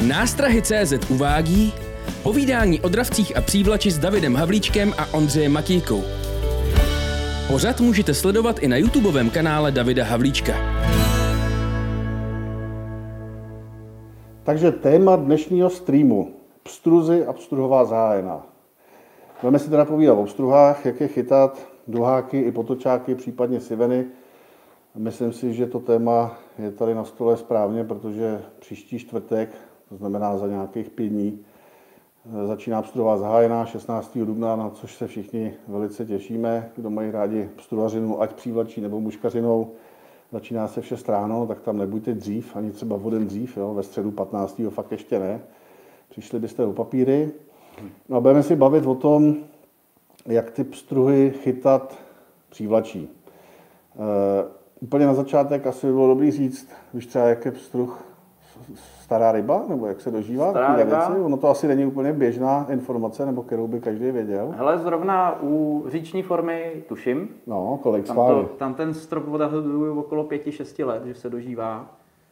Nástrahy.cz uvádí povídání o dravcích a přívlači s Davidem Havlíčkem a Ondřejem Matějkou. Pořad můžete sledovat i na YouTubeovém kanále Davida Havlíčka. Takže téma dnešního streamu. Pstruzy a pstruhová zahájená. Budeme si teda povídat o pstruhách, jak je chytat, duháky i potočáky, případně siveny. Myslím si, že to téma je tady na stole správně, protože příští čtvrtek, to znamená za nějakých 5 dní, začíná pstruhová zahájená 16. dubna, na což se všichni velice těšíme. Kdo mají rádi pstruhařinu, ať přívlačí nebo muškařinou, začíná se v 6 ráno, tak tam nebuďte dřív, ani třeba o den dřív, jo? Ve středu 15. fakt ještě ne. Přišli byste o papíry. No a budeme si bavit o tom, jak ty pstruhy chytat přívlačí. Úplně na začátek asi by bylo dobrý říct, víš třeba, jak je pstruh stará ryba, nebo jak se dožívá? Stará ryba? Ono to asi není úplně běžná informace, nebo kterou by každý věděl. Hele, zrovna u říční formy tuším. No, kolik schválně. Tam ten strop odhaduju okolo 5-6 let, že se dožívá.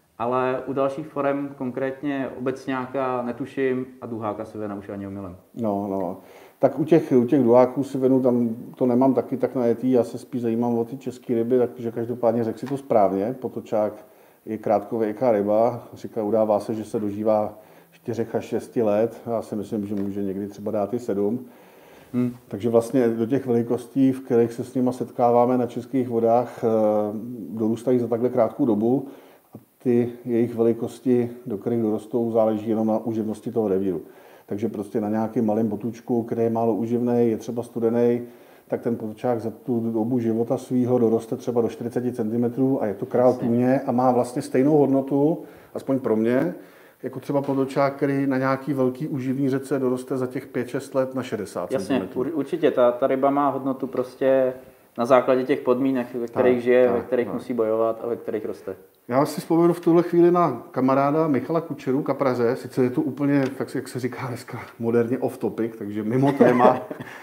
Ale u dalších forem, konkrétně obecňáka, netuším a duháka sivena už ani omylem. No. Tak u těch duháků sivenu tam to nemám taky tak najetý, já se spíš zajímám o ty české ryby, takže každopádně řekl si to správně. Potočák je krátkověká ryba, udává se, že se dožívá 4 až 6 let, já si myslím, že může někdy třeba dát i 7. Takže vlastně do těch velikostí, v kterých se s nimi setkáváme na českých vodách, dorůstají za takhle krátkou dobu. A ty jejich velikosti, do kterých dorostou, záleží jenom na úživnosti toho revíru. Takže prostě na nějakém malém potůčku, který je málo uživný, je třeba studený, tak ten potočák za tu dobu života svýho doroste třeba do 40 cm a je to král tůně a má vlastně stejnou hodnotu, aspoň pro mě, jako třeba potočák, který na nějaký velký uživní řece doroste za těch 5-6 let na 60 cm. Jasně, určitě, ta ryba má hodnotu prostě na základě těch podmínek, ve kterých žije, ve kterých musí bojovat a ve kterých roste. Já si vzpomenu v tuhle chvíli na kamaráda Michala Kučeru, kapraře, sice je to úplně, tak jak se říká dneska, moderně off topic, takže mimo téma.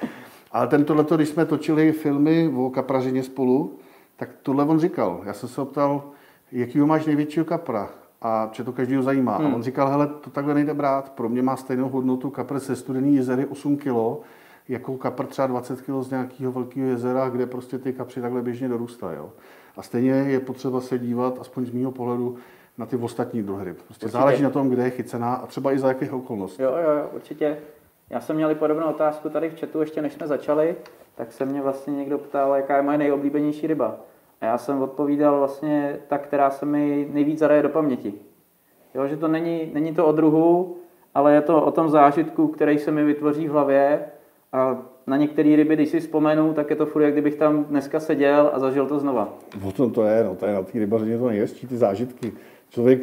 Ale tohleto, když jsme točili filmy o kaprařině spolu, tak tohle on říkal. Já jsem se optal, jakýho máš největšího kapra? A že to každýho zajímá. A on říkal, hele, to takhle nejde brát. Pro mě má stejnou hodnotu kapr ze Studený jezery 8 kg, jako kapr třeba 20 kg z nějakého velkého jezera, kde prostě ty kapři takhle běžně dorůstají. Jo. A stejně je potřeba se dívat, aspoň z mého pohledu, na ty ostatní druhy ryb. Prostě záleží na tom, kde je chycená a třeba i za jakých okolností. Jo, určitě. Já jsem měl podobnou otázku tady v chatu, ještě než jsme začali, tak se mě vlastně někdo ptal, jaká je moje nejoblíbenější ryba. A já jsem odpovídal vlastně ta, která se mi nejvíc zaraje do paměti. Jo, že to není to o druhu, ale je to o tom zážitku, který se mi vytvoří v hlavě. A na některé ryby, když si vzpomenu, tak je to furt, jak kdybych tam dneska seděl a zažil to znova. O tom to je na té rybařině to nejhezčí, ty zážitky. Člověk,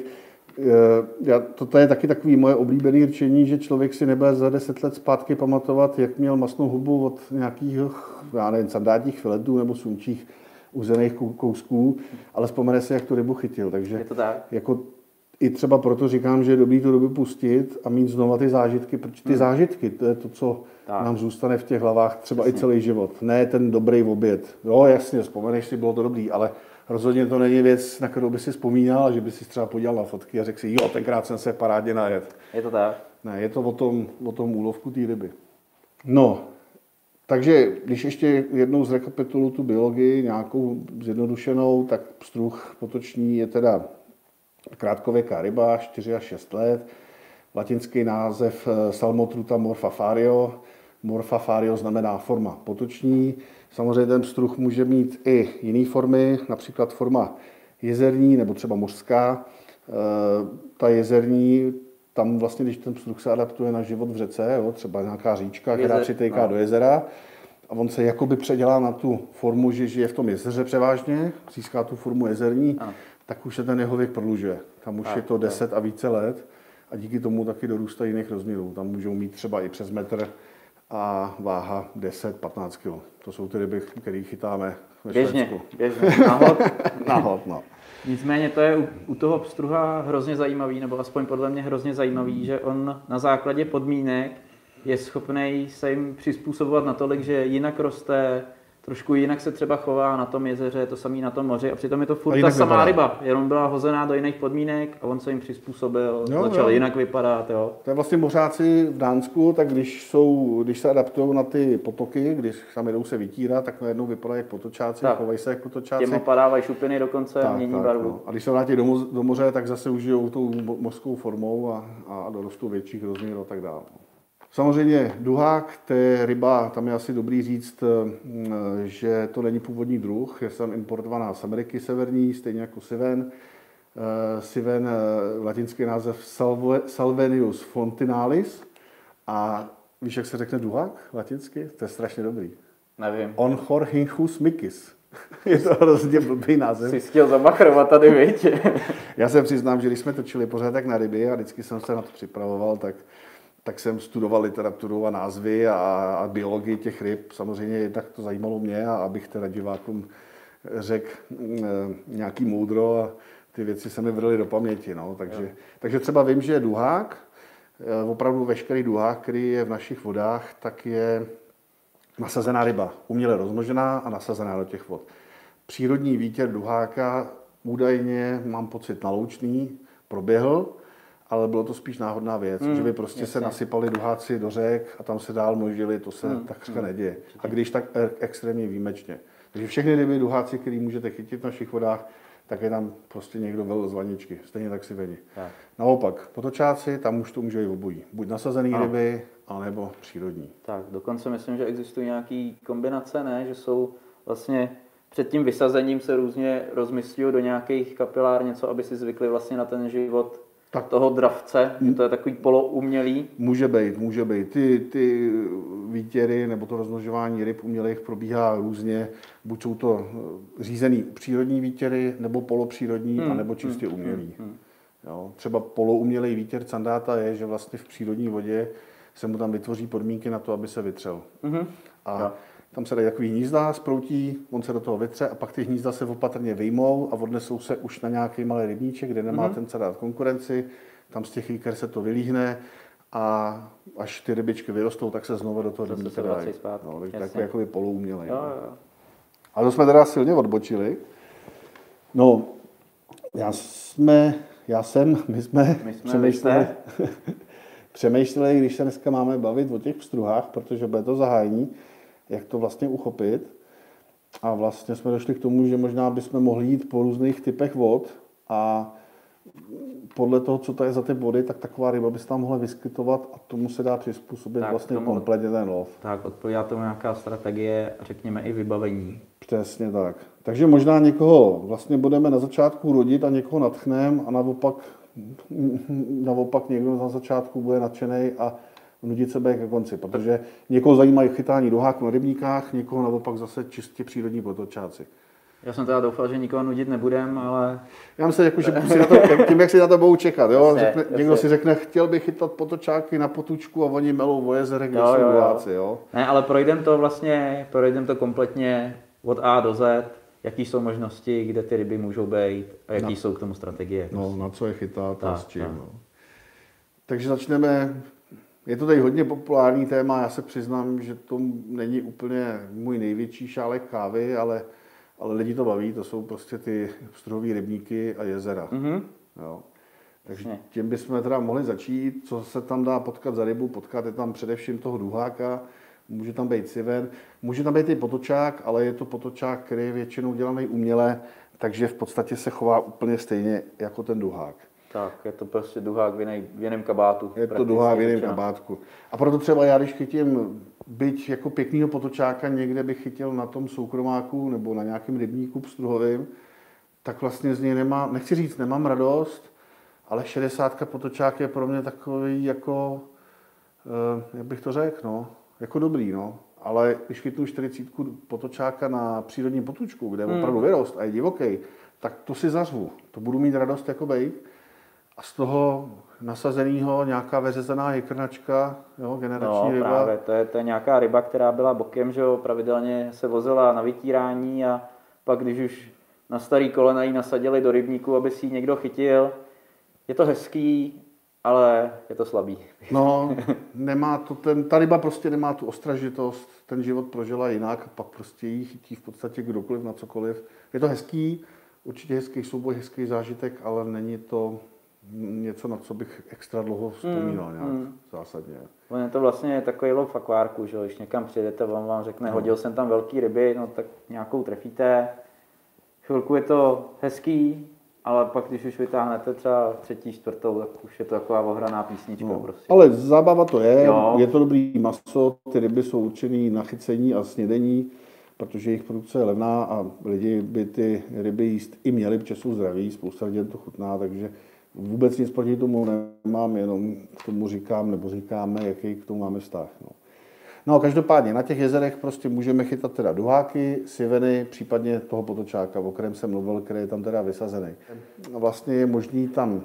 to je taky takový moje oblíbené řečení, že člověk si nebude za 10 let zpátky pamatovat, jak měl masnou hubu od nějakých, sandátních filetů nebo sumčích uzených kousků, ale vzpomene si, jak tu rybu chytil. Takže je to tak. Jako i třeba proto říkám, že je dobrý tu dobu pustit a mít znova ty zážitky, protože ty zážitky, to je to, co nám zůstane v těch hlavách třeba i celý život. Ne ten dobrý oběd. Jo, jasně, vzpomeneš si, bylo to dobrý, ale rozhodně to není věc, na kterou by si vzpomínal, že by si třeba podíval na fotky a řekl si, jo, tenkrát jsem se parádně najedl. Je to tak? Ne, je to o tom úlovku té ryby. No, takže když ještě jednou zrekapituluji tu biologii, nějakou zjednodušenou, tak pstruh potoční je teda krátkověká ryba, 4 až 6 let. Latinský název Salmotruta morpha-fario. Morpha-fario znamená forma potoční. Samozřejmě ten pstruh může mít i jiné formy, například forma jezerní nebo třeba mořská. Ta jezerní, tam vlastně, když ten pstruh se adaptuje na život v řece, jo, třeba nějaká říčka, která přitéká do jezera, a on se jakoby předělá na tu formu, že žije v tom jezeře převážně, získá tu formu jezerní, tak už se ten jeho věk prodlužuje. Tam už je to 10 a více let a díky tomu taky dorůstají jiných rozměrů. Tam můžou mít třeba i přes metr a váha 10-15 kg. To jsou ty ryby, které chytáme ve Švédsku. Běžně, nahod, no. Nicméně to je u toho pstruha hrozně zajímavý, nebo aspoň podle mě hrozně zajímavý, že on na základě podmínek je schopný se jim přizpůsobovat natolik, že jinak roste, trošku jinak se třeba chová na tom jezeře, to samý na tom moři a přitom je to furt A ta samá vypadá. ryba, jenom byla hozená do jiných podmínek a on se jim přizpůsobil, začal jinak vypadat. Jo. To je vlastně mořáci v Dánsku, tak když se adaptují na ty potoky, když tam jedou se vytírat, tak najednou vypadají jak potočáci, chovají se jak potočáci. Těm opadávají šupiny dokonce, mění barvu. No. A když se vrátí do moře, tak zase užijou tou mořskou formou a dorostou větších rozměrů a tak dále. Samozřejmě duhák, to je ryba, tam je asi dobrý říct, že to není původní druh, je tam importovaná z Ameriky severní, stejně jako siven. Siven, latinský název Salvenius fontinalis. A víš, jak se řekne duhák latinsky? To je strašně dobrý. Nevím. Onchorhynchus micis. Je to hrozně blbý název. Jsi chtěl zabachrovat tady, viď? Já se přiznám, že když jsme točili pořádek na ryby a vždycky jsem se na to připravoval, tak jsem studoval literaturu a názvy a biologii těch ryb. Samozřejmě jednak to zajímalo mě, a abych teda divákům řekl nějaký moudro a ty věci se mi vrly do paměti. No. Takže třeba vím, že duhák, opravdu veškerý duhák, který je v našich vodách, tak je nasazená ryba, uměle rozmnožená a nasazená do těch vod. Přírodní výtěr duháka údajně, mám pocit, naloučný, proběhl, ale bylo to spíš náhodná věc, že by prostě se nasypali duháci do řek a tam se dál množili, to se takřka neděje. A když tak extrémně výjimečně. Takže všechny ryby duháci, které můžete chytit v našich vodách, tak je tam prostě někdo velil z vaničky, stejně tak si veni. Naopak, potočáci, tam už to může být obojí. Buď nasazený ryby, anebo přírodní. Tak, dokonce myslím, že existují nějaké kombinace, ne? Že jsou vlastně před tím vysazením se různě rozmyslí do nějakých kapilár něco, aby si zvykli vlastně na ten život toho dravce, že to je takový poloumělý. Může být. Ty výtěry nebo to rozmnožování ryb umělých probíhá různě. Buď jsou to řízený přírodní výtěry, nebo polopřírodní, anebo čistě umělý. Jo, třeba poloumělý výtěr candáta je, že vlastně v přírodní vodě se mu tam vytvoří podmínky na to, aby se vytřel. A tam se dají takový hnízda, sproutí, on se do toho vytře a pak ty hnízda se opatrně vyjmou a odnesou se už na nějaký malý rybníček, kde nemá ten cadát konkurenci. Tam z těch jíker se to vylíhne a až ty rybičky vyrostou, tak se znovu do toho rybníka dají. No, takový jakoby poloumělej. Ale to jsme teda silně odbočili. No, my jsme přemýšleli, když se dneska máme bavit o těch pstruhách, protože bude to zahájení, jak to vlastně uchopit. A vlastně jsme došli k tomu, že možná bychom mohli jít po různých typech vod a podle toho, co to je za ty vody, tak taková ryba by se tam mohla vyskytovat a tomu se dá přizpůsobit tak, vlastně kompletně ten lov. Tak, odpovídá tomu nějaká strategie, řekněme i vybavení. Přesně tak. Takže možná někoho vlastně budeme na začátku rodit a někoho nadchneme a naopak někdo na začátku bude nadšenej a nudit se ke konci, protože někoho zajímají chytání duháků na rybníkách, někoho naopak zase čistě přírodní potočáci. Já jsem teda doufal, že nikoho nudit nebudem, ale... Já myslím, že tím, jak si na to budou čekat. Jo? Někdo si řekne, chtěl bych chytat potočáky na potučku a oni melou o jezerech, kde jsou duháci. Jo? Ne, ale projdem to kompletně od A do Z, jaký jsou možnosti, kde ty ryby můžou být a jaký jsou k tomu strategie. No, na co je chytat a s čím. No. Takže začneme. Je to tady hodně populární téma, já se přiznám, že to není úplně můj největší šálek kávy, ale lidi to baví, to jsou prostě ty pstruhové rybníky a jezera. Jo. Takže tím bychom teda mohli začít, co se tam dá potkat za rybu, potkat je tam především toho duháka, může tam být siven, může tam být i potočák, ale je to potočák, který je většinou dělaný uměle, takže v podstatě se chová úplně stejně jako ten duhák. Tak, je to prostě duhák v jiném kabátu. Je to duhák v jiném kabátku. A proto třeba já, když chytím byť jako pěknýho potočáka, někde bych chytil na tom soukromáku nebo na nějakém rybníku pstruhovým, tak vlastně z něj nemám radost, ale 60 potočák je pro mě takový jako, jak bych to řekl, no, jako dobrý, no. Ale když chytnu 40 potočáka na přírodním potučku, kde je opravdu vyrost a je divoký, tak to si zařvu. To budu mít radost jako bejk. A z toho nasazenýho nějaká vyřezaná jikrnačka, jo, generační ryba. Právě, to je nějaká ryba, která byla bokem, že jo, pravidelně se vozila na vytírání a pak, když už na starý kolena ji nasadili do rybníku, aby si ji někdo chytil. Je to hezký, ale je to slabý. No, nemá to ta ryba prostě nemá tu ostražitost, ten život prožila jinak a pak prostě jí chytí v podstatě kdokoliv na cokoliv. Je to hezký, určitě hezký souboj, hezký zážitek, ale není to něco, na co bych extra dlouho vzpomínal nějak zásadně. On je to vlastně takový lov v akvárku, že když někam přijedete, on vám řekne, hodil jsem tam velký ryby, no tak nějakou trefíte. Chvilku je to hezký, ale pak, když už vytáhnete třeba třetí, čtvrtou, tak už je to taková ohraná písnička. No, prostě. ale zábava to je, Jo. je to dobrý maso, ty ryby jsou určený na chycení a snědení, protože jejich produkce je levná a lidi by ty ryby jíst i měli, protože jsou zdraví, spousta lidí to chutná, takže vůbec nic proti tomu nemám, jenom k tomu říkám, nebo říkáme, jaký k tomu máme vztah. No každopádně na těch jezerech prostě můžeme chytat teda duháky, siveny, případně toho potočáka, o kterém jsem mluvil, který je tam teda vysazený. Vlastně je možný tam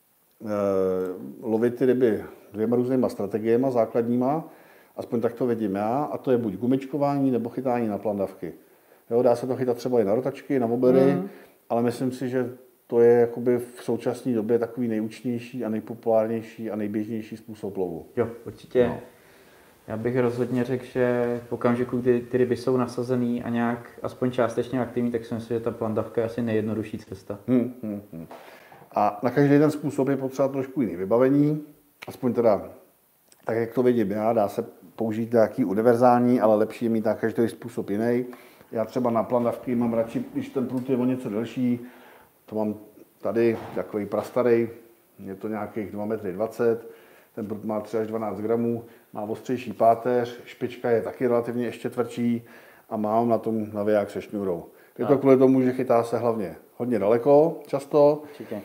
lovit ty ryby dvěma různýma strategiemi základníma, aspoň tak to vidím já, a to je buď gumičkování nebo chytání na plandavky. Jo, dá se to chytat třeba i na rotačky, na woblery, ale myslím si, že to je jakoby v současné době takový nejúčinnější a nejpopulárnější a nejběžnější způsob lovu. Jo, určitě. No. Já bych rozhodně řekl, že v okamžiku, kdy ty ryby jsou nasazený a nějak aspoň částečně aktivní, tak si myslím, že ta plandavka je asi nejjednodušší cesta. A na každý ten způsob je potřeba trošku jiný vybavení, aspoň teda tak, jak to vidím já, dá se použít nějaký univerzální, ale lepší je mít na každý způsob jiný. Já třeba na plandavky mám radši, když ten prut je o něco delší, to mám tady takový prastarý, je to nějakých 2,20 m, ten prut má 3 až 12 gramů, má ostřejší páteř, špička je taky relativně ještě tvrdší a mám na tom naviják se šňůrou. Je to kvůli tomu, že chytá se hlavně hodně daleko, často. Určitě.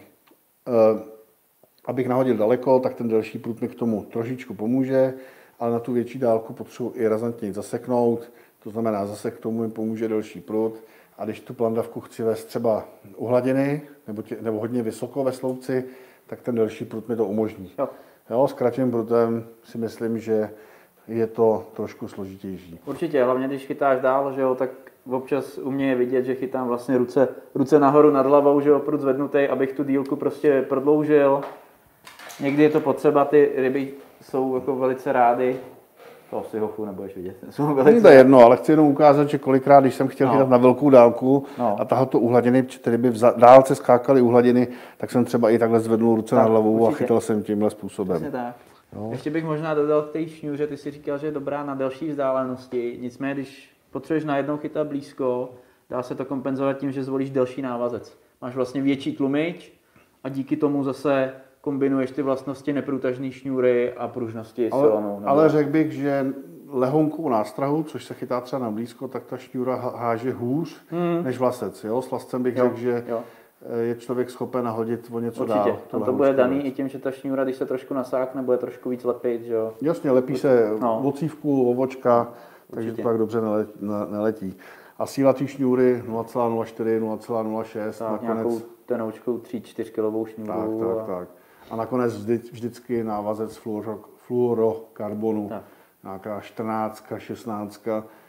Abych nahodil daleko, tak ten delší prut mi k tomu trošičku pomůže, ale na tu větší dálku potřebuji i razantně zaseknout, to znamená zase k tomu mi pomůže delší prut. A když tu plandavku chci vést třeba u hladiny nebo hodně vysoko ve sloupci, tak ten delší prut mi to umožní. Jo, s kratším prutem si myslím, že je to trošku složitější. Určitě, hlavně když chytáš dál, že jo, tak občas u mě je vidět, že chytám vlastně ruce nahoru nad hlavou, že jo, prut zvednutý, abych tu dílku prostě prodloužil. Někdy je to potřeba, ty ryby jsou jako velice rády. To si hochu nebudeš vidět. Jsou velice to je jedno, ale chci jenom ukázat, že kolikrát, když jsem chtěl chytat na velkou dálku a tahat to u hladiny, protože ty ryby v dálce skákaly u hladiny, tak jsem třeba i takhle zvednul ruce nad hlavou určitě. A chytal jsem tímhle způsobem. Přesně tak. Ještě bych možná dodal k té šňůře, ty si říkal, že je dobrá na delší vzdálenosti, nicméně když potřebuješ najednou chytat blízko, dá se to kompenzovat tím, že zvolíš delší návazec. Máš vlastně větší tlumič a díky tomu zase kombinuješ ty vlastnosti neprůtažné šňůry a pružnosti silonou. Ale řekl bych, že lehonkou nástrahu, což se chytá třeba na blízko, tak ta šňůra háže hůř než vlasec. Jo? S vlascem bych řekl, že je člověk schopen nahodit o něco určitě. dál. To bude daný i tím, že ta šňůra, když se trošku nasákne, bude trošku víc lepit. Že jo? Jasně, lepí se vocívku, ovočka, takže to tak dobře neletí. A síla té šňůry 0,04, 0,06. Tak, nějakou tenoučkou 3-4 kilovou šňůru. Tak. A nakonec vždycky návazec fluorokarbonu, nějaká 14, 16.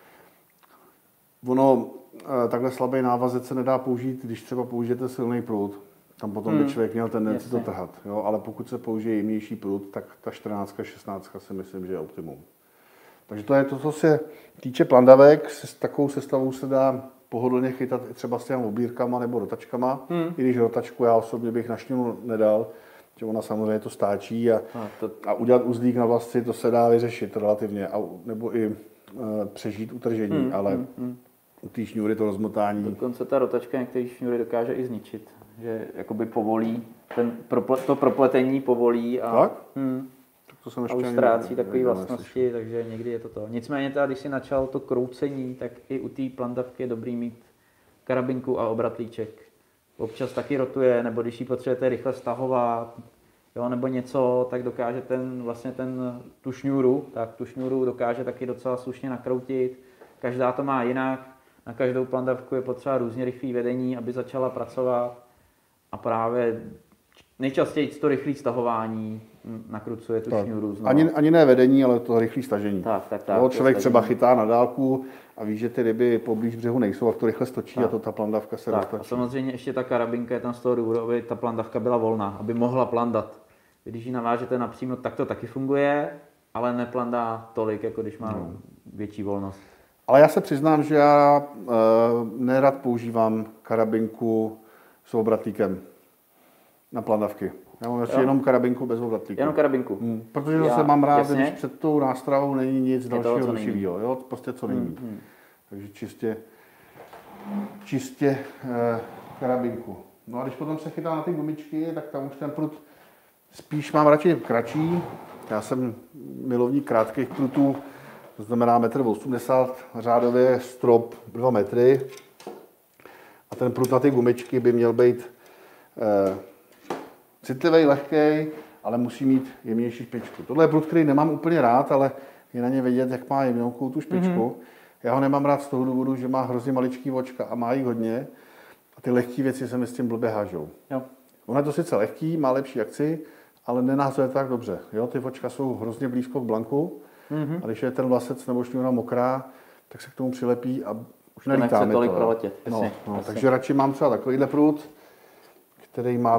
Ono, takhle slabý návazec se nedá použít, když třeba použijete silný prut. Tam potom by člověk měl tendenci to trhat. Jo? Ale pokud se použije jemnější prut, tak ta 14, 16 si myslím, že je optimum. Takže to je to, co se týče plandavek. S takovou sestavou se dá pohodlně chytat třeba s těmi obírkama nebo rotačkama. I když rotačku já osobně bych na šňůru nedal, že ona samozřejmě to stáčí a udělat uzlík na vlasci, to se dá vyřešit relativně, nebo i přežít utržení, ale u té šňůry to rozmotání. Dokonce ta rotačka některé šňůry dokáže i zničit, že jakoby povolí, to propletení povolí a už ztrácí takové vlastnosti, takže někdy je to to. Nicméně teda, když si načal to kroucení, tak i u té plandavky je dobrý mít karabinku a obratlíček. Občas taky rotuje, nebo když ji potřebujete rychle stahovat, jo, nebo něco, tak dokáže tu šňůru dokáže taky docela slušně nakroutit. Každá to má jinak, na každou plandavku je potřeba různě rychlé vedení, aby začala pracovat. A právě nejčastěji to rychlé stahování nakrucuje tu šňůru znovu. Ani ne vedení, ale to rychlé stažení. Tak, člověk třeba chytá na dálku a ví, že ty ryby poblíž břehu nejsou, a to rychle stočí a to ta plandavka se roztočí. A samozřejmě ještě ta karabinka je tam z toho důvodu, aby ta plandavka byla volná, aby mohla plandat. Když ji navážete napřímo, tak to taky funguje, ale neplandá tolik, jako když má větší volnost. Ale já se přiznám, že já nerad používám karabinku s obratlíkem na plandavky. Já mám radši jenom karabinku bez obratlíku. Jenom karabinku. Protože zase mám rád, když před tou nástravou není nic dalšího rušivého. Jo? Prostě co nejmí. Takže čistě karabinku. No a když potom se chytá na ty gumičky, tak tam už ten prut spíš mám radši kratší. Já jsem milovník krátkých prutů, to znamená 1,80 m, řádově strop 2 metry. A ten prut na ty gumičky by měl být citlivý, lehký, ale musí mít jemnější špičku. Tohle je prut, který nemám úplně rád, ale je na ně vidět, jak má jemnou tu špičku. Já ho nemám rád z toho důvodu, že má hrozně maličký očka a má jich hodně. A ty lehké věci se mi s tím blbě hážou. Jo. Ono je to sice lehký, má lepší akci, ale nenázuje tak dobře. Jo? Ty očka jsou hrozně blízko k blanku a když je ten vlasec nebo šňůra mokrá, tak se k tomu přilepí a už nelítá mi to. Proletět. Jasně. Takže radši mám třeba takovýhle prut, který má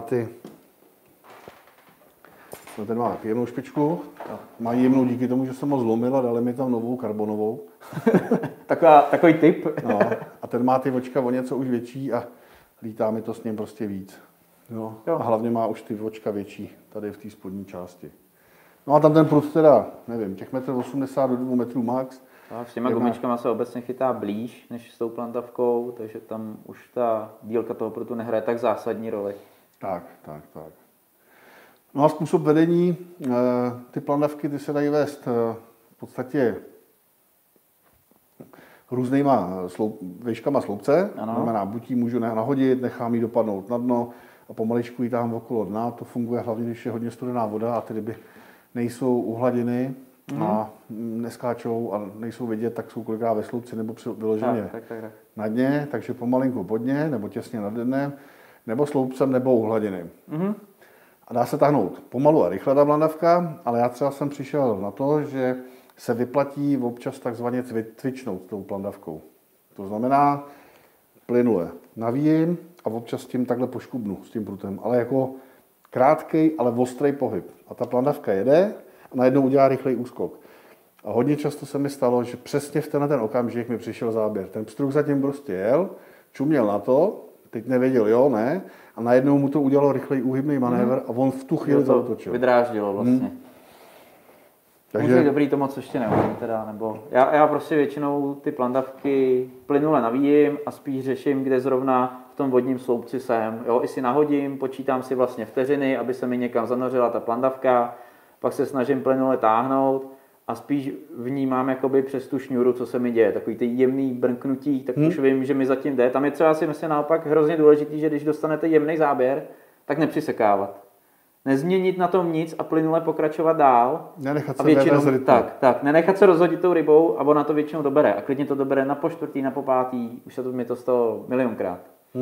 ten má jemnou špičku, má jemnou díky tomu, že jsem ho zlomil a dali mi tam novou karbonovou. Takový typ. No, a ten má ty očka o něco už větší a lítá mi to s ním prostě víc. Jo. A hlavně má už ty očka větší tady v té spodní části. No a tam ten prut teda, nevím, těch 1,80 m do 2 metrů max. A s těma gumičkama se obecně chytá blíž než s tou plantavkou, takže tam už ta dílka toho prutu nehraje tak zásadní roli. Tak. No a způsob vedení, ty plantavky ty se dají vést v podstatě různýma výškama sloupce. To znamená, buď ji můžu nahodit, nechám ji dopadnout na dno a pomaličku ji tahám okolo dna. To funguje hlavně, když je hodně studená voda a ty ryby nejsou u hladiny a neskáčou a nejsou vidět, tak jsou kolikrát ve sloupci nebo vyloženě tak. na dně, takže pomalinku pod dně nebo těsně nad dnem, nebo sloupcem nebo u hladiny. A dá se tahnout pomalu a rychle ta plandavka, ale já třeba jsem přišel na to, že se vyplatí občas takzvaně cvičnout tou plandavkou. To znamená plynule navíjím a občas tím takhle poškubnu s tím prutem, ale jako krátkej, ale ostrý pohyb. A ta plandavka jede a najednou udělá rychlej úskok. A hodně často se mi stalo, že přesně v ten okamžik mi přišel záběr. Ten pstruh zatím prostě jel, čuměl na to, teď nevěděl jo, ne, a najednou mu to udělalo rychlej úhybný manévr a on v tu chvíli zaútočil. Vydráždilo vlastně. Takže může dobrý to moc ještě neumím teda, nebo já prostě většinou ty plandavky plynule navíjím a spíš řeším, kde zrovna v tom vodním sloupci jsem. Jo, i si nahodím, počítám si vlastně vteřiny, aby se mi někam zanořila ta plandavka, pak se snažím plynule táhnout a spíš vnímám jakoby přes tu šňůru, co se mi děje. Takový ty jemný brnknutí, tak už vím, že mi zatím jde. Tam je třeba si myslím naopak hrozně důležitý, že když dostanete jemný záběr, tak nepřisekávat. Nezměnit na tom nic a plynule pokračovat dál. Nenechat se většinou, tak, nenechat se rozhodit tou rybou a ona to většinou dobere. A klidně to dobere na po čtvrtý, na po pátý. Už se to mi to stalo milionkrát.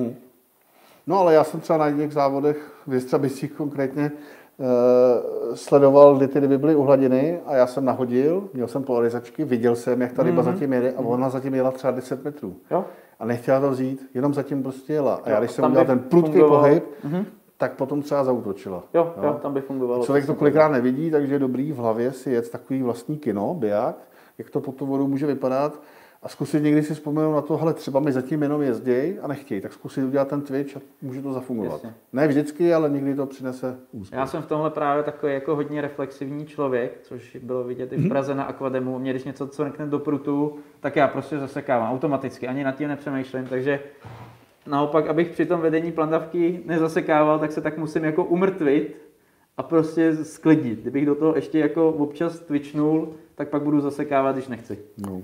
No ale já jsem třeba na jedných závodech, v Jestřabicích konkrétně, sledoval, kdy ty ryby byly u hladiny a já jsem nahodil, měl jsem polarizačky, viděl jsem, jak ta ryba zatím jede a ona zatím jela třeba 10 metrů. Jo? A nechtěla to vzít, jenom zatím prostě jela. A já když jsem udělal ten prudký pohyb, tak potom třeba zaútočila. Jo, tam by fungovalo. Člověk to kolikrát nevidí, takže je dobrý v hlavě si jet takový vlastní kino, biják, jak to pod tou vodou může vypadat a zkusit někdy si vzpomenout na to, hele, třeba mi zatím jenom jezděj a nechtěj, tak zkusit udělat ten twitch a může to zafungovat. Jasně. Ne vždycky, ale někdy to přinese úspěch. Já jsem v tomhle právě takový jako hodně reflexivní člověk, což bylo vidět i v Praze na Aquademu. Mě když něco cvrkne do prutu, tak já prostě zasekávám automaticky, ani nad tím nepřemýšlím, takže naopak, abych při tom vedení plandavky nezasekával, tak se tak musím jako umrtvit a prostě sklidnit. Kdybych do toho ještě jako občas twitchnul, tak pak budu zasekávat, když nechci. No.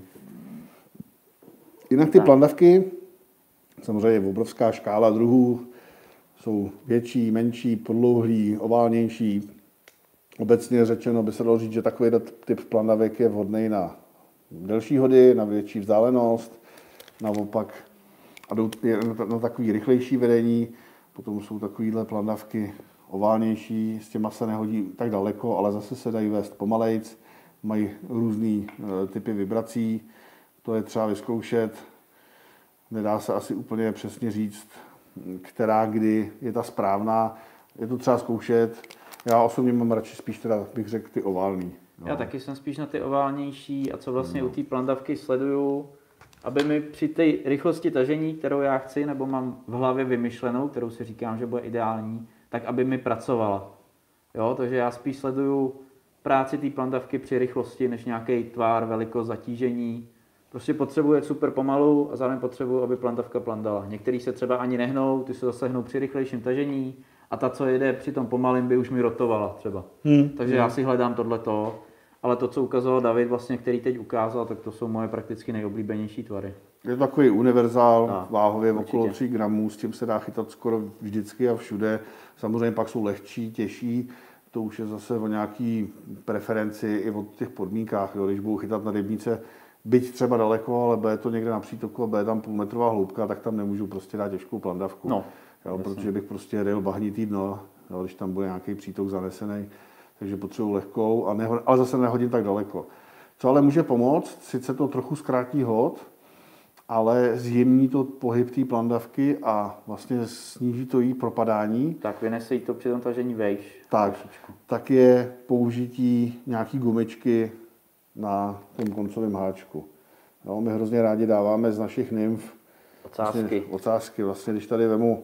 Jinak ty plandavky, samozřejmě je obrovská škála druhů, jsou větší, menší, podlouhlý, oválnější. Obecně řečeno by se dalo říct, že takový typ plandavek je vhodný na delší hody, na větší vzdálenost, naopak a na takový rychlejší vedení, potom jsou takovýhle plandavky oválnější, s těma se nehodí tak daleko, ale zase se dají vést pomalejc, mají různý typy vibrací, to je třeba vyzkoušet, nedá se asi úplně přesně říct, která kdy je ta správná, je to třeba zkoušet, Já osobně mám radši spíš teda, bych řekl, ty oválný. No. Já taky jsem spíš na ty oválnější a co vlastně u té plandavky sleduju, aby mi při té rychlosti tažení, kterou já chci, nebo mám v hlavě vymyšlenou, kterou si říkám, že bude ideální, tak aby mi pracovala. Jo, takže já spíš sleduju práci té plandavky při rychlosti, než nějaký tvar, velikost, zatížení. Prostě potřebuje super pomalu a zároveň potřebuji, aby plandavka plandala. Některý se třeba ani nehnou, ty se zase hnou při rychlejším tažení a ta, co jede při tom pomalým, by už mi rotovala třeba. Takže já si hledám tohleto, ale to, co ukazoval David, vlastně, který teď ukázal, tak to jsou moje prakticky nejoblíbenější tvary. Je to takový univerzál, váhově okolo 3 gramů, s tím se dá chytat skoro vždycky a všude. Samozřejmě pak jsou lehčí, těžší, to už je zase o nějaký preferenci i o těch podmínkách. Jo. Když budu chytat na rybníce, byť třeba daleko, ale bude to někde na přítoku a bude tam půlmetrová hloubka, tak tam nemůžu prostě dát těžkou plandavku. No, jo, protože bych prostě ryl bahnitý dno, jo, když tam bude nějaký přítok zanesený. Takže potřebuji lehkou, ale zase nehodím tak daleko. Co ale může pomoct, sice to trochu zkrátí hod, ale zjemní to pohyb té plandavky a vlastně sníží to její propadání. Tak vynese jí to při tom tažení vejš. Tak je použití nějaký gumičky na tom koncovém háčku. Jo, my hrozně rádi dáváme z našich nymf ocásky. Vlastně, když tady vemu,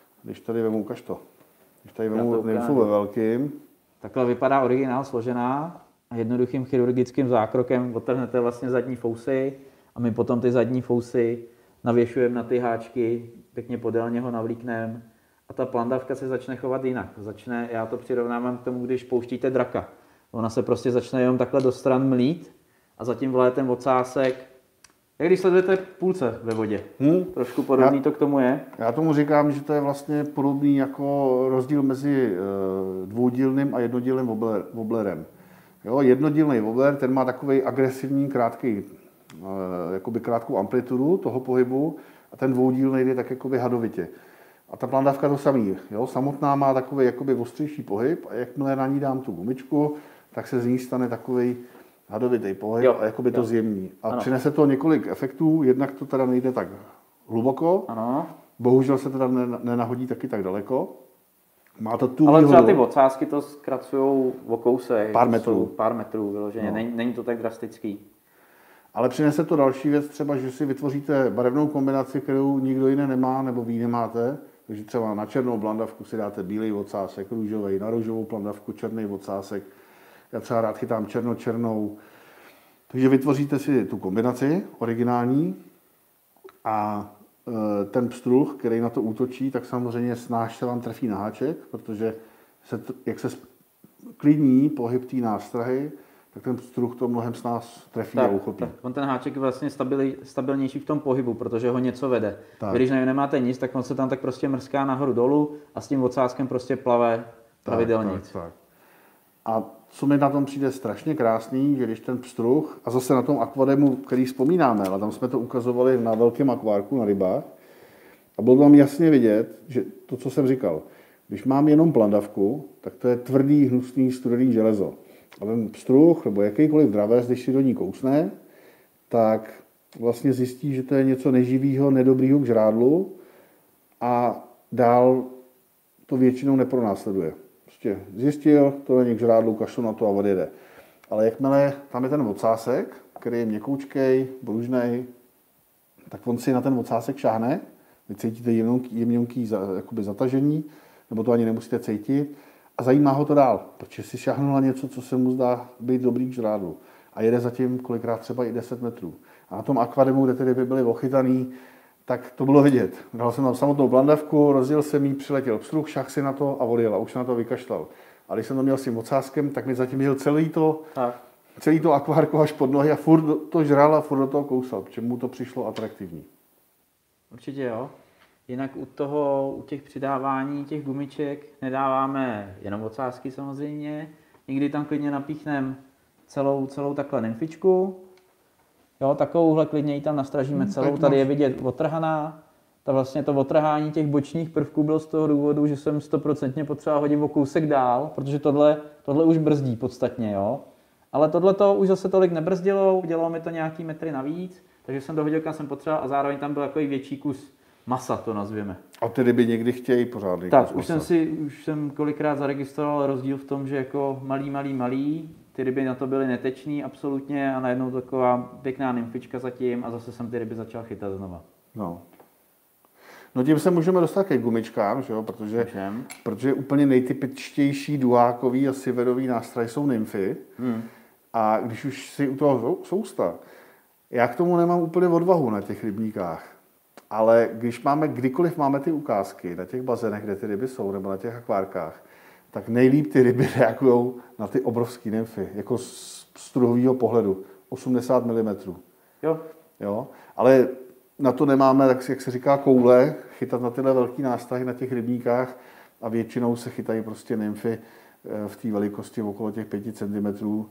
ukaž to. Když tady vemu nymfu ve velkým. Takhle vypadá originál složená a jednoduchým chirurgickým zákrokem odtrhnete vlastně zadní fousy a my potom ty zadní fousy navěšujeme na ty háčky, pěkně podélně ho navlíkneme a ta plandavka se začne chovat jinak. Já to přirovnávám k tomu, když pouštíte draka. Ona se prostě začne jenom takhle do stran mlít a zatím vleje ten ocásek, jak když sledujete půlce ve vodě. Trošku podobný to k tomu je. Já tomu říkám, že to je vlastně podobný jako rozdíl mezi dvoudílným a jednodílným wobblerem. Jo, jednodílný wobbler, ten má takový agresivní, krátkou amplitudu toho pohybu a ten dvoudílný jde tak jakoby hadovitě. A ta plandavka to samý. Jo, samotná má takový jakoby ostřejší pohyb a jakmile na ní dám tu gumičku, tak se z ní stane takový hadovitý pohyb a jakoby to zjemní. A přinese to několik efektů, jednak to teda nejde tak hluboko, bohužel se teda nenahodí taky tak daleko. Má to tu ale třeba ty ocásky to zkracujou o kousek, pár metrů vyloženě, není to tak drastický. Ale přinese to další věc, třeba, že si vytvoříte barevnou kombinaci, kterou nikdo jiný nemá, nebo vy nemáte. Takže třeba na černou plandavku si dáte bílej ocásek, růžový, na růžovou plandavku černý ocásek. Já třeba rád chytám černou. Takže vytvoříte si tu kombinaci originální a ten pstruh, který na to útočí, tak samozřejmě snáš se vám trefí na háček, protože jak se klidní pohyb té nástrahy, tak ten pstruh to mnohem s nás trefí a uchopí. Tak on ten háček je vlastně stabilnější v tom pohybu, protože ho něco vede. Když nemáte nic, tak on se tam tak prostě mrská nahoru dolů a s tím ocáskem prostě plave pravidelně. Tak. A co mi na tom přijde strašně krásný, že když ten pstruh, a zase na tom akvademu, který vzpomínáme, ale tam jsme to ukazovali na velkém akvárku na rybách, a bylo tam jasně vidět, že to, co jsem říkal, když mám jenom plandavku, tak to je tvrdý, hnusný, studený železo. A ten pstruh, nebo jakýkoliv dravec, když si do ní kousne, tak vlastně zjistí, že to je něco neživého, nedobrýho k žrádlu a dál to většinou nepronásleduje. Prostě zjistil, to není k žrádlu, kašlu na to a odjede. Ale jakmile tam je ten ocásek, který je měkoučkej, pružnej, tak on si na ten ocásek šáhne, vy cítíte jemňonký zatažení, nebo to ani nemusíte cítit, a zajímá ho to dál, protože si šáhnul na něco, co se mu zdá být dobrý k žrádlu. A jede zatím kolikrát třeba i 10 metrů. A na tom akvademu, kde ty ryby byly ochytaný, tak to bylo vidět. Dal jsem tam samotnou plandavku, rozjel jsem jí, přiletěl pstruh, šah si na to a odjel a už se na to vykašlal. A když jsem to měl s tím ocáskem, tak mi zatím jel celý to akvárko až pod nohy a furt to žral a furt do toho kousal, protože mu to přišlo atraktivní. Určitě jo. Jinak u těch přidávání těch gumiček nedáváme jenom ocásky samozřejmě. Někdy tam klidně napíchneme celou takhle nymfičku. Jo, takovouhle klidně ji tam nastražíme celou. Tady je vidět otrhaná. Vlastně to otrhání těch bočních prvků bylo z toho důvodu, že jsem 100% potřeboval hodit o kousek dál, protože tohle už brzdí podstatně, jo. Ale tohle to už zase tolik nebrzdilo, udělalo mi to nějaký metry navíc, takže jsem dohodil, kam jsem potřeboval a zároveň tam byl takový větší kus masa to nazvěme. A ty ryby někdy chtějí pořádný Tak, už jsem kolikrát zaregistroval rozdíl v tom, že jako malý, ty ryby na to byly netečný absolutně a najednou taková pěkná nymfička zatím a zase jsem ty ryby začal chytat znova. No tím se můžeme dostat ke gumičkám, že jo? Protože úplně nejtypičtější duhákový a siverový nástroj jsou nymfy. A když už si u toho sousta, já k tomu nemám úplně odvahu na těch rybníkách. Ale kdykoliv máme ty ukázky na těch bazénech, kde ty ryby jsou, nebo na těch akvárkách, tak nejlíp ty ryby reagují na ty obrovské nymfy, jako z druhového pohledu, 80 mm. Jo? Ale na to nemáme, tak jak se říká, koule, chytat na tyhle velký nástrahy na těch rybníkách a většinou se chytají prostě nymfy v té velikosti okolo těch 5 cm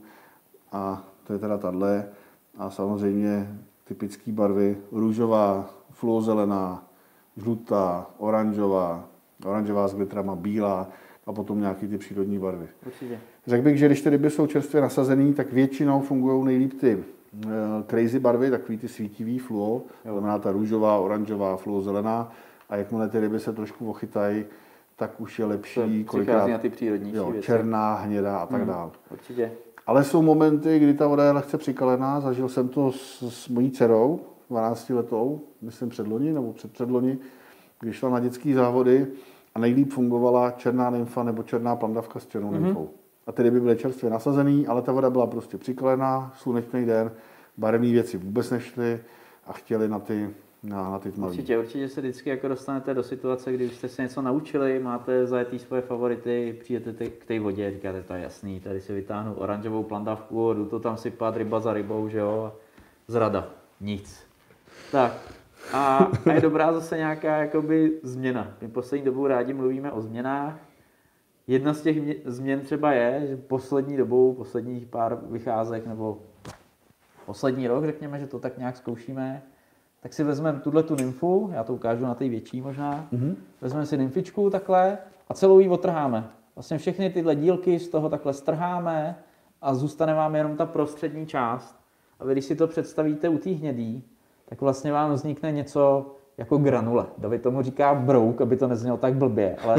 a to je teda tahle. A samozřejmě typické barvy růžová, fluozelená, žlutá, oranžová s glitrama, bílá a potom nějaký ty přírodní barvy. Určitě. Řekl bych, že když ty ryby jsou čerstvě nasazený, tak většinou fungují nejlíp ty crazy barvy, takový ty svítivý fluo, znamená ta růžová, oranžová, fluozelená a jakmile ty ryby se trošku ochytají, tak už je lepší kolikrát na ty přírodnější věci. Černá, hnědá a tak dál. Určitě. Ale jsou momenty, kdy ta voda je lehce přikalená. Zažil jsem to s mojí dcerou, 12letou, myslím předloni nebo předpředloni, když šla na dětské závody a nejlíp fungovala černá nymfa nebo černá plandavka s černou nymfou. A ty ryby byly čerstvě nasazený, ale ta voda byla prostě přikalená, slunečný den, barevné věci vůbec nešly a chtěli na ty tmavý. Určitě se vždycky jako dostanete do situace, kdy jste se něco naučili, máte zajetý svoje favority, přijdete k té vodě, říkáte, to je jasný, tady si vytáhnu oranžovou plandavku, jdu to tam sypat ryba za rybou, že jo, zrada, nic. Tak a je dobrá zase nějaká jakoby změna. My poslední dobou rádi mluvíme o změnách. Jedna z těch změn třeba je, že posledních pár vycházek nebo poslední rok, řekněme, že to tak nějak zkoušíme, tak si vezmeme tu nymfu, já to ukážu na té větší možná, vezmeme si nymfičku takhle a celou ji otrháme. Vlastně všechny tyhle dílky z toho takhle strháme a zůstane vám jenom ta prostřední část. A vy, když si to představíte u té hnědý, tak vlastně vám vznikne něco jako granule. David tomu říká brouk, aby to neznělo tak blbě, ale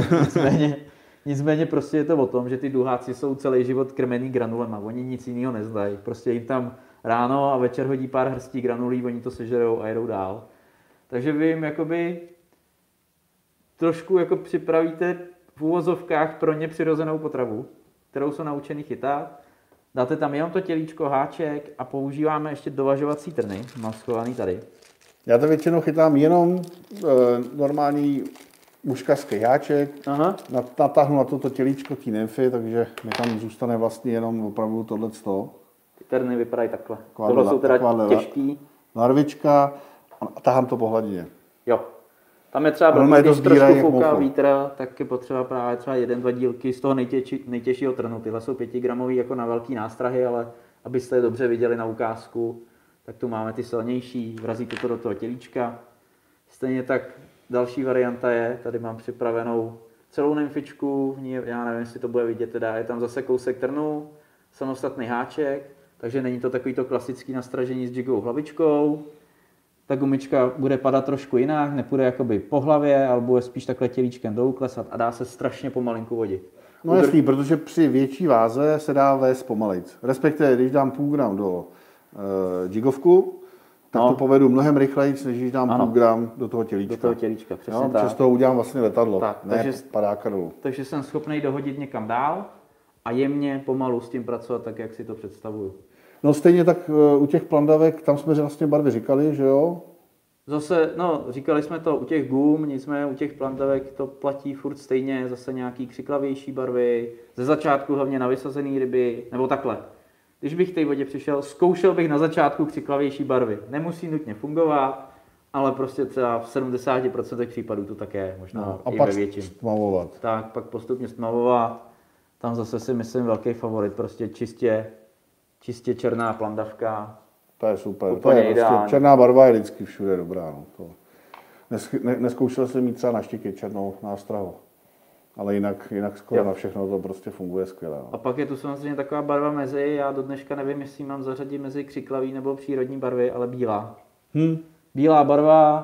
nicméně prostě je to o tom, že ty duháci jsou celý život krmený granulema, oni nic jiného nezdají. Prostě jim tam ráno a večer hodí pár hrstí granulí, oni to sežerou a jedou dál. Takže vy jim jakoby trošku jako připravíte v úvozovkách pro ně přirozenou potravu, kterou jsou naučený chytat. Dáte tam jenom to tělíčko, háček a používáme ještě dovažovací trny, mám schovaný tady. Já to většinou chytám jenom normální muškařský háček, natáhnu na toto tělíčko té nymfy, takže mi tam zůstane vlastně jenom opravdu tohleto. Ty terny vypadají takhle. Tohle jsou teda těžký. Larvička a tahám to po hladině. Jo. Tam je třeba, když trošku fouká vítr, tak je potřeba právě třeba 1-2 dílky z toho nejtěžšího trnu. Tyhle jsou 5 gramový jako na velký nástrahy, ale abyste je dobře viděli na ukázku, tak tu máme ty silnější, vrazíte to do toho tělíčka. Stejně tak další varianta je, tady mám připravenou celou nymfičku, já nevím, jestli to bude vidět, teda je tam zase kousek trnu, samostatný háček, takže není to takový to klasický nastražení s jigovou hlavičkou. Ta gumička bude padat trošku jinak, nepůjde jakoby po hlavě, ale bude spíš takhle tělíčkem dolů klesat a dá se strašně pomalinku vodit. No jasný, protože při větší váze se dá vést pomalejc. Respektive, když dám půl gram do jigovku, tak to povedu mnohem rychleji, než když dám půl gram do toho tělíčka. Do toho tělíčka, přesně tak. Přesto udělám vlastně letadlo, tak, ne padáka dolů. Takže jsem schopný dohodit někam dál a jemně pomalu s tím pracovat tak, jak si to představuju. No stejně tak u těch plandavek, tam jsme vlastně barvy říkali, že jo? Zase, říkali jsme to u těch gum, nicméně u těch plandavek to platí furt stejně, zase nějaký křiklavější barvy, ze začátku hlavně na vysazené ryby, nebo takhle. Když bych v té vodě přišel, zkoušel bych na začátku křiklavější barvy. Nemusí nutně fungovat, ale prostě třeba v 70% případů to tak je, možná i ve většině. Stmavovat. Tak, pak postupně stmavovat. Tam zase si myslím velký favorit, prostě čistě černá plandavka. To je super, to je prostě, černá barva je vždycky všude dobrá. No. To. Neskoušel jsem mít třeba na štěky černou nástrahu, ale jinak skoro na všechno to prostě funguje skvěle. No. A pak je tu samozřejmě taková barva mezi, já do dneška nevím, jestli mám zařadit mezi křiklavý nebo přírodní barvy, ale bílá. Bílá barva,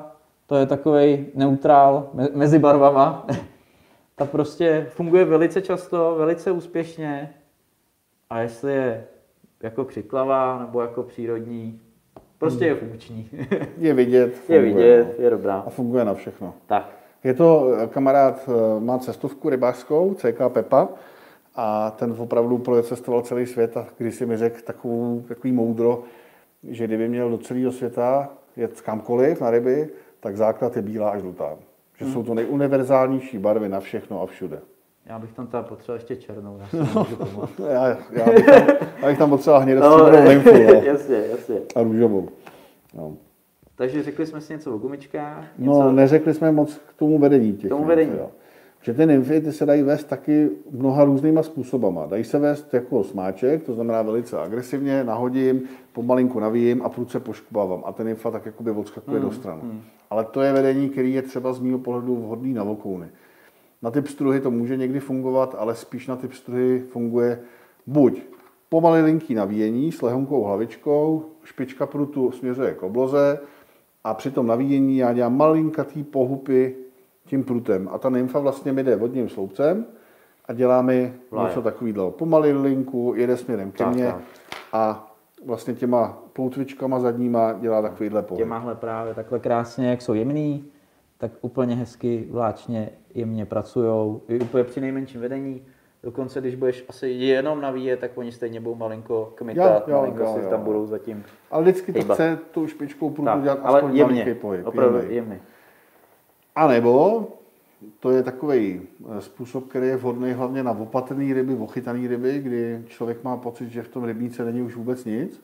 to je takovej neutrál mezi barvama. Ta prostě funguje velice často, velice úspěšně a jestli je jako křiklavá nebo jako přírodní, prostě je funkční. Je vidět. Funguje, je vidět, je dobrá. A funguje na všechno. Tak. Je to kamarád, má cestovku rybářskou, CK Pepa, a ten opravdu procestoval celý svět a když si mi řekl takový moudro, že kdyby měl do celého světa jet kamkoliv na ryby, tak základ je bílá a žlutá. Že jsou to nejuniverzálnější barvy na všechno a všude. Já bych tam potřeboval ještě černou. Já bych tam potřeboval hnědostříbrnou nymfu. Jasně. A růžovou. No. Takže řekli jsme si něco o gumičkách? No, neřekli jsme moc k tomu vedení těch. Že ty nymfy ty se dají vést taky mnoha různýma způsobama. Dají se vést jako smáček, to znamená velice agresivně, nahodím, pomalinku navíjím a prudce poškubávám. A ten nymfa tak jakoby odskakuje do strany. Ale to je vedení, který je třeba z mýho pohledu vhodný na vokouny. Na ty pstruhy to může někdy fungovat, ale spíš na ty pstruhy funguje buď pomalinký navíjení s lehonkou hlavičkou, špička prutu směřuje k obloze a při tom navíjení já dělám malinkatý pohupy tím prutem. A ta nymfa vlastně mi jde vodním sloupcem a dělá mi něco takového. Pomalinku, jede směrem ke mně a vlastně těma ploutvičkama zadníma dělá takovýhle pohyb. Těmahle právě takhle krásně, jak jsou jemný, tak úplně hezky, vláčně, jemně pracujou. I úplně při nejmenším vedení. Dokonce, když budeš asi jenom navíjet, tak oni stejně budou malinko kmitat, malinko si tam budou zatím. Ale vždycky to chce tou špičkou prutu dělat aspoň malinký pohyb. Opravdu jemný. A nebo to je takový způsob, který je vhodný hlavně na opatrné ryby, ochytané ryby, kdy člověk má pocit, že v tom rybníce není už vůbec nic.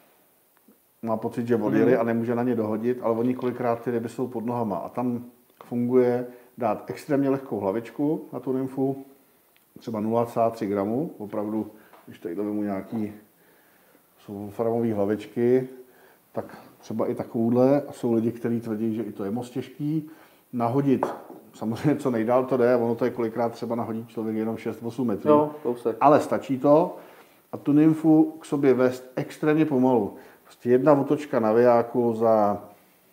Má pocit, že odjeli a nemůže na ně dohodit, ale oni kolikrát ty ryby jsou pod nohama. A tam funguje dát extrémně lehkou hlavičku na tu nymfu, třeba 0,3 gramů, opravdu, když tady vezmu nějaký, jsou farmové hlavičky, tak třeba i takovouhle, a jsou lidi, kteří tvrdí, že i to je moc těžký, nahodit, samozřejmě co nejdál to jde, ono to je kolikrát třeba nahodit člověk jenom 6-8 metrů, ale stačí to a tu nymfu k sobě vést extrémně pomalu. Prostě jedna otočka navijáku za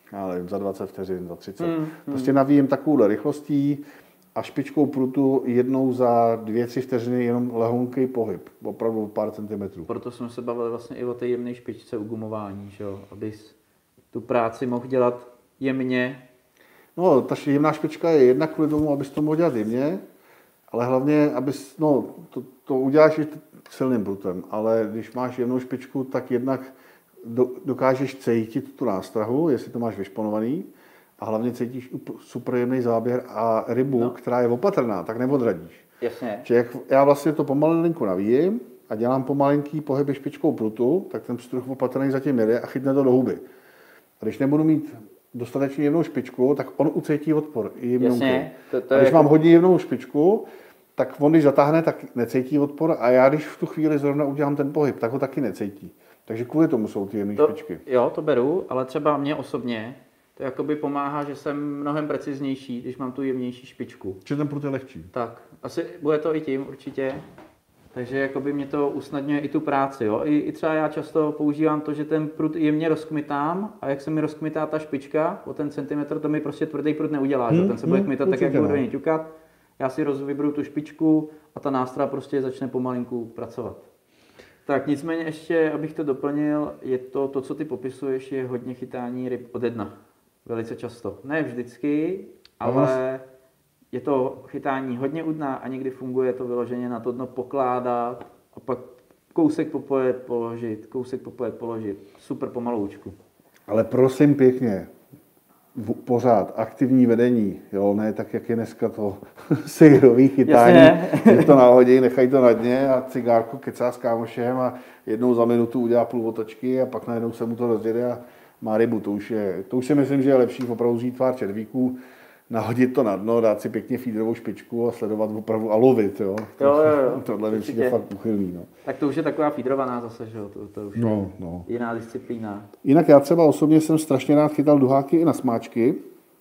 20 vteřin, za 30. Prostě navíjím takovouhle rychlostí a špičkou prutu jednou za 2-3 vteřiny jenom lehonký pohyb, opravdu pár centimetrů. Proto jsme se bavili vlastně i o té jemné špičce u gumování, že jo? Abys tu práci mohl dělat jemně. No, ta jemná špička je jedna kvůli tomu, abys to mohl dělat jemně, ale hlavně, abys, to uděláš i silným prutem, ale když máš jemnou špičku, tak jednak dokážeš cítit tu nástrahu, jestli to máš vyšponovaný, a hlavně cítíš super jemný záběr a rybu, která je opatrná, tak neodradíš. Jasně. Čiže jak já vlastně to pomalinku navíjím a dělám pomalinký pohyby špičkou prutu, tak ten pstruh opatrný zatím jede a chytne to do huby. A když nebudu mít dostatečně jemnou špičku, tak on ucítí odpor. Jasně. A když mám hodně jemnou špičku, tak on, když zatáhne, tak necítí odpor a já, když v tu chvíli zrovna udělám ten pohyb, tak ho taky necítí. Takže kvůli tomu jsou ty jemné špičky. Jo, to beru, ale třeba mě osobně to jakoby pomáhá, že jsem mnohem preciznější, když mám tu jemnější špičku. Že ten prut je lehčí. Tak, asi bude to i tím určitě. Takže jakoby mě to usnadňuje i tu práci. Jo? I třeba já často používám to, že ten prut jemně rozkmitám a jak se mi rozkmitá ta špička o ten centimetr, to mi prostě tvrdý prut neudělá. Ten se bude kmitat tak, jak budu do něj ťukat. Já si vyberu tu špičku a ta nástroj prostě začne pomalinku pracovat. Tak nicméně ještě, abych to doplnil, je to, co ty popisuješ, je hodně chytání ryb ode dna. Velice často. Ne vždycky, ale je to chytání hodně u dna a někdy funguje to vyloženě na to dno pokládat a pak kousek popojet, položit. Super pomaloučku. Ale prosím pěkně, pořád aktivní vedení, jo, ne tak, jak je dneska to sejrový chytání, že to nahodí, nechají to na dně a cigárku kecá s kámošem a jednou za minutu udělá půl otočky a pak najednou se mu to rozjede a má rybu. To už si myslím, že je lepší opravdu vzít pár červíků, nahodit to na dno, dát si pěkně feederovou špičku a sledovat opravdu a lovit, jo. Tohle mi přijde fakt uchylný, no. Tak to už je taková feederovaná zase, že jo, to už je jiná disciplína. Jinak já třeba osobně jsem strašně rád chytal duháky i na smáčky,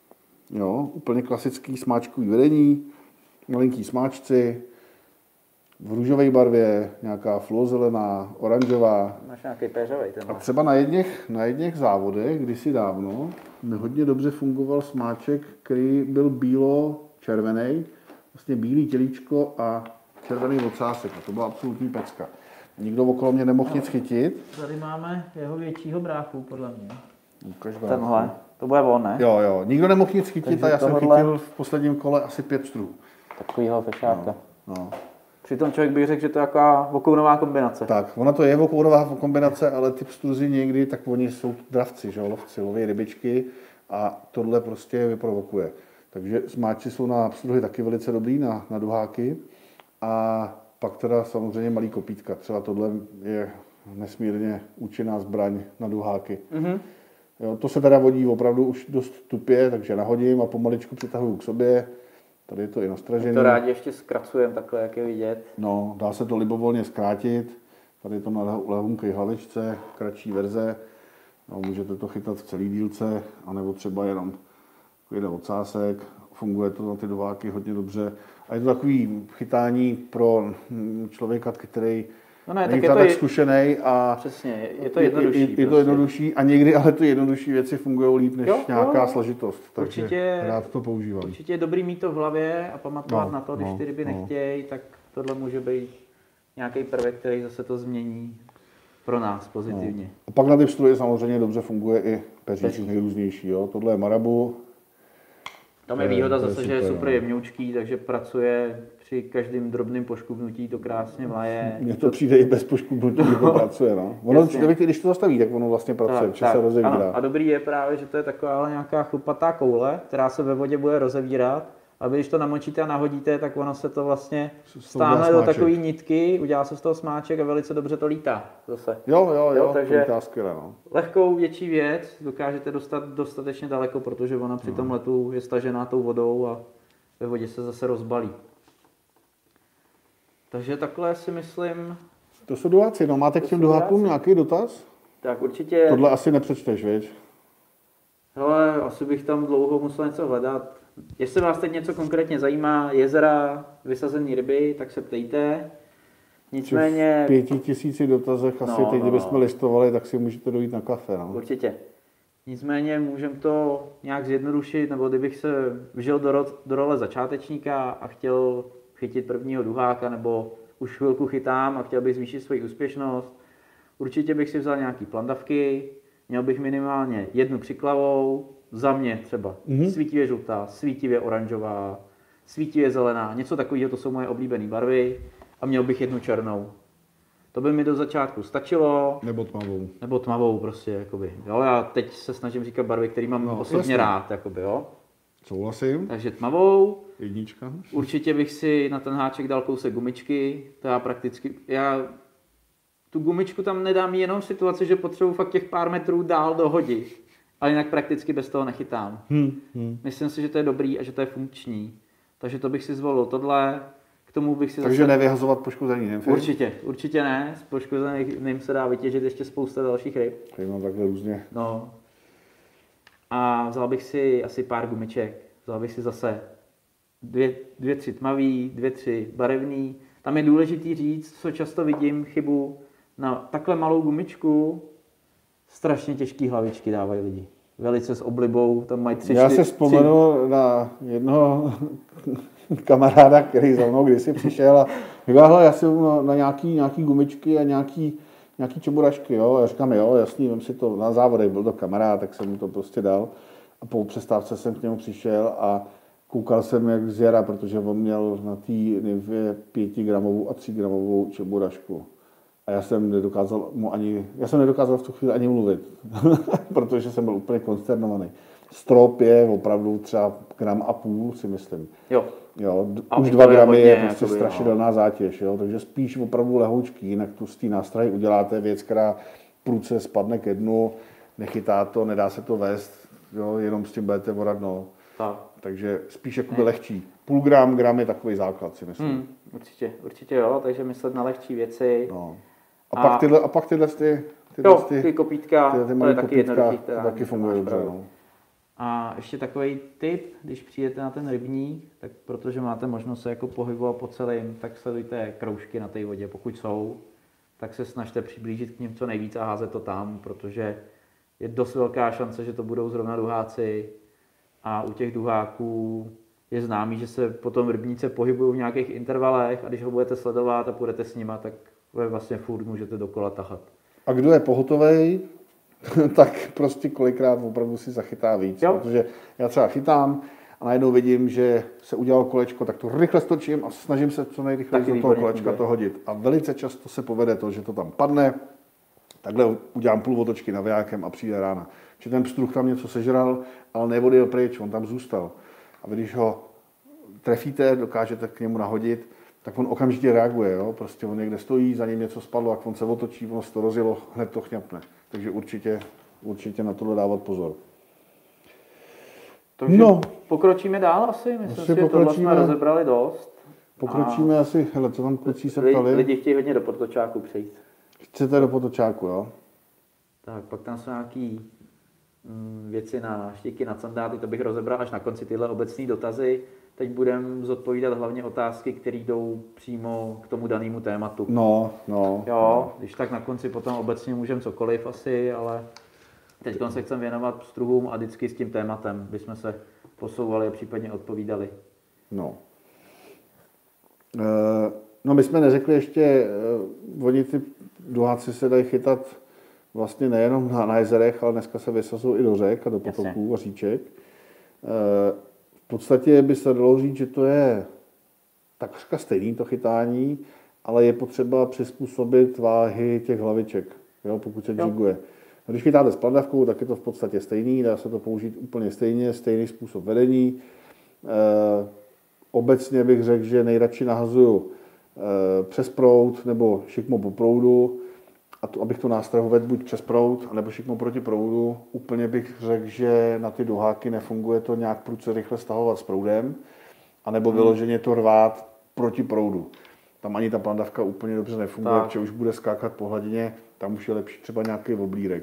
jo, úplně klasický smáčkový vedení, malinký smáčci, v růžové barvě, nějaká fluozelená, oranžová. Máš nějaký péřovej ten. A třeba na jedněch závodech, kdysi dávno, mi hodně dobře fungoval smáček, který byl bílo-červený, vlastně bílý tělíčko a červený ocásek. A to byla absolutní pecka. Nikdo okolo mě nemohl nic chytit. Tady máme jeho většího bráchu, podle mě. Ukaž Tenhle, to bude on, ne? Jo, nikdo nemohl nic chytit. Takže a já jsem chytil v posledním kole asi 5 pstruhů. Takovýho fešáka. No. Přitom člověk by řekl, že to je taková vokounová kombinace. Tak, ona to je vokounová kombinace, ale ty pstruzy někdy, tak oni jsou dravci, že? Lovci, loví rybičky a tohle prostě vyprovokuje. Takže smáči jsou na pstruhy taky velice dobrý, na duháky. A pak teda samozřejmě malý kopítka. Třeba tohle je nesmírně účinná zbraň na duháky. Mm-hmm. Jo, to se teda vodí opravdu už dost tupě, takže nahodím a pomaličku přitahuju k sobě. Tady je to i nastražený. To rádi ještě zkracujeme takhle, jak je vidět. No, dá se to libovolně zkrátit. Tady je to na lehunké hlavičce, kratší verze. No, můžete to chytat v celý dílce, anebo třeba jenom jeden ocásek. Funguje to na ty duháky hodně dobře. A je to takový chytání pro člověka, který není tak zkušený. A přesně, je to jednodušší. Je to jednodušší a někdy ale ty jednodušší věci fungují líp než nějaká složitost. Takže určitě, rád to používám. Určitě je dobrý mít to v hlavě a pamatovat na to, když ty ryby nechtějí, tak tohle může být nějaký prvek, který zase to změní pro nás pozitivně. No. A pak na ty pstruhy samozřejmě dobře funguje i peříček nejrůznější. Jo? Tohle je marabu. Tam je výhoda zase, že je super jemňoučký, takže pracuje při každém drobném poškubnutí, to krásně mlaje. Mně to přijde i bez poškubnutí, že to pracuje. No. Ono, když to zastaví, tak ono vlastně pracuje, že se rozevírá. A dobrý je právě, že to je taková nějaká chlupatá koule, která se ve vodě bude rozevírat. A když to namočíte a nahodíte, tak ono se to vlastně stáhne do takové nitky, udělá se z toho smáček a velice dobře to lítá zase. Jo, takže to lítá skvěle, no. Lehkou větší věc dokážete dostat dostatečně daleko, protože ona při tom letu je stažená tou vodou a ve vodě se zase rozbalí. Takže takhle si myslím... To jsou duháci, no. Máte k těm duhákům nějaký dotaz? Tak určitě... Tohle asi nepřečteš, viď? Hele, asi bych tam dlouho musel něco hledat. Jestli vás teď něco konkrétně zajímá, jezera, vysazené ryby, tak se ptejte. Nicméně... V 5000 dotazech asi teď, kdybychom listovali, tak si můžete dojít na kafe. No. Určitě. Nicméně můžeme to nějak zjednodušit, nebo kdybych se vžil do role začátečníka a chtěl chytit prvního duháka, nebo už chvilku chytám a chtěl bych zvýšit svoji úspěšnost, určitě bych si vzal nějaký plandavky, měl bych minimálně jednu přiklavou, za mě třeba svítivě žlutá, svítivě oranžová, svítivě zelená, něco takového, to jsou moje oblíbené barvy a měl bych jednu černou. To by mi do začátku stačilo. Nebo tmavou prostě, jakoby. Jo, já teď se snažím říkat barvy, které mám osobně rád, jakoby, jo. Souhlasím. Takže tmavou. Jednička. Určitě bych si na ten háček dal kousek gumičky, to já tu gumičku tam nedám jenom v situaci, že potřebuji fakt těch pár metrů dál dohodit. Ale jinak prakticky bez toho nechytám. Myslím si, že to je dobrý a že to je funkční. Takže to bych si zvolil tohle. K tomu bych si Takže nevyhazovat poškozený nymfy? Určitě ne. Z poškozených nymf se dá vytěžit ještě spousta dalších ryb. Tady mám takhle různě. No. A vzal bych si asi pár gumiček. Vzal bych si zase dvě, tři tmavý, 2, 3 barevný. Tam je důležitý říct, co často vidím chybu, na takhle malou gumičku strašně těžký hlavičky dávají lidi. Velice s oblibou, tam mají 3, 4... Já se vzpomenu na jednoho kamaráda, který za mnou kdysi přišel a říkal, já jsem na nějaký gumičky a nějaký čeburašky, jo. Já říkám, jo, jasný, vem si to na závodech, byl to kamarád, tak jsem mu to prostě dal. A po přestávce jsem k němu přišel a koukal jsem jak z jara, protože on měl na té nivě 5 gramovou a 3 gramovou čeburašku. A já jsem nedokázal v tu chvíli ani mluvit, protože jsem byl úplně konsternovaný. Strop je opravdu třeba 1,5 gram, si myslím. Jo. Už 2 gramy je prostě strašidelná zátěž, jo? Takže spíš opravdu lehoučký, jinak tu z té nástrahy uděláte věc, která prudce spadne ke dnu, nechytá to, nedá se to vést, jo? Jenom s tím budete vorat dno. Takže spíš jakoby lehčí. 0,5 gram je takový základ, si myslím. Určitě jo, takže myslet na lehčí věci. No. A pak tyhle ty kopítka, to je taky jednoduchý. To taky funguje dobře. No. A ještě takový tip, když přijdete na ten rybník, tak protože máte možnost se jako pohybovat po celém, tak sledujte kroužky na té vodě. Pokud jsou, tak se snažte přiblížit k nim co nejvíc a házet to tam, protože je dost velká šance, že to budou zrovna duháci. A u těch duháků je známý, že se potom rybníci pohybují v nějakých intervalech a když ho budete sledovat a půjdete s nima, tak vlastně furt můžete dokola tahat. A kdo je pohotovej, tak prostě kolikrát opravdu si zachytá víc. Jo. Protože já třeba chytám a najednou vidím, že se udělalo kolečko, tak to rychle stočím a snažím se co nejrychleji do toho kolečka to hodit. A velice často se povede to, že to tam padne, takhle udělám půl otočky navijákem a přijde rána. Že ten pstruh tam něco sežral, ale neodjel pryč, on tam zůstal. A vy, když ho trefíte, dokážete k němu nahodit, tak on okamžitě reaguje. Jo? Prostě on někde stojí, za ním něco spadlo, a on se otočí, ono se to rozjelo, hned to chňapne. Takže určitě na tohle dávat pozor. Takže pokročíme dál asi? Myslím si, že tohle jsme rozebrali dost. Pokročíme asi, hele, co tam kluci se ptali? Lidi chtějí hodně do potočáku přejít. Chcete do potočáku, jo? Tak, pak tam jsou nějaký věci na štíky, na sandáty, to bych rozebral až na konci tyhle obecné dotazy. Teď budeme zodpovídat hlavně otázky, které jdou přímo k tomu danému tématu. Jo, když tak na konci potom obecně můžeme cokoliv asi, ale teď se chceme věnovat pstruhům a vždycky s tím tématem, aby jsme se posouvali a případně odpovídali. No my jsme neřekli ještě, oni ty duháci se dají chytat vlastně nejenom na jezerech, ale dneska se vysazují i do řek a do potoků a říček. V podstatě by se dalo říct, že to je takřka stejný to chytání, ale je potřeba přizpůsobit váhy těch hlaviček, jo, pokud se jiguje. Když chytáte s plandavkou, tak je to v podstatě stejný, dá se to použít úplně stejně, stejný způsob vedení. Obecně bych řekl, že nejradši nahazuju přes proud nebo šikmo po proudu, a to, abych to nástrahu vedl buď přes proud, nebo šikmo proti proudu. Úplně bych řekl, že na ty duháky nefunguje to nějak prudce rychle stahovat s proudem, anebo vyloženě to rvát proti proudu. Tam ani ta plandavka úplně dobře nefunguje, protože už bude skákat po hladině, tam už je lepší třeba nějaký oblírek.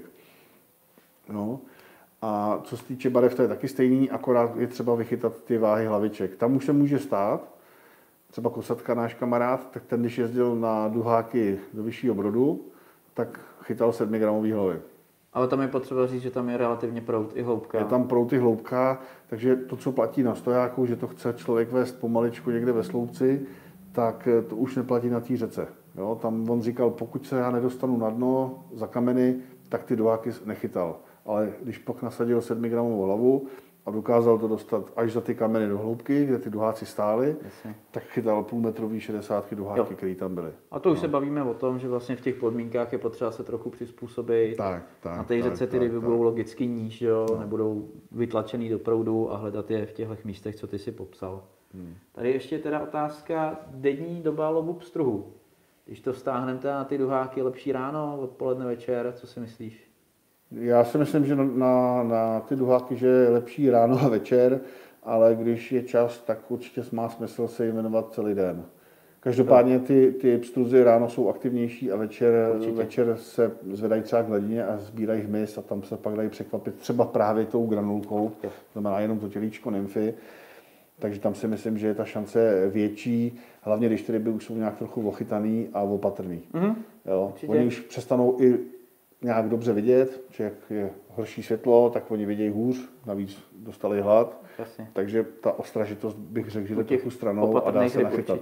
No. A co se týče barev, to je taky stejný, akorát je třeba vychytat ty váhy hlaviček. Tam už se může stát, třeba Kosatka, náš kamarád, tak ten, když jezdil na duháky do Vyššího Brodu, tak chytal 7 gramový hlavy. Ale tam je potřeba říct, že tam je relativně proud i hloubka. Je tam proud i hloubka, takže to, co platí na stojáku, že to chce člověk vést pomaličku někde ve sloupci, tak to už neplatí na té řece. Jo? Tam on říkal, pokud se já nedostanu na dno za kameny, tak ty duháky nechytal. Ale když pak nasadil 7 gramovou hlavu a dokázal to dostat až za ty kameny do hloubky, kde ty duháci stály, tak chytal půlmetrový 60 duháky, které tam byly. A to už se bavíme o tom, že vlastně v těch podmínkách je potřeba se trochu přizpůsobit. Na té řece ty ryby budou logicky níž, jo? Nebudou vytlačený do proudu a hledat je v těchto místech, co ty si popsal. Tady ještě teda otázka denní doba lovu pstruhu. Když to vztáhneme na ty duháky, lepší ráno, odpoledne, večer, co si myslíš? Já si myslím, že na ty duháky, že je lepší ráno a večer, ale když je čas, tak určitě má smysl se jim věnovat celý den. Každopádně ty pstruzy ráno jsou aktivnější a večer se zvedají třeba k hladině a sbírají hmyz a tam se pak dají překvapit třeba právě tou granulkou, to znamená jenom to tělíčko nymfy. Takže tam si myslím, že je ta šance větší, hlavně když ty ryby už jsou nějak trochu ochytaný a opatrný. Jo? Oni už přestanou i nějak dobře vidět, že jak je horší světlo, tak oni vidějí hůř, navíc dostali hlad. Jasně. Takže ta ostražitost bych řekl, že jde trochu stranou a dá se nachytat.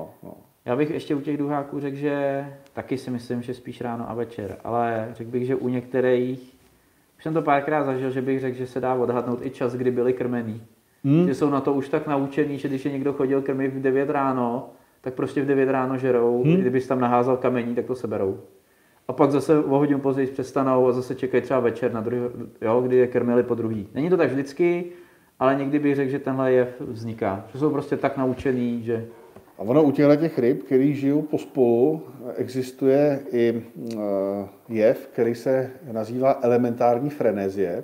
Já bych ještě u těch duháků řekl, že taky si myslím, že spíš ráno a večer, ale řekl bych, že u některých, už jsem to párkrát zažil, že bych řekl, že se dá odhadnout i čas, kdy byli krmený. Že jsou na to už tak naučený, že když je někdo chodil krmit v 9 ráno, tak prostě v 9 ráno žerou, kdybys tam naházal kamení, tak to seberou. A pak zase o hodinu později přestanou a zase čekají třeba večer, kdy je krmili po druhý. Není to tak vždycky, ale někdy bych řekl, že tenhle jev vzniká. Že jsou prostě tak naučený, že... A ono u těch ryb, který žijou pospolu, existuje i jev, který se nazývá elementární frenézie.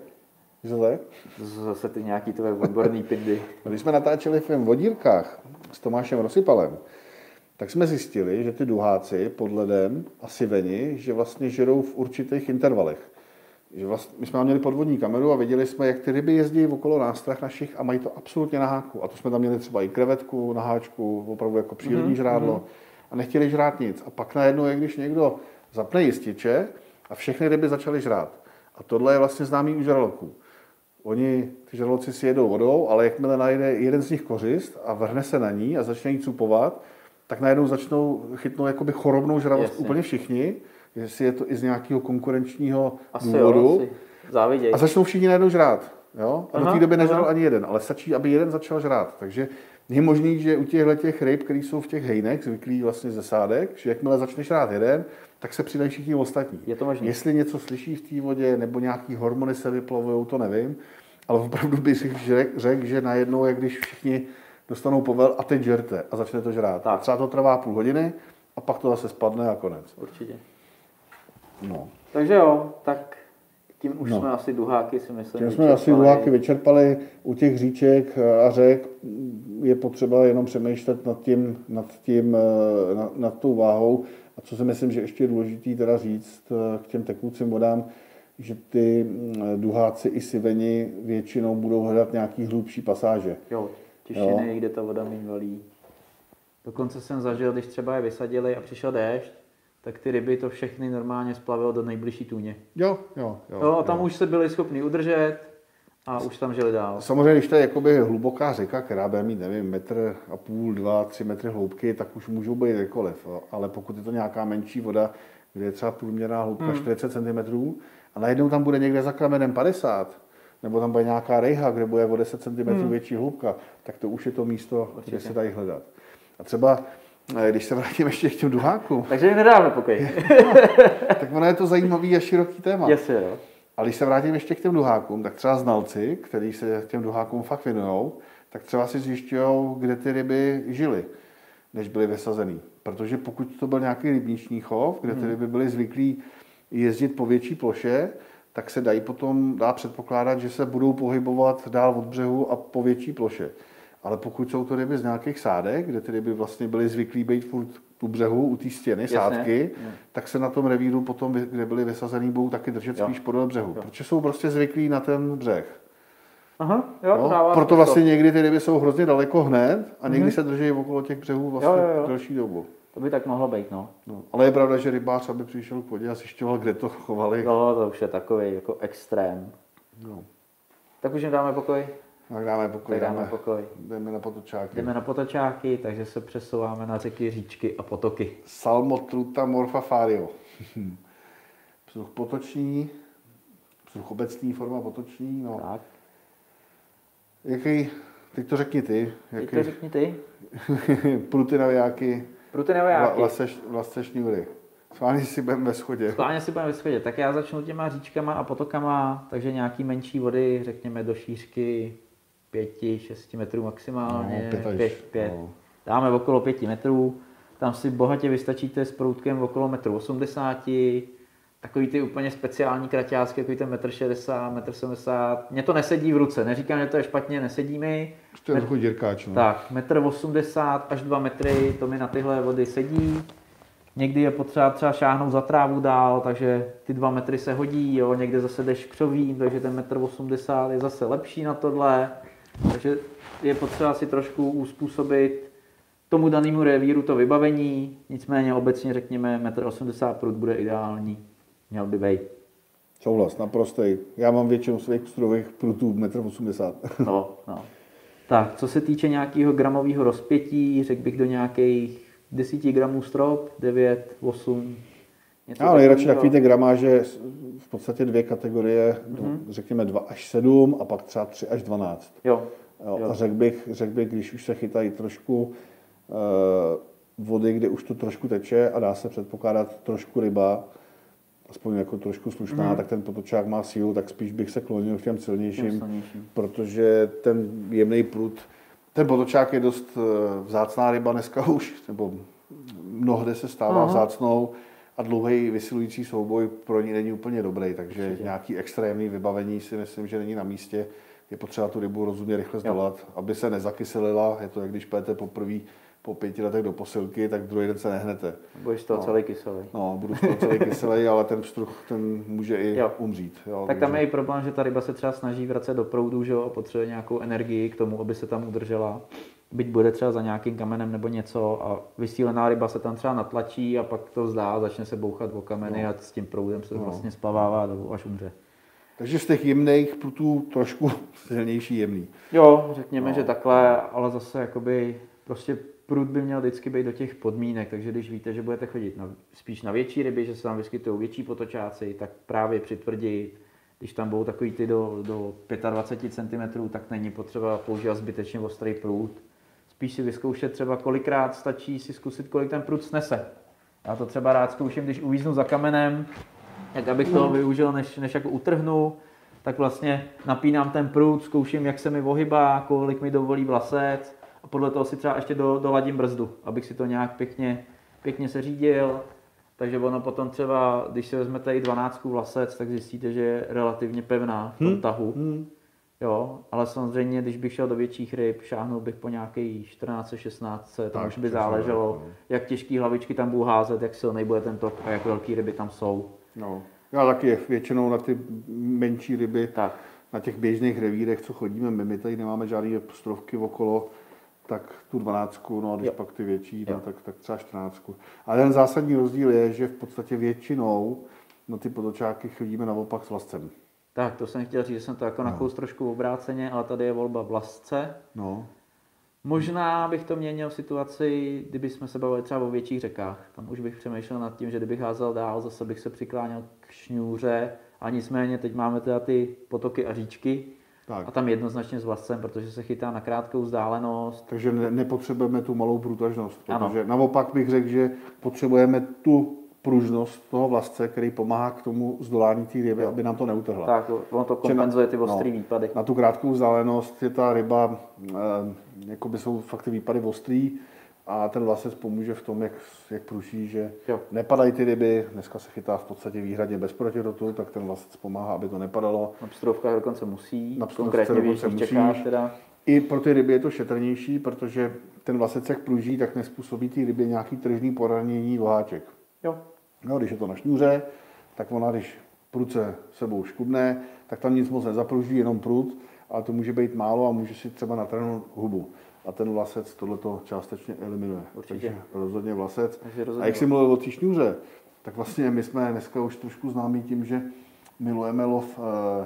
Zase ty nějaký tvoje odborný pindy. Když jsme natáčeli film Vodírkách s Tomášem Rosypalem, tak jsme zjistili, že ty duháci pod ledem a siveni, že vlastně žerou v určitých intervalech. že vlastně, my jsme tam měli podvodní kameru a viděli jsme, jak ty ryby jezdí okolo nástrah našich a mají to absolutně na háku. A to jsme tam měli třeba i krevetku na háčku, opravdu jako přírodní žrádlo. A nechtěli žrát nic. A pak najednou, jak když někdo zapne jističe a všechny ryby začaly žrát. A tohle je vlastně známý u žraloků. Oni, ty žraloci si jedou vodou, ale jakmile najde jeden z nich kořist a vrhne se na ní a začne jí cupovat, tak najednou chytnou jakoby chorobnou žralost úplně všichni, jestli je to i z nějakého konkurenčního důvodu. Záviděj. A začnou všichni najednou žrát. Jo? A do té doby nežral ani jeden, ale stačí, aby jeden začal žrát. Takže je možný, že u těch ryb, které jsou v těch hejnech, zvyklí vlastně ze sádek, že jakmile začne žrát jeden, tak se přidají všichni ostatní. Je to možný. Jestli něco slyší v té vodě, nebo nějaký hormony se vyplovují, to nevím. Ale opravdu bych řekl, že najednou, jak když všichni dostanou povel a teď žerte a začne to žrát. Tak. Třeba to trvá půl hodiny a pak to zase spadne a konec. Určitě. No. Takže jo, tak tím už jsme asi duháky, si myslím. Tím jsme asi duháky vyčerpali. U těch říček a řek je potřeba jenom přemýšlet nad tou váhou. A co si myslím, že ještě je důležité teda říct k těm tekoucím vodám, že ty duháci i siveni většinou budou hledat nějaký hlubší pasáže. Jo, těšiny, kde ta voda méně valí. Dokonce jsem zažil, když třeba je vysadili a přišel déšť, tak ty ryby to všechny normálně splavilo do nejbližší tůně. Jo, a tam už se byli schopni udržet a už tam žili dál. Samozřejmě, když to je jakoby hluboká řeka, která bude mít, nevím, 1,5 metru, 2, 3 metry hloubky, tak už můžou být kdekoliv. Ale pokud je to nějaká menší voda, kde je třeba průměrná hloubka 40 cm a najednou tam bude někde za kamenem 50, nebo tam bude nějaká rejha, kde bude o 10 cm větší hloubka, tak to už je to místo, kde se dají hledat. A třeba, když se vrátím ještě k těm duhákům. Takže jim nedáme pokoj. Tak ono je to zajímavý a široký téma. Yes, jo. A když se vrátím ještě k těm duhákům, tak třeba znalci, kteří se těm duhákům fakt věnují, tak třeba si zjišťují, kde ty ryby žily, než byly vysazený. Protože pokud to byl nějaký rybniční chov, kde ty ryby byly zvyklí jezdit po větší ploše, tak se dá předpokládat, že se budou pohybovat dál od břehu a po větší ploše. Ale pokud jsou to ryby z nějakých sádek, kde ty ryby vlastně byly zvyklí být furt u břehu, u té stěny, sádky, tak se na tom revíru potom, kde byly vysazený, budou taky držet spíš podél břehu. Protože jsou prostě zvyklí na ten břeh. Aha, proto vlastně někdy ty ryby jsou hrozně daleko hned a někdy se drží okolo těch břehů vlastně delší dobu. To by tak mohlo být, no. Ale je pravda, že rybář, aby přišel k vodě a zjišťoval, kde to chovali. No, to už je takový jako extrém. No. Tak už jim dáme pokoj. Tak dáme pokoj. Jdeme na potočáky. Takže se přesouváme na řeky, říčky a potoky. Salmotruta morfafario. Pstruh potoční, pstruh obecný, forma potoční. No. Tak. Teď to řekni ty. Prutinaviáky. Vlasce šňůry. Schválně si budeme ve shodě. Tak já začnu těma říčkama a potokama, takže nějaký menší vody, řekněme do šířky 5-6 metrů maximálně. 5. Dáme okolo 5 metrů. Tam si bohatě vystačíte s proutkem okolo 1,80 m. Takový ty úplně speciální kraťásky, takový ten 1,60 m, 1,70 m. Mně to nesedí v ruce, neříkám, že to je špatně, nesedí mi. To je trochu děrkáč. No. Tak, 1,80 m až 2 metry, to mi na tyhle vody sedí. Někdy je potřeba třeba šáhnout za trávu dál, takže ty 2 metry se hodí, jo. Někde zase jdeš křovím, takže ten 1,80 m je zase lepší na tohle. Takže je potřeba si trošku uspůsobit tomu danému revíru to vybavení, nicméně obecně řekněme 1,80 m prut bude ideální, měl by být. Souhlas, naprostej. Já mám většinu svých pstruhových prutů 1,80 m. No. Tak, co se týče nějakého gramového rozpětí, řekl bych do nějakých 10 gramů strop, 9, 8. Ale nejradši takový ty gramáže, v podstatě 2 kategorie, řekněme 2 až 7 a pak třeba 3 až 12. Jo. A řekl bych, když už se chytají trošku vody, kde už to trošku teče a dá se předpokládat trošku ryba, aspoň jako trošku slušná, tak ten potočák má sílu, tak spíš bych se klonil k těm silnějším, protože ten jemný prut, ten potočák je dost vzácná ryba dneska už, nebo mnohde se stává vzácnou a dlouhý vysilující souboj pro ní není úplně dobrý, takže nějaký extrémní vybavení si myslím, že není na místě. Je potřeba tu rybu rozumně rychle zdolat, aby se nezakyselila. Je to, jak když pijete poprvé po 5 letech do posilky, tak druhý den se nehnete. Budeš z toho celý kyselý. No, budu z toho celý kyselý, ale ten pstruh, ten může i umřít. Jo, tak tam je i problém, že ta ryba se třeba snaží vracet do proudu, že jo, a potřebuje nějakou energii k tomu, aby se tam udržela. Byť bude třeba za nějakým kamenem nebo něco a vysílená ryba se tam třeba natlačí a pak to vzdá a začne se bouchat o kameny a s tím proudem se vlastně splavává až umře. Takže z těch jemných prutů trošku silnější jemný. Jo, řekněme, že takhle, ale zase jakoby prostě prut by měl vždycky být do těch podmínek, takže když víte, že budete chodit spíš na větší ryby, že se tam vyskytují větší potočáci, tak právě přitvrdit. Když tam budou takový ty do 25 cm, tak není potřeba používat zbytečně ostrý prut. Spíš si vyzkoušet třeba kolikrát stačí si zkusit, kolik ten prut snese. Já to třeba rád zkouším, když uvíznu za kamenem, jak abych toho využil, než jako utrhnu, tak vlastně napínám ten prut, zkouším, jak se mi ohybá, kolik mi dovolí vlasec a podle toho si třeba ještě doladím brzdu, abych si to nějak pěkně seřídil. Takže ono potom třeba, když si vezmete i 12 vlasec, tak zjistíte, že je relativně pevná v tom tahu. Jo, ale samozřejmě, když bych šel do větších ryb, šáhnul bych po nějaké 14, 16, tam už by záleželo, jak těžký hlavičky tam budu házet, jak silný bude ten tok a jak velký ryby tam jsou. No, já taky většinou na ty menší ryby, tak. Na těch běžných revírech, co chodíme, my tady nemáme žádné strovky okolo, tak tu 12, no a když pak ty větší, no, tak třeba 14. Ale ten zásadní rozdíl je, že v podstatě většinou na ty potočáky chodíme naopak s vlascem. Tak, to jsem chtěl říct, že jsem to jako nakous trošku obráceně, ale tady je volba vlasce. No. Možná bych to měnil v situaci, kdyby jsme se bavili třeba o větších řekách. Tam už bych přemýšlel nad tím, že kdybych házel dál, zase bych se přikláněl k šňůře. A nicméně teď máme teda ty potoky a říčky. Tak. A tam jednoznačně s vlascem, protože se chytá na krátkou vzdálenost. Takže nepotřebujeme tu malou průtažnost. Protože naopak bych řekl, že potřebujeme tu pružnost toho vlasce, který pomáhá k tomu zdolání té ryby, aby nám to neutrhla. Tak, ono to kompenzuje ty ostrý výpady. Na tu krátkou vzdálenost je ta ryba, jakoby jsou fakt ty výpady ostrý a ten vlasec pomůže v tom, jak pruší, že nepadají ty ryby. Dneska se chytá v podstatě výhradně bez protirotu, tak ten vlasec pomáhá, aby to nepadalo. Na pstrovkách dokonce musí, konkrétně v Jižních Čechách teda. I pro ty ryby je to šetrnější, protože ten vlasec, jak pruží, tak nespůsobí té rybě nějaký tržní poranění voháček. No, když je to na šňůře, tak ona, když prut se sebou škubne, tak tam nic moc nezapruží, jenom prut, ale to může být málo a může si třeba natrhnout hubu. A ten vlasec tohleto částečně eliminuje. Určitě. Takže rozhodně vlasec. A jak jsi mluvil o té šňůře, tak vlastně my jsme dneska už trošku známí tím, že milujeme lov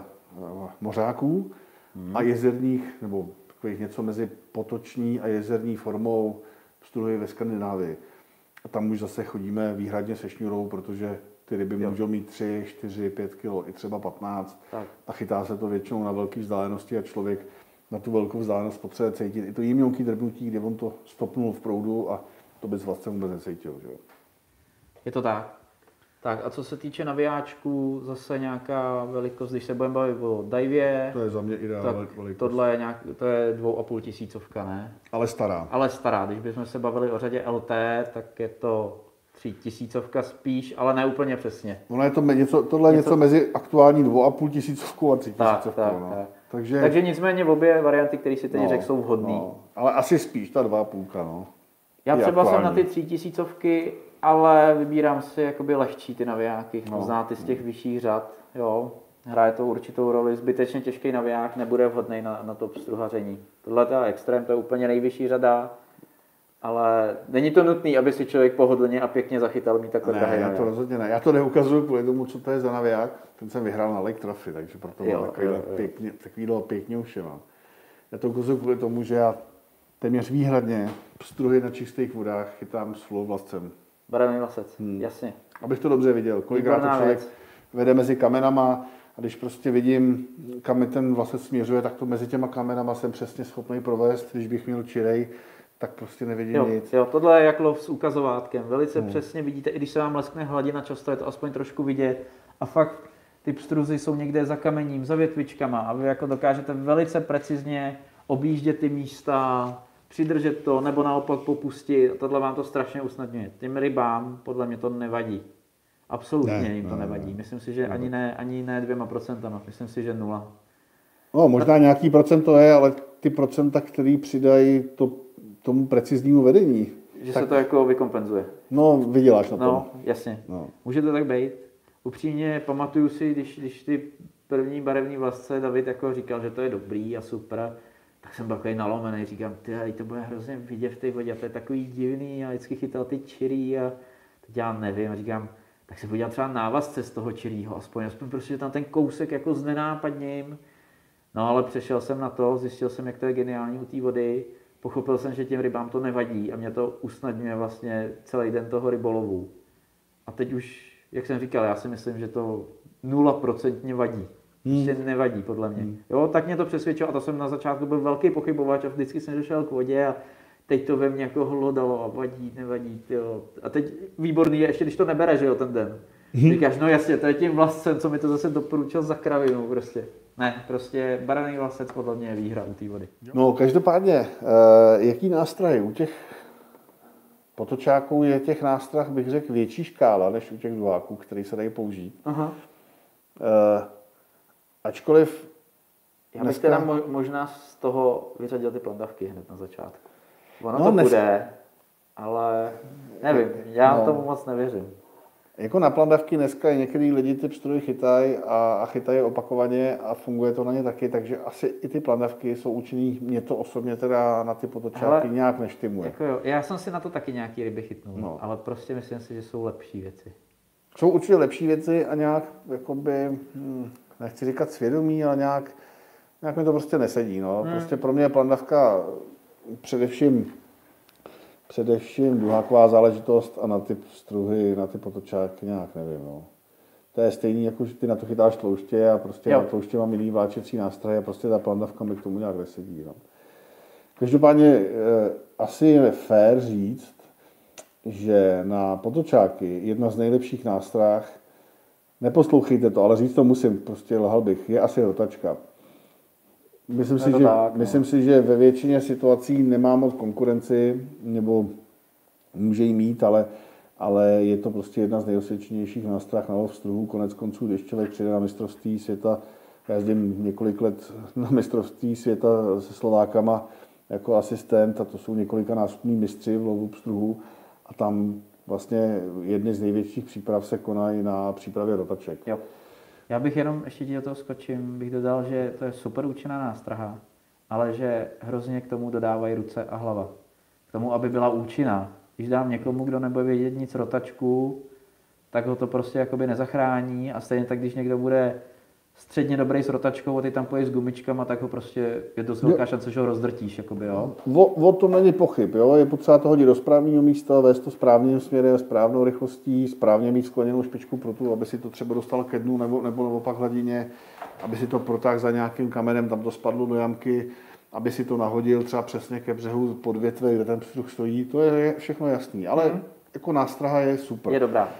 mořáků a jezerních, nebo takových něco mezi potoční a jezerní formou pstruhy ve Skandinávii. A tam už zase chodíme výhradně se šňůrou, protože ty ryby můžou mít 3, 4, 5 kg, i třeba 15. Tak. A chytá se to většinou na velké vzdálenosti a člověk na tu velkou vzdálenost potřebuje cítit. I to jemňonký drbnutí, kde on to stopnul v proudu a to bez vlastně vůbec necítil. Že? Je to tak. Tak a co se týče navijáčků, zase nějaká velikost, když se budeme bavit o dajvě, to je za mě ideální velikost. Tohle je to je 2,5 tisícovka, ne? Ale stará. Ale stará. Když bychom se bavili o řadě LT, tak je to 3 tisícovka spíš, ale ne úplně přesně. Ono je to tohle je něco mezi aktuální 2,5 tisícovkou a 3 tisícovkou. No. Takže nicméně obě varianty, které si teď řekl, jsou vhodné. No. Ale asi spíš ta 2,5. No. Já třeba jsem na ty 3 tisícovky, ale vybírám si jakoby lehčí ty navijáky, znáte z těch vyšších řad, jo. Hraje to určitou roli, zbytečně těžký naviják nebude vhodný na to pstruhaření. Tohle je extrém, to je úplně nejvyšší řada, ale není to nutné, aby si člověk pohodlně a pěkně zachytal mít takhle drahý naviják. Já to rozhodně ne. Já to neukazuju kvůli tomu, co to je za naviják. Ten jsem vyhrál na Lake Trophy, takže proto mám takovýhle pěkňouše. Já to ukazuju kvůli tomu, že já téměř výhradně pstruhy na čistých vodách chytám s vlascem. Barevný vlasec, jasně. Abych to dobře viděl. Kolikrát to člověk vede mezi kamenama a když prostě vidím, kam mi ten vlasec směřuje, tak to mezi těma kamenama jsem přesně schopný provést. Když bych měl čirej, tak prostě nevidím nic. Jo, tohle je jak lov s ukazovátkem. Velice přesně vidíte, i když se vám leskne hladina, často je to aspoň trošku vidět. A fakt ty pstruzy jsou někde za kamením, za větvičkama a vy jako dokážete velice precizně objíždět ty místa, přidržet to nebo naopak popustit. Tohle vám to strašně usnadňuje. Těm rybám podle mě to nevadí. Absolutně jim to nevadí. Myslím si, že ani ne 2%. Myslím si, že 0. No, možná nějaký procento je, ale ty procenta, který přidají to tomu preciznímu vedení. Že tak, se to jako vykompenzuje. No, vyděláš na tom. No, jasně. No. Může to tak být. Upřímně pamatuju si, když ty první barevní vlasce David jako říkal, že to je dobrý a super, tak jsem byl takový nalomený, říkám, to bude hrozně vidět v té vodě, to je takový divný a vždycky chytal ty čirý a teď já nevím, a říkám, tak se podíval třeba návazce z toho čirýho, aspoň prostě, že tam ten kousek jako s nenápadním. No ale přešel jsem na to, zjistil jsem, jak to je geniální u té vody, pochopil jsem, že těm rybám to nevadí a mě to usnadňuje vlastně celý den toho rybolovu. A teď už, jak jsem říkal, já si myslím, že to 0% vadí. Že nevadí, podle mě. Jo, tak mě to přesvědčilo a to jsem na začátku byl velký pochybovač a vždycky jsem došel k vodě a teď to ve mně jako hlodalo a vadí, nevadí, jo. A teď výborný je, ještě když to nebere, že jo, ten den. Říkáš, no jasně, to je tím vlascem, co mi to zase doporučil za kravinu, prostě. Ne, prostě barevný vlasec podle mě je výhra u té vody. No, každopádně, jaký nástroj u těch potočáků je těch nástrah, bych řekl, větší škála, než u těch duháků, který se dají použít. Aha. Ačkoliv já bych teda možná z toho vyřadil ty plandavky hned na začátku. Ono to bude, ale nevím, já tomu moc nevěřím. Jako na plandavky dneska některý lidi ty pstruhy chytají a chytají je opakovaně a funguje to na ně taky, takže asi i ty plandavky jsou účinný. Mě to osobně teda na ty potočáky nějak neštimuje. Jako jo, já jsem si na to taky nějaký ryby chytnul, ale prostě myslím si, že jsou lepší věci. Jsou určitě lepší věci a nějak, jakoby, nechci říkat svědomí, ale nějak mi to prostě nesedí. No. Prostě pro mě je plandavka především duháková záležitost a na ty struhy, na ty potočáky nějak nevím. No. To je stejný, jako že ty na to chytáš tlouště a prostě na tlouště mám jiný vláčecí nástroje a prostě ta plandavka mi k tomu nějak nesedí. No. Každopádně asi je fér říct, že na potočáky jedna z nejlepších nástrah, neposlouchejte to, ale říct to musím, prostě lhal bych, je asi rotačka. Myslím si, že ve většině situací nemá moc konkurenci, nebo může jí mít, ale je to prostě jedna z nejosvědčenějších nástrah na lov struhů. Konec konců, když člověk přijde na mistrovství světa, já jezdím několik let na mistrovství světa se Slovákama jako asistent a to jsou několikanásobní mistři v lovu pstruhů a tam vlastně jedny z největších příprav se konají na přípravě rotaček. Jo. Já bych jenom, ještě do toho skočím, bych dodal, že to je super účinná nástraha, ale že hrozně k tomu dodávají ruce a hlava. K tomu, aby byla účinná. Když dám někomu, kdo nebude vědět nic rotačku, tak ho to prostě jakoby nezachrání a stejně tak, když někdo bude středně dobrý s rotačkou a ty tam poješ s gumičkama, tak ho prostě je dost velká šance, že ho rozdrtíš, jakoby, jo. O tom není pochyb, jo. Je potřeba to hodit do správného místa, vést to správným směrem, správnou rychlostí, správně mít skloněnou špičku pro tu, aby si to třeba dostal ke dnu nebo naopak hladině, aby si to protáhl za nějakým kamenem, tam to spadlo do jamky, aby si to nahodil třeba přesně ke břehu pod větve, kde ten pstruh stojí, to je všechno jasný, ale jako nástraha je super. Je dobrá.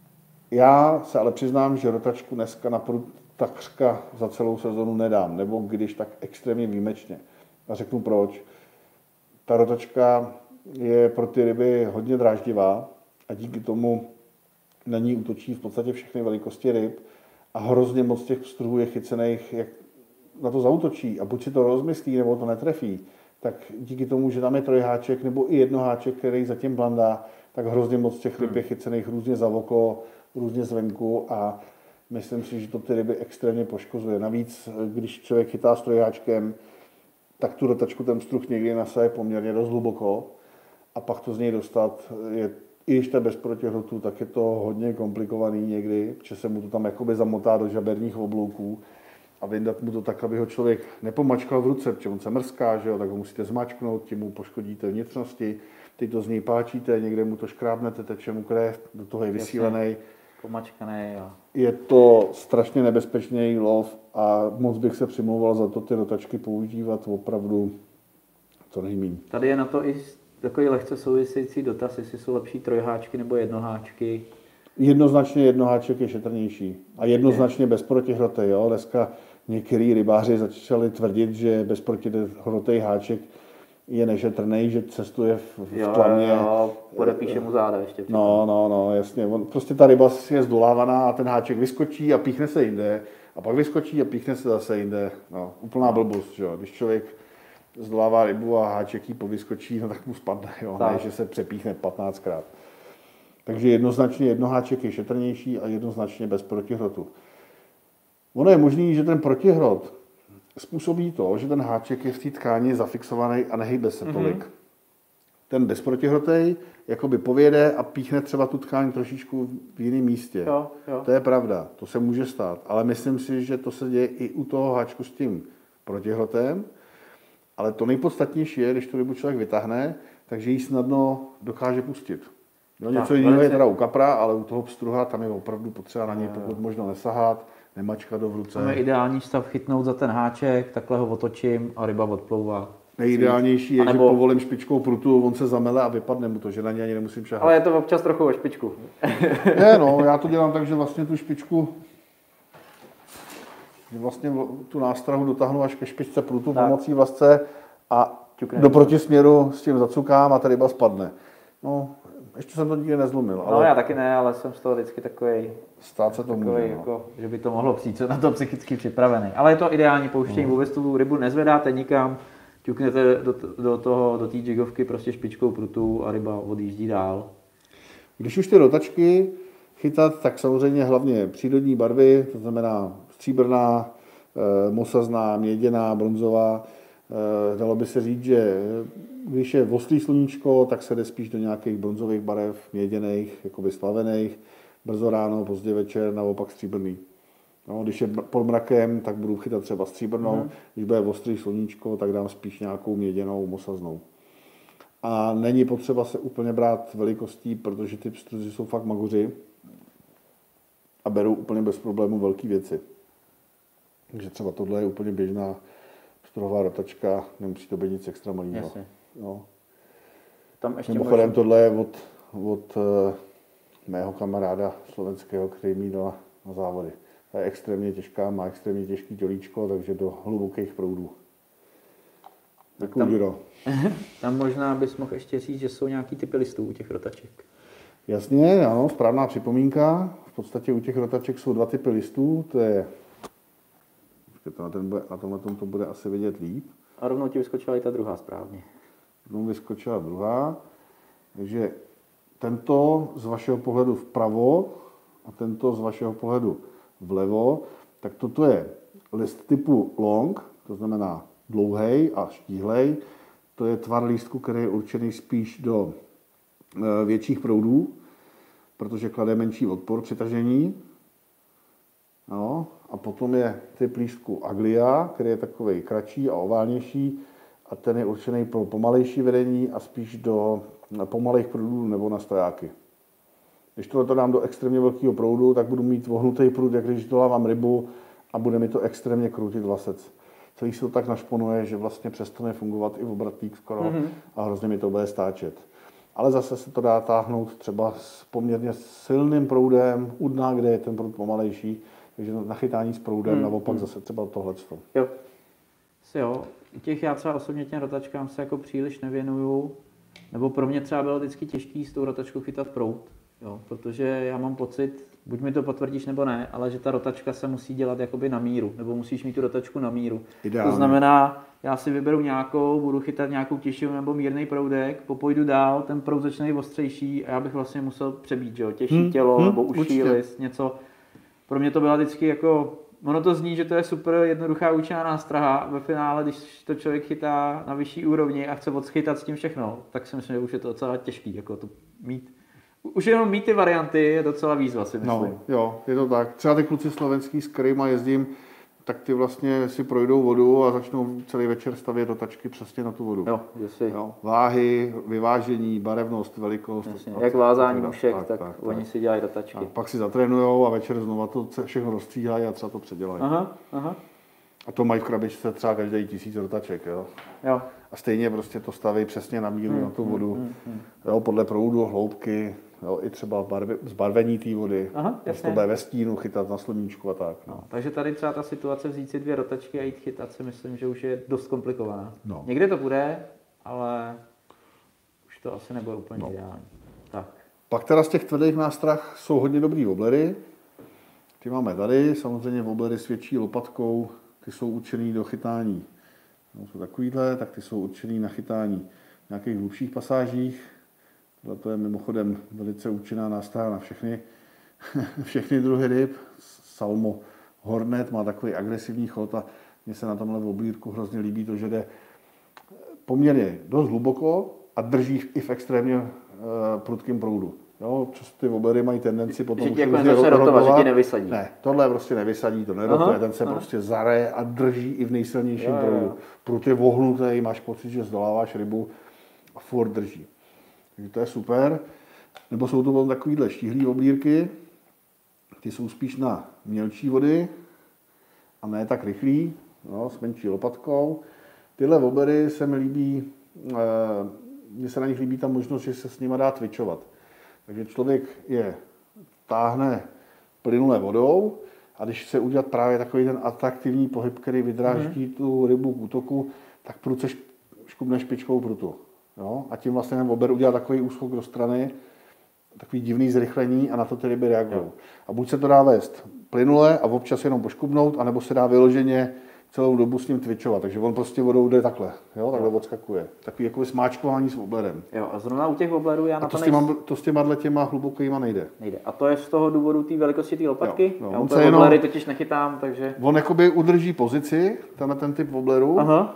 Já se ale přiznám, že rotačku dneska na takřka za celou sezonu nedám, nebo když tak extrémně výjimečně. A řeknu proč. Ta rotačka je pro ty ryby hodně dráždivá a díky tomu na ní útočí v podstatě všechny velikosti ryb a hrozně moc těch pstruhů je chycených, jak na to zaútočí a buď si to rozmyslí, nebo to netrefí, tak díky tomu, že tam je trojháček nebo i jednoháček, který zatím blandá, tak hrozně moc těch ryb je chycených různě za oko, různě zvenku a myslím si, že to ty ryby extrémně poškozuje. Navíc, když člověk chytá s trojháčkem, tak tu rotačku ten pstruh někdy nasaje poměrně dost hluboko a pak to z něj dostat, i když to je bez protihrotu, tak je to hodně komplikovaný někdy, protože se mu to tam jakoby zamotá do žaberních oblouků a vyndat mu to tak, aby ho člověk nepomačkal v ruce, protože on se mrská, že jo, tak ho musíte zmačknout, tím mu poškodíte vnitřnosti, teď to z něj páčíte, někde mu to škrábnete, teče mu krev, do toho je vysílený. Pomačkaný, jo. Je to strašně nebezpečný lov a moc bych se přimlouval za to ty rotačky používat opravdu co nejméně. Tady je na to i takový lehce související dotaz, jestli jsou lepší trojháčky nebo jednoháčky. Jednoznačně jednoháček je šetrnější a jednoznačně bez protihroty. Jo? Dneska některý rybáři začali tvrdit, že bez protihroty háček je nešetrný, že cestuje v tlamě. Jo, podepíše mu záda ještě. No, jasně. Prostě ta ryba je zdolávaná a ten háček vyskočí a píchne se jinde. A pak vyskočí a píchne se zase jinde. No, úplná blbost, že jo. Když člověk zdolává rybu a háček jí povyskočí, no tak mu spadne, jo, ne, že se přepíchne 15krát. Takže jednoznačně jednoháček je šetrnější a jednoznačně bez protihrotu. Ono je možný, že ten protihrot způsobí to, že ten háček je v té tkáni zafixovaný a nehybe se tolik. Ten bezprotihrotej jakoby povede a píchne třeba tu tkáň trošičku v jiném místě. Jo. To je pravda, to se může stát. Ale myslím si, že to se děje i u toho háčku s tím protihrotem. Ale to nejpodstatnější je, když tu rybu člověk vytáhne, takže ji snadno dokáže pustit. No, něco jiného je teda u kapra, ale u toho pstruha tam je opravdu potřeba na něj pokud možno nesahat, nemačkat do v ruce. Tam je ideální stav chytnout za ten háček, takhle ho otočím a ryba odplouvá. Nejideálnější je, že povolím špičkou prutu, on se zamele a vypadne mu to, že na něj ani nemusím šahat. Ale je to občas trochu o špičku. Ne, no, já to dělám tak, že vlastně tu špičku, že vlastně tu nástrahu dotáhnu až ke špičce prutu pomocí vlasce a do protisměru s tím zacukám a ta ryba spadne. No, ještě jsem to nikdy nezlomil. Ale... No, já taky ne, ale jsem z toho vždycky takovej... Stát se to může, jako, že by to mohlo přijít, co na to psychicky připravený. Ale je to ideální pouštění, vůbec tu rybu nezvedáte nikam, ťuknete do té jigovky prostě špičkou prutu a ryba odjíždí dál. Když už ty rotačky chytat, tak samozřejmě hlavně přírodní barvy, to znamená stříbrná, mosazná, měděná, bronzová. Dalo by se říct, že když je ostrý sluníčko, tak se jde spíš do nějakých bronzových barev, měděných, jakoby slavených. Brzo ráno, pozdě večer, naopak stříbrný. No, když je pod mrakem, tak budu chytat třeba stříbrnou. Když bude ostrý sluníčko, tak dám spíš nějakou měděnou, mosaznou. A není potřeba se úplně brát velikostí, protože ty pstruzy jsou fakt magoři a berou úplně bez problémů velké věci. Takže třeba tohle je úplně běžná pstruhová rotačka, nemusí to být nic extra malého. No. Mimochodem tohle je od mého kamaráda slovenského, který mi dal na závody. Ta je extrémně těžká, má extrémně těžký tělíčko, takže do hlubokých proudů. Tam možná bys mohl ještě říct, že jsou nějaký typy listů u těch rotaček. Jasně, ano, správná připomínka. V podstatě u těch rotaček jsou dva typy listů. To je, na tomhle to bude asi vidět líp. A rovnou ti vyskočila i ta druhá správně. Rovnou vyskočila druhá. Takže tento z vašeho pohledu vpravo a tento z vašeho pohledu vlevo, tak toto je list typu long, to znamená dlouhej a štíhlej. To je tvar lístku, který je určený spíš do větších proudů, protože klade menší odpor při tažení. No, a potom je typ lístku aglia, který je takovej kratší a oválnější a ten je určený pro pomalejší vedení a spíš do pomalých proudů nebo na stojáky. Když tohle dám do extrémně velkého proudu, tak budu mít vohnutý proud, jak když dolávám rybu a bude mi to extrémně kroutit vlasec. Celý se to tak našponuje, že vlastně přestane fungovat i obratník skoro a hrozně mi to bude stáčet. Ale zase se to dá táhnout třeba s poměrně silným proudem u dna, kde je ten proud pomalejší, takže nachytání s proudem, naopak zase třeba tohleto. Jo, těch já třeba osobně těm rotačkám se jako příliš nevěnuju, nebo pro mě třeba bylo vždycky těžký s tou rotačkou chytat proud, jo, protože já mám pocit, buď mi to potvrdíš nebo ne, ale že ta rotačka se musí dělat jakoby na míru, nebo musíš mít tu rotačku na míru. Ideálně. To znamená, já si vyberu nějakou, budu chytat nějakou těžší nebo mírný proudek, popojdu dál, ten proud začne být ostřejší a já bych vlastně musel přebít, že jo, těžší tělo nebo užší list, něco. Pro mě to byla vždycky jako, ono to zní, že to je super jednoduchá účinná nástraha, ve finále, když to člověk chytá na vyšší úrovni a chce odchytat s tím všechno, tak si myslím, že už je to docela těžký, jako to mít. Už jenom mít ty varianty je docela výzva, si myslím. No, jo, je to tak. Třeba ty kluci slovenský, s kterýma jezdím, tak ty vlastně si projdou vodu a začnou celý večer stavět rotačky přesně na tu vodu. Jo. Váhy, vyvážení, barevnost, velikost. Jasně. Jak vázání mušek, tak oni si dělají rotačky. A pak si zatrénujou a večer znova to všechno rozstříhají a třeba to předělají. Aha. A to mají v krabičce třeba každý 1000 rotaček, jo. A stejně prostě to staví přesně na míru na tu vodu, jo, podle proudu, hloubky, jo, i třeba zbarvení té vody, to bude ve stínu, chytat na sluníčku a tak. No, takže tady třeba ta situace vzít si 2 rotačky a jít chytat si myslím, že už je dost komplikovaná. No. Někde to bude, ale už to asi nebude úplně ideální. Tak. Pak teda z těch tvrdých nástrah jsou hodně dobrý woblery. Ty máme tady, samozřejmě woblery s větší lopatkou, ty jsou určený do chytání No, jsou takovýhle, tak ty jsou určený na chytání v nějakých hlubších pasážích. To je mimochodem velice účinná nástroj na všechny druhy ryb. Salmo hornet má takový agresivní chod a mně se na tomhle oblírku hrozně líbí to, že jde poměrně dost hluboko a drží i v extrémně prudkém proudu. Jo, ty woblery mají tendenci potom že jako nezačne rotovat, že ti nevysadí. Ne, tohle prostě nevysadí, to nerotuje, ten se prostě zaraje a drží i v nejsilnějším proudu. Prut je vohnutý, máš pocit, že zdoláváš rybu a furt drží. Takže to je super. Nebo jsou to takovýhle štíhlý oblírky, ty jsou spíš na mělčí vody a ne tak rychlý, no, s menší lopatkou. Tyhle woblery se mi líbí, mně se na nich líbí ta možnost, že se s nimi dá twitchovat. Takže člověk je táhne plynule vodou a když chce udělat právě takový ten atraktivní pohyb, který vydráždí tu rybu k útoku, tak prud se škubne špičkou prutu. Jo? A tím vlastně ten wobler udělá takový úskok do strany, takový divný zrychlení a na to ty ryby reagují. A buď se to dá vést plynule a občas jenom poškubnout, anebo se dá vyloženě celou dobu s ním twitchovat, takže on prostě vodou jde takhle, jo, takhle odskakuje. Takový jako smáčkování s woblerem. Jo, a zrovna u těch woblerů já na to s těma hlubokýma nejde. A to je z toho důvodu té velikosti té lopatky? Jo, já úplně woblery totiž nechytám, takže... On jakoby udrží pozici, ten typ wobleru. Aha.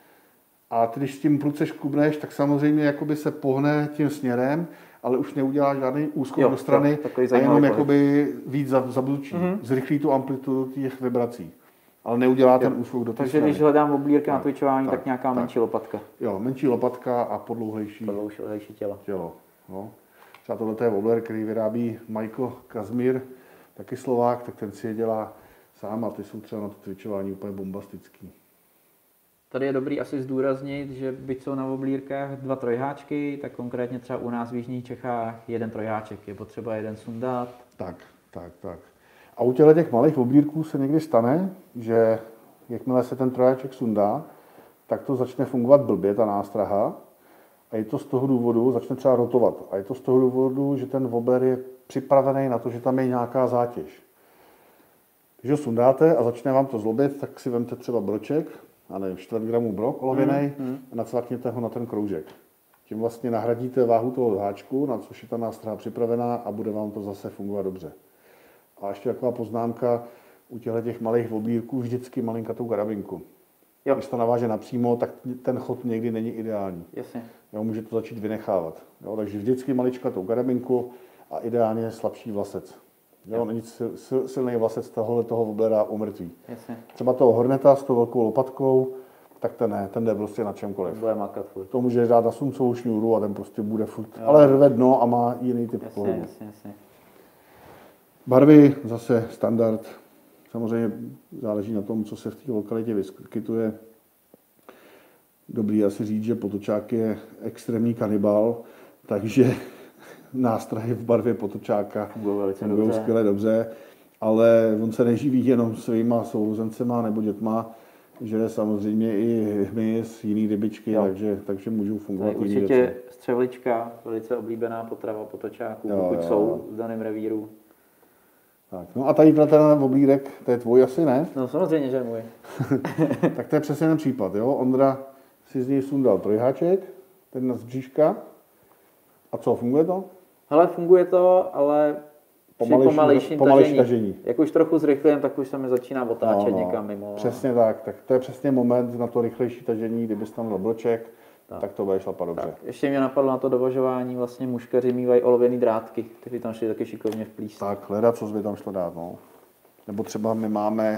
A ty, když s tím prudce škubneš, tak samozřejmě jakoby se pohne tím směrem, ale už neudělá žádný úskok do strany a jenom jakoby víc zablučí, zrychlí tu amplitudu těch vibrací. Ale neudělá ten úskok do té strany. Takže když hledám oblírky na twitchování, tak nějaká menší lopatka. Jo, menší lopatka a podlouhlejší tělo. No. Třeba tohle je wobler, který vyrábí Michael Kazmír, taky Slovák, tak ten si je dělá sám a ty jsou třeba na to twitchování úplně bombastický. Tady je dobrý asi zdůraznit, že byť jsou na oblírkách 2 trojháčky, tak konkrétně třeba u nás v jižních Čechách 1 trojháček. Je potřeba 1 sundat. Tak. A u těch malých oblírků se někdy stane, že jakmile se ten trojáček sundá, tak to začne fungovat blbě, ta nástraha. A je to z toho důvodu, začne třeba rotovat. A je to z toho důvodu, že ten wobler je připravený na to, že tam je nějaká zátěž. Když ho sundáte a začne vám to zlobit, tak si vemte třeba broček, a nevím, 4 gramů brok olověnej a nacvakněte ho na ten kroužek. Tím vlastně nahradíte váhu toho háčku, na což je ta nástraha připravená a bude vám to zase fungovat dobře. A ještě taková poznámka, u těch malých oblírků vždycky malinkatou karabinku. Jo. Když to naváže napřímo, tak ten chod někdy není ideální. Jasně. Jo, může to začít vynechávat. Jo, takže vždycky maličkatou karabinku a ideálně slabší vlasec. Jo, není silný vlasec toho woblera umrtví. Jasně. Třeba toho horneta s tou velkou lopatkou, tak ten jde prostě na čemkoliv. Bude makat furt. To může dát na suncovou šňůru a ten prostě bude furt. Jo. Ale rve dno a má jiný typ pohybu. Jasně. Barvy zase standard. Samozřejmě záleží na tom, co se v té lokalitě vyskytuje. Dobrý asi říct, že potočák je extrémní kanibal, takže nástrahy v barvě potočáka fungují skvěle dobře, ale on se neživí jenom svýma sourozencema nebo dětma, že je samozřejmě i hmyz, jiný rybičky, takže můžou fungovat jiné věci. Určitě střevlička, velice oblíbená potrava potočáků, pokud jsou v daném revíru. Tak, no a tady ten oblírek, to je tvůj asi, ne? No samozřejmě, že je můj. Tak to je přesně ten případ, jo? Ondra si z něj sundal trojháček, ten z bříška. A co, funguje to? Hele, funguje to, ale při pomalejším tažení. Jak už trochu zrychlím, tak už se mi začíná otáčet někam mimo. Přesně tak to je přesně moment na to rychlejší tažení, kdybys tam dal bloček, tak to bude šlapat dobře. Tak. Ještě mě napadlo na to dovažování, vlastně muškaři mývají olověný drátky, ty tam šli taky šikovně vplíst. Tak, hledat, co by tam šlo dát, no. Nebo třeba my máme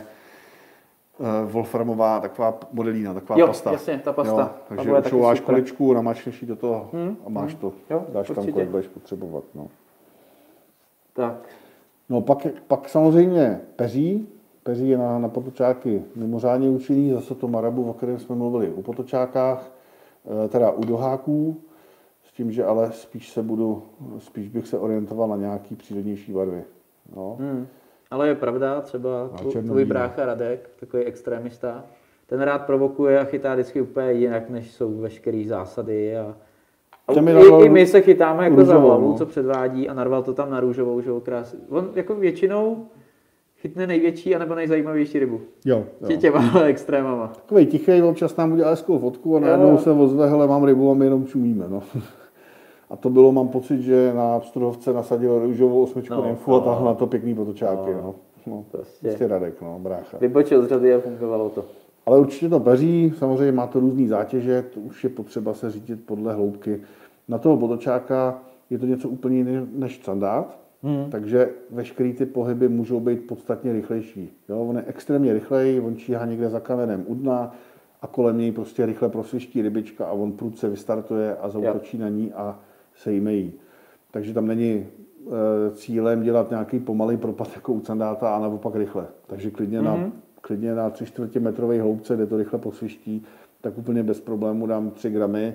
wolframová taková modelína, taková pasta. Jasně, ta pasta. Jo, takže ušouváš kuličku, namačneš ji do toho a máš to. Dáš určitě. tam, kolik budeš potřebovat. No. Tak. No pak samozřejmě peří. Peří je na potočáky mimořádně účinný, zase to marabu, o kterém jsme mluvili u potočákách, teda u doháků, s tím, že ale spíš bych se orientoval na nějaký přírodnější barvy. No. Ale je pravda, třeba tvůj brácha Radek, takový extrémista, ten rád provokuje a chytá vždycky úplně jinak, než jsou veškeré zásady. A i my se chytáme jako za hlavu, co předvádí, a narval to tam na růžovou, že krásně. On jako většinou chytne největší anebo nejzajímavější rybu. Jo. Těma extrémama. Takovej tichý, občas nám udělá hezkou fotku a najednou se ozve, hele, mám rybu a my jenom čumíme. No. A to bylo, mám pocit, že na Pstruhovce nasadil růžovou 8 nymfu a táhl na to pěkný potočáky. No, prostě Radek, brácha. Vybočil z řady a fungovalo to. Ale určitě to peří, samozřejmě má to různý zátěže, to už je potřeba se řídit podle hloubky. Na toho potočáka je to něco úplně jiného než sandát, takže veškeré ty pohyby můžou být podstatně rychlejší. Jo? On je extrémně rychlej, on číhá někde za kamenem u dna a kolem něj prostě rychle prosviští rybička a on prudce vystartuje a zaútočí na ní a sejme jí. Takže tam není cílem dělat nějaký pomalý propad jako u sandáta a naopak rychle. Takže klidně na 3/4 metrovej hloubce, kde to rychle posviští, tak úplně bez problému dám 3 gramy,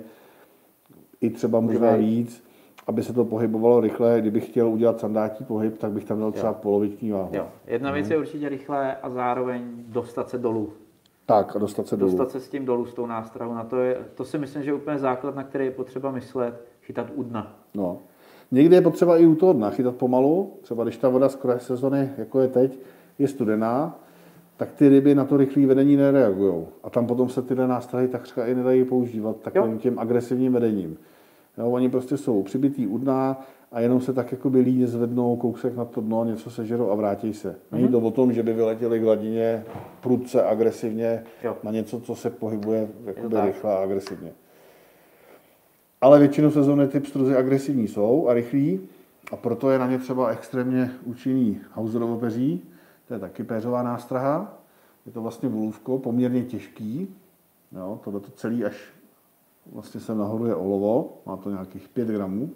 i třeba možná víc, aby se to pohybovalo rychle. Kdybych chtěl udělat sandátí pohyb, tak bych tam dal třeba poloviční váhu. Jo. Jedna věc je určitě rychle a zároveň dostat se dolů. Tak, a dostat se dolů. Dostat se s tím dolů, s tou nástrahou. To si myslím, že je úplně základ, na který je potřeba myslet, chytat u dna. No. Někdy je potřeba i u toho dna chytat pomalu. Třeba když ta voda z kraje sezony, jako je teď, je studená, tak ty ryby na to rychlé vedení nereagují. A tam potom se tyhle nástrahy takřka i nedají používat takovým tím agresivním vedením. Jo, oni prostě jsou přibitý u dna a jenom se tak jakoby líně zvednou, kousek na to dno, něco sežerou a vrátí se. Není to o tom, že by vyletěli k hladině prudce agresivně na něco, co se pohybuje rychle a agresivně. Ale většinou sezóny ty pstruzy agresivní jsou a rychlí a proto je na ně třeba extrémně účinný Hauserovo peří. To je taky péřová nástraha. Je to vlastně volůvko, poměrně těžký. Jo, tohleto celý až vlastně sem nahoru je olovo, má to nějakých 5 gramů.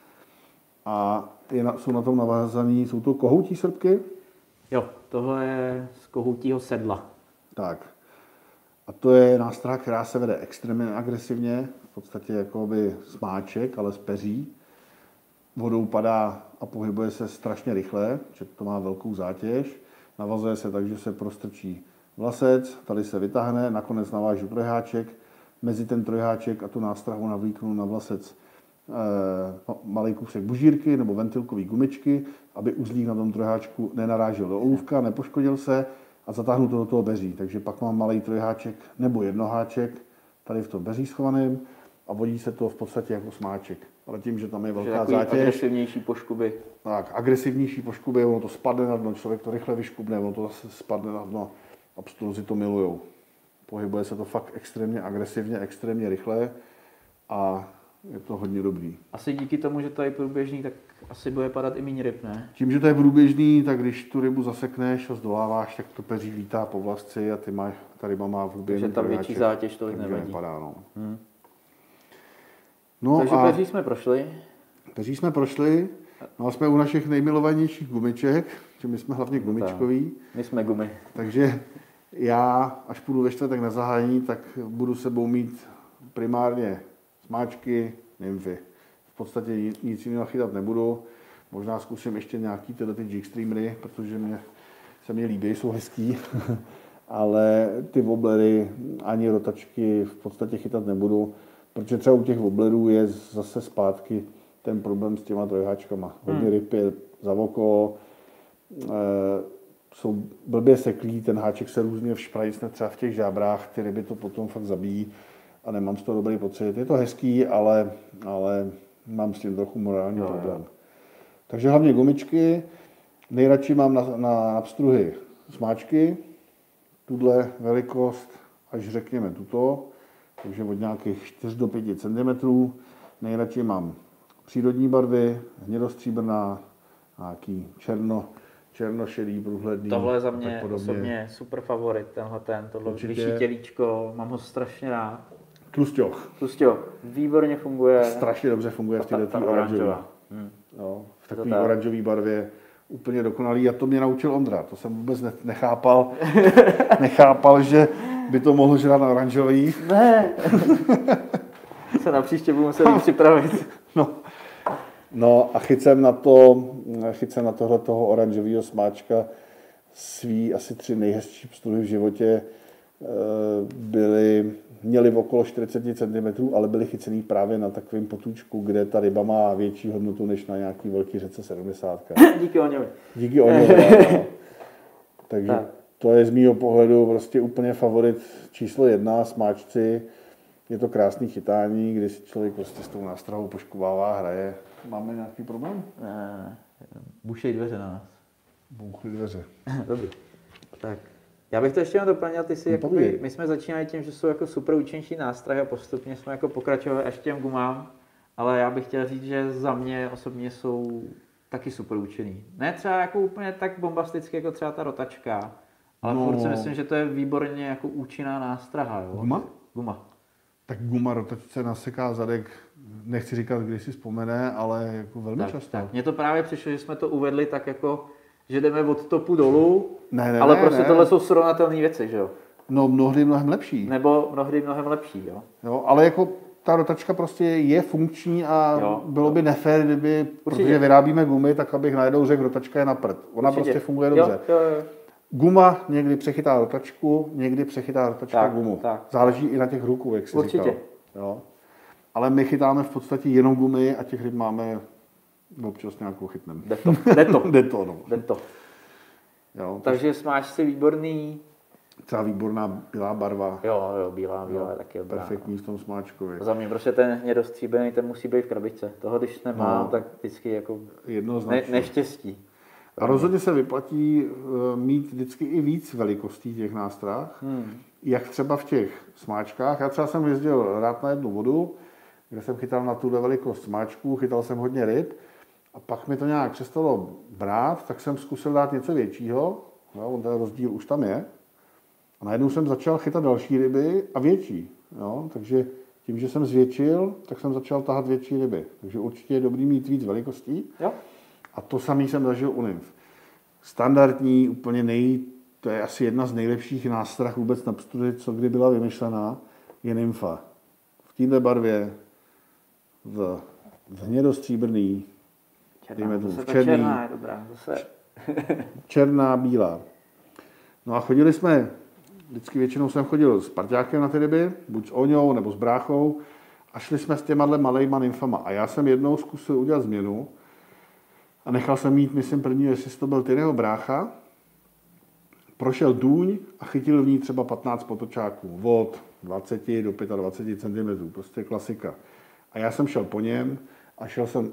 A jsou na tom navázaný, jsou to kohoutí srpky? Jo, tohle je z kohoutího sedla. Tak. A to je nástraha, která se vede extrémně agresivně, v podstatě jakoby smáček, ale z peří. Vodou padá a pohybuje se strašně rychle, že to má velkou zátěž. Navazuje se tak, že se prostrčí vlasec, tady se vytáhne, nakonec navážu trojháček, mezi ten trojháček a tu nástrahu navlíknu na vlasec malý kousek bužírky nebo ventilkový gumičky, aby uzlík na tom trojháčku nenarážel do olůvka, nepoškodil se a zatáhnu to do toho beří. Takže pak mám malý trojháček nebo jednoháček tady v tom beří schovaném a vodí se to v podstatě jako smáček. Ale tím, že tam je velká zátěž. Agresivnější poškuby. Tak, agresivnější poškuby, ono to spadne na dno, člověk to rychle vyškubne, ono to zase spadne na dno a pstruzy to milujou. Pohybuje se to fakt extrémně agresivně, extrémně rychle a je to hodně dobrý. Asi díky tomu, že to je průběžný, tak asi bude padat i méně ryb, ne? Tím, že to je průběžný, tak když tu rybu zasekneš a zdoláváš, tak to peří lítá po vlasci a ta ryba má v hubě. Takže tam větší zátěž tolik nevadí. Nepadá, no. Takže peří jsme prošli. Peří jsme prošli. No a jsme u našich nejmilovanějších gumiček, že my jsme hlavně gumičkoví. My jsme gumy. Takže já, až půjdu ve čtvrtek na zahájení, tak budu sebou mít primárně smáčky, nymfy. V podstatě nic jiného chytat nebudu. Možná zkusím ještě nějaký ty jigstreamery, protože se mi líbí, jsou hezký. Ale ty wobblery ani rotačky v podstatě chytat nebudu, protože třeba u těch wobblerů je zase zpátky ten problém s těma trojháčkama. Hodně ryb je za oko, jsou blbě seklí, ten háček se různě všprajcne třeba v těch žábrách, ty ryby to potom fakt zabíjí a nemám z toho dobrý pocit. Je to hezký, ale mám s tím trochu morální problém. Takže hlavně gumičky, nejradši mám na pstruhy smáčky, tuhle velikost až řekněme tuto, takže od nějakých 4 do 5 cm. Nejradši mám přírodní barvy, hnědostříbrná, nějaký černošedý, průhledný. Tohle je za mě osobně super favorit, tohle vyšší tělíčko, mám ho strašně rád. Tlusťoch. Výborně funguje. Strašně dobře funguje v této oranžové. V takové oranžové barvě. Úplně dokonalý a to mě naučil Ondra. To jsem vůbec nechápal, že by to mohlo žrát na oranžový. Ne. Se na příště budu muset připravit. No a chycem na tohle toho oranžového smáčka svý asi 3 nejhezčí pstruhy v životě měly okolo 40 cm, ale byly chycený právě na takovém potůčku, kde ta ryba má větší hodnotu než na nějaký velký řece 70. Díky Oňovi. Díky Oňovi, no. Takže to je z mýho pohledu prostě úplně favorit číslo 1, smáčci. Je to krásný chytání, kdy si člověk prostě s tou nástrahou poškovává, hraje. Máme nějaký problém? Ne. Bušej dveře na nás. Bouchly dveře. Dobrý. Tak. Já bych to ještě doplnil, ty si jakoby, my jsme začínali tím, že jsou jako super účinnější nástrahy a postupně jsme jako pokračovali až těm gumám, ale já bych chtěl říct, že za mě osobně jsou taky super účinný. Ne třeba jako úplně tak bombasticky jako třeba ta rotačka, ale furt si myslím, že to je výborně jako účinná nástraha. Jo? Guma. Tak guma rotačce naseká zadek, nechci říkat, kdy si vzpomene, ale jako velmi často. Tak. Mně to právě přišlo, že jsme to uvedli tak jako, že jdeme od topu dolů, ale prostě tohle jsou srovnatelné věci, že jo? No mnohdy mnohem lepší. Nebo mnohdy mnohem lepší, jo? Jo, ale jako ta rotačka prostě je funkční a bylo by nefér, kdyby, protože vyrábíme gumy, tak abych najednou řekl, rotačka je na prd. Ona prostě funguje dobře. Jo. Guma někdy přechytá rotačku, někdy přechytá rotačka gumu. Tak. Záleží i na těch rukou, jak jsi říkal. Jo. Ale my chytáme v podstatě jenom gumy a těch ryb máme občas nějakou chytnem. Jde to. Jo, takže máš si výborný... Třeba výborná bílá barva. Jo, bílá je taky dobrá. Perfektní v tom smáčkovi. Za mě prostě ten hnědostříbrný, ten musí být v krabičce. Toho, když nemám, tak vždycky jako neštěstí. A rozhodně se vyplatí mít vždycky i víc velikostí těch nástrah, jak třeba v těch smáčkách. Já třeba jsem jezdil rád na jednu vodu, kde jsem chytal na tuhle velikost smáčků, chytal jsem hodně ryb a pak mi to nějak přestalo brát, tak jsem zkusil dát něco většího, on ten rozdíl už tam je. A najednou jsem začal chytat další ryby a větší. Jo? Takže tím, že jsem zvětšil, tak jsem začal tahat větší ryby. Takže určitě je dobrý mít víc velikostí. Jo. A to samý jsem zažil u nymf. Standardní, úplně to je asi jedna z nejlepších nástrah vůbec na pstruhy, co kdy byla vymyšlená, je nymfa. V této barvě, v hnědostříbrný, černá je dobrá. Černá, bílá. No a chodili jsme, vždycky většinou jsem chodil s parťákem na ty ryby, buď s Oňou nebo s bráchou, a šli jsme s těma malejma nymfama. A já jsem jednou zkusil udělat změnu a nechal jsem mít, myslím, prvního, jestli to byl Tyryho brácha, prošel důň a chytil v ní třeba 15 potočáků od 20 do 25 cm, prostě klasika. A já jsem šel po něm a šel jsem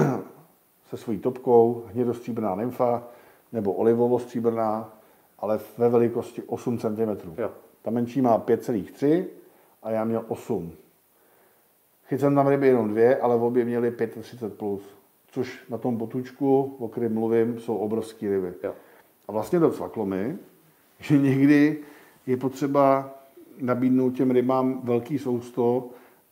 se svojí topkou, hnědostříbrná nymfa nebo olivovo-stříbrná, ale ve velikosti 8 cm. Jo. Ta menší má 5,3 a já měl 8. Chytil jsem tam ryby jenom 2, ale obě měly 35 plus. Což na tom potůčku, o kterém mluvím, jsou obrovské ryby. Jo. A vlastně docvaklo mi, že někdy je potřeba nabídnout těm rybám velký sousto,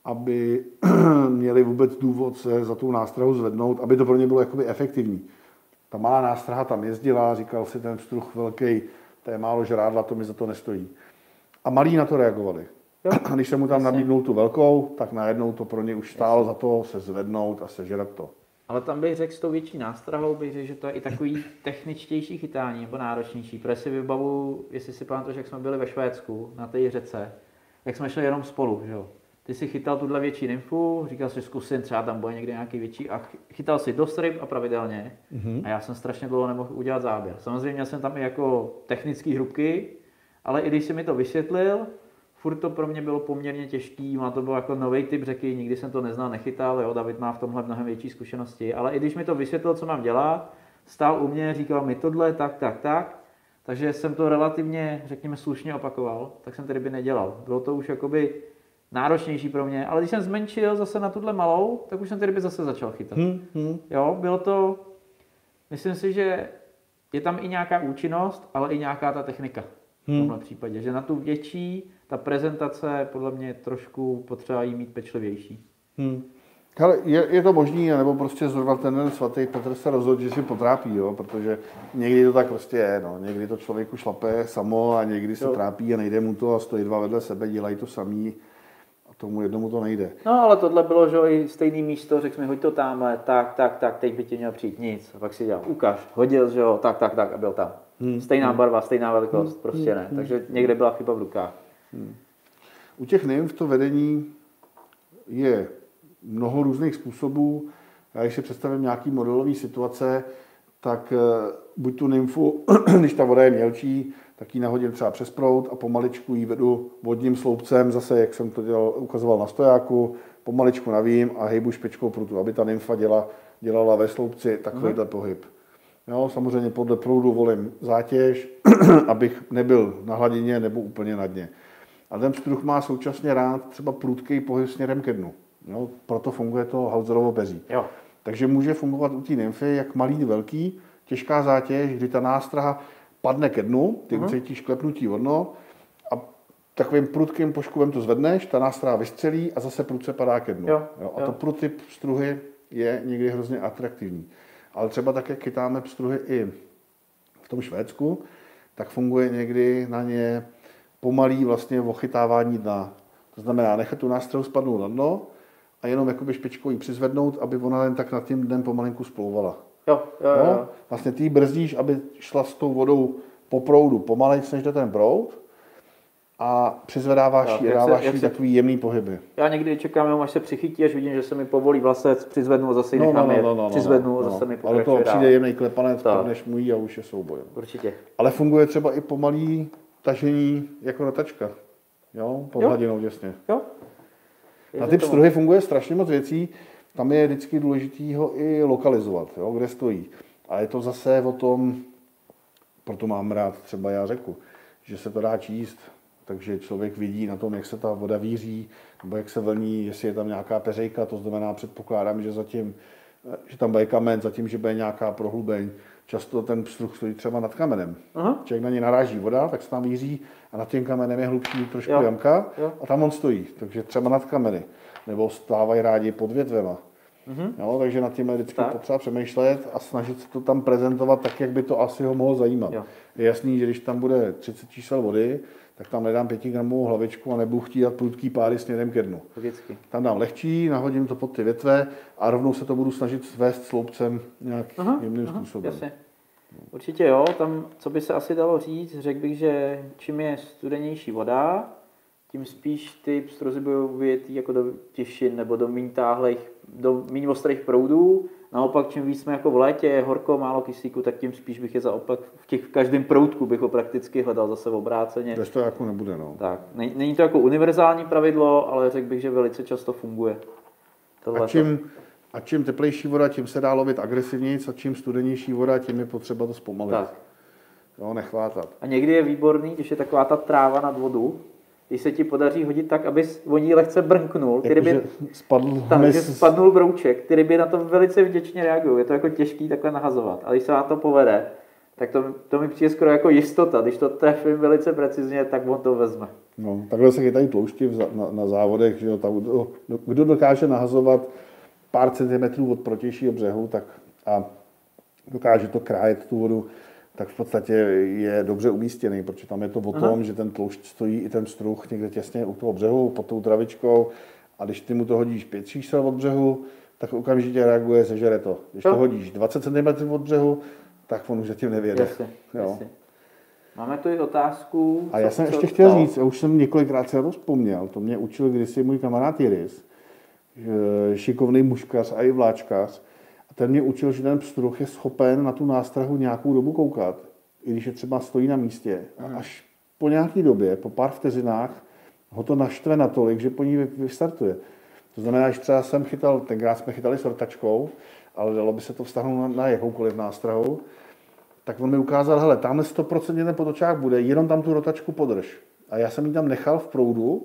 aby měli vůbec důvod se za tou nástrahou zvednout, aby to pro ně bylo jakoby efektivní. Ta malá nástraha tam jezdila, říkal si ten pstruh velký, to je málo žrádla, to mi za to nestojí. A malí na to reagovali. Jo. A když jsem mu tam nabídnul tu velkou, tak najednou to pro ně už stálo za to se zvednout a sežrat to. Ale tam bych řekl s tou větší nástrahou, bych řekl, že to je i takový techničtější chytání nebo náročnější. Protože si vybavu, jestli si pamatuješ, jak jsme byli ve Švédsku na té řece, jak jsme šli jenom spolu, že jo. Ty si chytal tuhle větší nymfu, říkal si, zkusím, třeba tam bude někde nějaký větší a chytal si dost ryb a pravidelně. A já jsem strašně dlouho nemohl udělat záběr. Samozřejmě měl jsem tam i jako technické hrubky, ale i když si mi to vysvětlil, furt to pro mě bylo poměrně těžký, má to byl jako nový typ řeky, nikdy jsem to neznal, nechytal, jo, David má v tomhle mnohem větší zkušenosti, ale i když mi to vysvětlil, co mám dělat, stál u mě, říkal mi tohle, tak, takže jsem to relativně, řekněme, slušně opakoval, tak jsem ty ryby nedělal. Bylo to už jakoby náročnější pro mě, ale když jsem zmenšil zase na tuhle malou, tak už jsem ty ryby zase začal chytat. Jo, bylo to, myslím si, že je tam i nějaká účinnost, ale i nějaká ta technika v tomhle případě, že na tu větší ta prezentace podle mě trošku potřeba jí mít pečlivější. Hele, je to možný, nebo prostě zrovna ten svatý Petr se rozhodl, že si potrápí, jo? Protože někdy to tak prostě je, no. Někdy to člověku šlape samo a někdy se trápí a nejde mu to a stojí dva vedle sebe, dělají to samý a tomu jednomu to nejde. No ale tohle bylo, že i stejný místo, řekl mi, hoď to tamhle, tak, teď by ti měl přijít nic. A pak si dělal, ukaž, hodil, že jo, tak a byl tam. Stejná barva, stejná velikost, prostě ne. Takže někde byla chyba v rukách. U těch nymf to vedení je mnoho různých způsobů. Já když si představím nějaký modelový situace, tak buď tu nymfu, když ta voda je mělčí, tak ji nahodím třeba přes proud a pomaličku ji vedu vodním sloupcem, zase jak jsem to ukazoval na stojáku, pomaličku navím a hejbu špičkou prutu, aby ta nymfa dělala ve sloupci takovýhle pohyb. Jo, samozřejmě podle proudu volím zátěž, abych nebyl na hladině nebo úplně na dně. A ten pstruh má současně rád třeba prudký pohyb směrem ke dnu. Jo, proto funguje to Hauserovo peří. Jo. Takže může fungovat u té nymfy jak malý, velký, těžká zátěž, kdy ta nástraha padne ke dnu, ty ucítíš klepnutí od dno a takovým prudkým poškovem to zvedneš, ta nástraha vystřelí a zase prudce padá ke dnu. Jo, a to pro ty pstruhy je někdy hrozně atraktivní. Ale třeba tak, jak chytáme pstruhy i v tom Švédsku, tak funguje někdy na ně pomalý vlastně ochytávání dna. To znamená nechat tu nástrahu spadnout na dno a jenom jakoby špičkou ji přizvednout, aby ona jen tak nad tím dnem pomalinku splouvala. Jo. Vlastně ty ji brzdíš, aby šla s tou vodou po proudu pomalejc, než jde ten proud a přizvedáváš ji, dáváš jí takový jemný pohyby. Já někdy čekám, až se přichytí, až vidím, že se mi povolí vlasec, přizvednu a zase ji nechám přizvednu a zase mi pokračuje. Ale to přijde jemný klepanec, padneš mu jí a už je souboj. Určitě. Ale funguje třeba i pomalý tažení jako rotačka. Jo, pod hladinou těsně. Jo. Na ty pstruhy funguje strašně moc věcí. Tam je vždycky důležitý ho i lokalizovat, jo, kde stojí. A je to zase o tom, proto mám rád třeba já řeku, že se to dá číst, takže člověk vidí na tom, jak se ta voda víří, nebo jak se vlní, jestli je tam nějaká peřejka, to znamená, předpokládám, že tam bude kamen, zatím, že bude nějaká prohlubeň. Často ten pstruh stojí třeba nad kamenem. Člověk na něj naráží voda, tak se tam víří a nad tím kamenem je hlubší trošku jamka a tam on stojí, takže třeba nad kameny. Nebo stávají rádi pod větvema. Jo, takže nad tím je vždycky potřeba přemýšlet a snažit se to tam prezentovat tak, jak by to asi ho mohlo zajímat. Jo. Je jasný, že když tam bude 30 čísel vody, tak tam nedám 5 gramovou hlavičku a nebudu chtít dát prudký pády směrem ke dnu. Logicky. Tam dám lehčí, nahodím to pod ty větve a rovnou se to budu snažit svést sloupcem nějak jemným způsobem. Jasně. Určitě jo, tam, co by se asi dalo říct, řekl bych, že čím je studenější voda, tím spíš ty pstruhy budou vyjetý jako do těžin nebo do méně ostrých proudů. Naopak, čím víc jsme jako v létě, je horko, málo kyslíku, tak tím spíš bych je zaopak v každém proudku bych ho prakticky hledal zase v obráceně. Bez toho jako nebude, no. Tak, není to jako univerzální pravidlo, ale řekl bych, že velice často funguje. A čím teplejší voda, tím se dá lovit agresivněji, a čím studenější voda, tím je potřeba to zpomalit. Tak. Jo, nechvátat. A někdy je výborný, když je taková ta tráva nad vodu, když se ti podaří hodit tak, aby o ní lehce brnknul, spadnul brouček, ty ryby na to velice vděčně reagují. Je to jako těžký takhle nahazovat. Ale když se vám to povede, tak to mi přijde skoro jako jistota. Když to trefím velice precizně, tak on to vezme. No, takhle se chytají tloušti na závodech. Že jo, kdo dokáže nahazovat pár centimetrů od protějšího břehu, tak a dokáže to krájet tu vodu, tak v podstatě je dobře umístěný, protože tam je to o tom, že ten tloušť stojí i ten pstruh někde těsně u toho břehu, pod tou travičkou a když ty mu to hodíš 5 čísel od břehu, tak okamžitě reaguje, sežere to. Když to hodíš 20 cm od břehu, tak on už zatím nevěde. Jasně. Máme tu i otázku. A já jsem ještě chtěl říct, já už jsem několikrát se rozpomněl, to mě učil kdysi můj kamarád Jiris, šikovný muškař a i vláčkař. A ten mě učil, že ten pstruh je schopen na tu nástrahu nějakou dobu koukat, i když je třeba stojí na místě. A až po nějaké době, po pár vteřinách, ho to naštve natolik, že po ní vystartuje. To znamená, že třeba tenkrát jsme chytali s rotačkou, ale dalo by se to vztahnout na jakoukoliv nástrahu, tak on mi ukázal, hele, tamhle 100% ten potočák bude, jenom tam tu rotačku podrž. A já jsem ji tam nechal v proudu,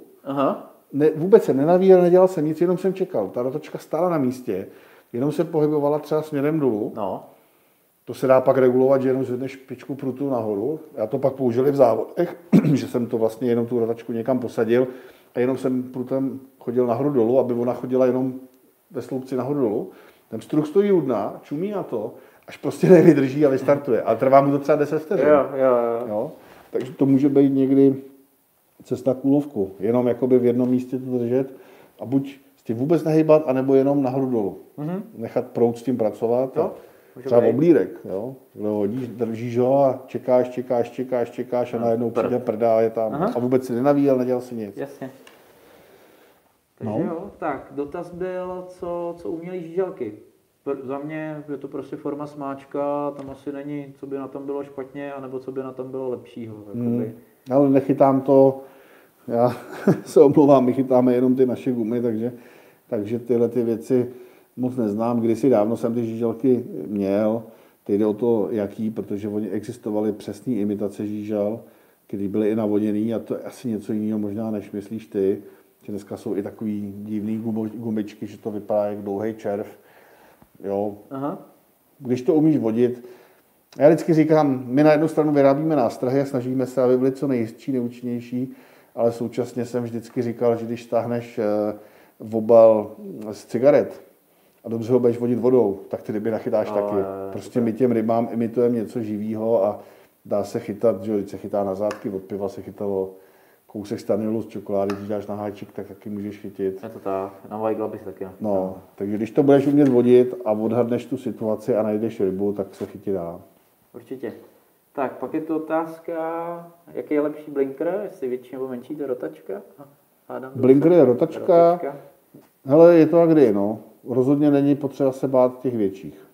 vůbec jsem nenavíjel, nedělal jsem nic, jenom jsem čekal. Ta rotačka stála na místě, jenom se pohybovala třeba směrem dolů. No. To se dá pak regulovat, že jenom zvedneš špičku prutu nahoru. Já to pak použil v závodech, že jsem to vlastně jenom tu rotačku někam posadil a jenom jsem prutem chodil nahoru dolů, aby ona chodila jenom ve sloupci nahoru dolů. Ten pstruh stojí u dna, čumí na to, až prostě nevydrží a vystartuje. Ale trvá mu to třeba 10 vteřin. Jo. Takže to může být někdy cesta k úlovku. Jenom jakoby v jednom místě to držet a buď s tím vůbec nehejbat, anebo jenom nahoru dolů. Nechat proud s tím pracovat. Třeba oblírek. Jo? Hodíš, držíš ho a čekáš a najednou přijde prda a je tam. A vůbec si nenavíjel, nedělal si nic. Jasně. Takže jo, tak dotaz byl, co umělý žíželky. Za mě je to prostě forma smáčka, tam asi není, co by na tom bylo špatně, anebo co by na tom bylo lepšího. Ale nechytám to, já se omlouvám, my chytáme jenom ty naše gumy, takže tyhle ty věci moc neznám. Kdysi dávno jsem ty žížalky měl, teď jde o to jaký, protože oni existovaly přesné imitace žížal, které byly i navoněný a to je asi něco jiného možná, než myslíš ty. Že dneska jsou i takový divný gumičky, že to vypadá jak dlouhý červ. Jo. Aha. Když to umíš vodit, já vždycky říkám, my na jednu stranu vyrábíme nástrahy a snažíme se, aby byly co nejistší, nejúčinnější, ale současně jsem vždycky říkal, že když stáhneš obal z cigaret a dobře ho budeš vodit vodou, tak ty ryby nachytáš taky. Prostě my těm rybám imitujeme něco živého a dá se chytat, že když se chytá na zátky, od piva se chytalo kousek staniolu z čokolády, když dáš na háček, tak taky můžeš chytit. Je to tak, na vajgla bys taky nachytal. No, takže když to budeš umět vodit a odhadneš tu situaci a najdeš rybu, tak se chytí dá. Určitě. Tak, pak je to otázka, jaký je lepší blinker, jestli větší nebo menší, to je rotačka. Blinker je rotačka. Hele, je to a kdy, no. Rozhodně není potřeba se bát těch větších.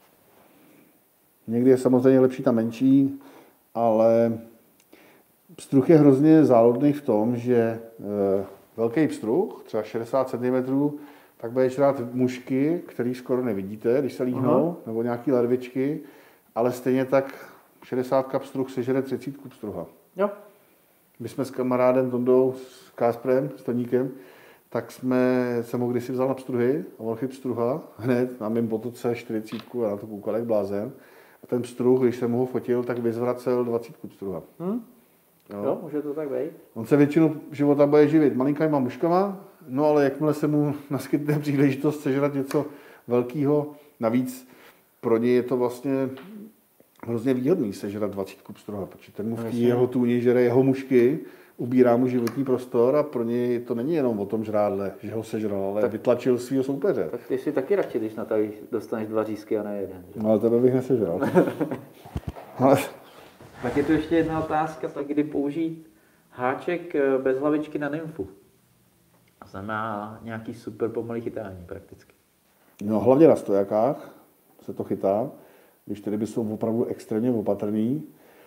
Někdy je samozřejmě lepší ta menší, ale pstruh je hrozně záludný v tom, že velký pstruh, třeba 60 cm, tak budeš rád mušky, který skoro nevidíte, když se líhnou, nebo nějaký larvičky, ale stejně tak 60 pstruh sežere 30 pstruha. Jo. My jsme s kamarádem Tondou, s Kásprem, s Toníkem, tak jsem ho kdysi vzal na pstruhy a on chyt pstruha hned na mém potoce 40 a na to koukal jak blázen. A ten pstruh, když jsem ho fotil, tak vyzvracel 20 pstruha. Jo, může to tak být. On se většinu života bude živit malinkýma muškama, no ale jakmile se mu naskytne příležitost sežrat něco velkého, navíc pro něj je to vlastně hrozně výhodný sežrat 20 pstruha, protože ten mu v té jeho tůni žere jeho mušky, ubírá mu životní prostor a pro něj to není jenom o tom žrádle, že ho sežral, ale tak vytlačil svého soupeře. Tak ty si taky radši, když na tady dostaneš 2 řízky a ne jeden. No ale tebe bych nesežral. Ale... Tak je tu ještě jedna otázka, tak kdy použít háček bez hlavičky na nymfu. A znamená nějaký super pomalý chytání prakticky. No hlavně na stojakách se to chytá, když ty ryby jsou opravdu extrémně opatrný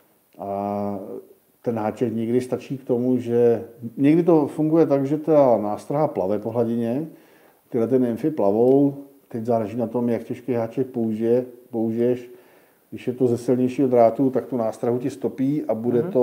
a ten háček někdy stačí k tomu, že někdy to funguje tak, že ta nástraha plave po hladině, tyhle ty nymfy plavou, teď záleží na tom, jak těžký háček použiješ. Když je to ze silnějšího drátu, tak tu nástrahu ti stopí a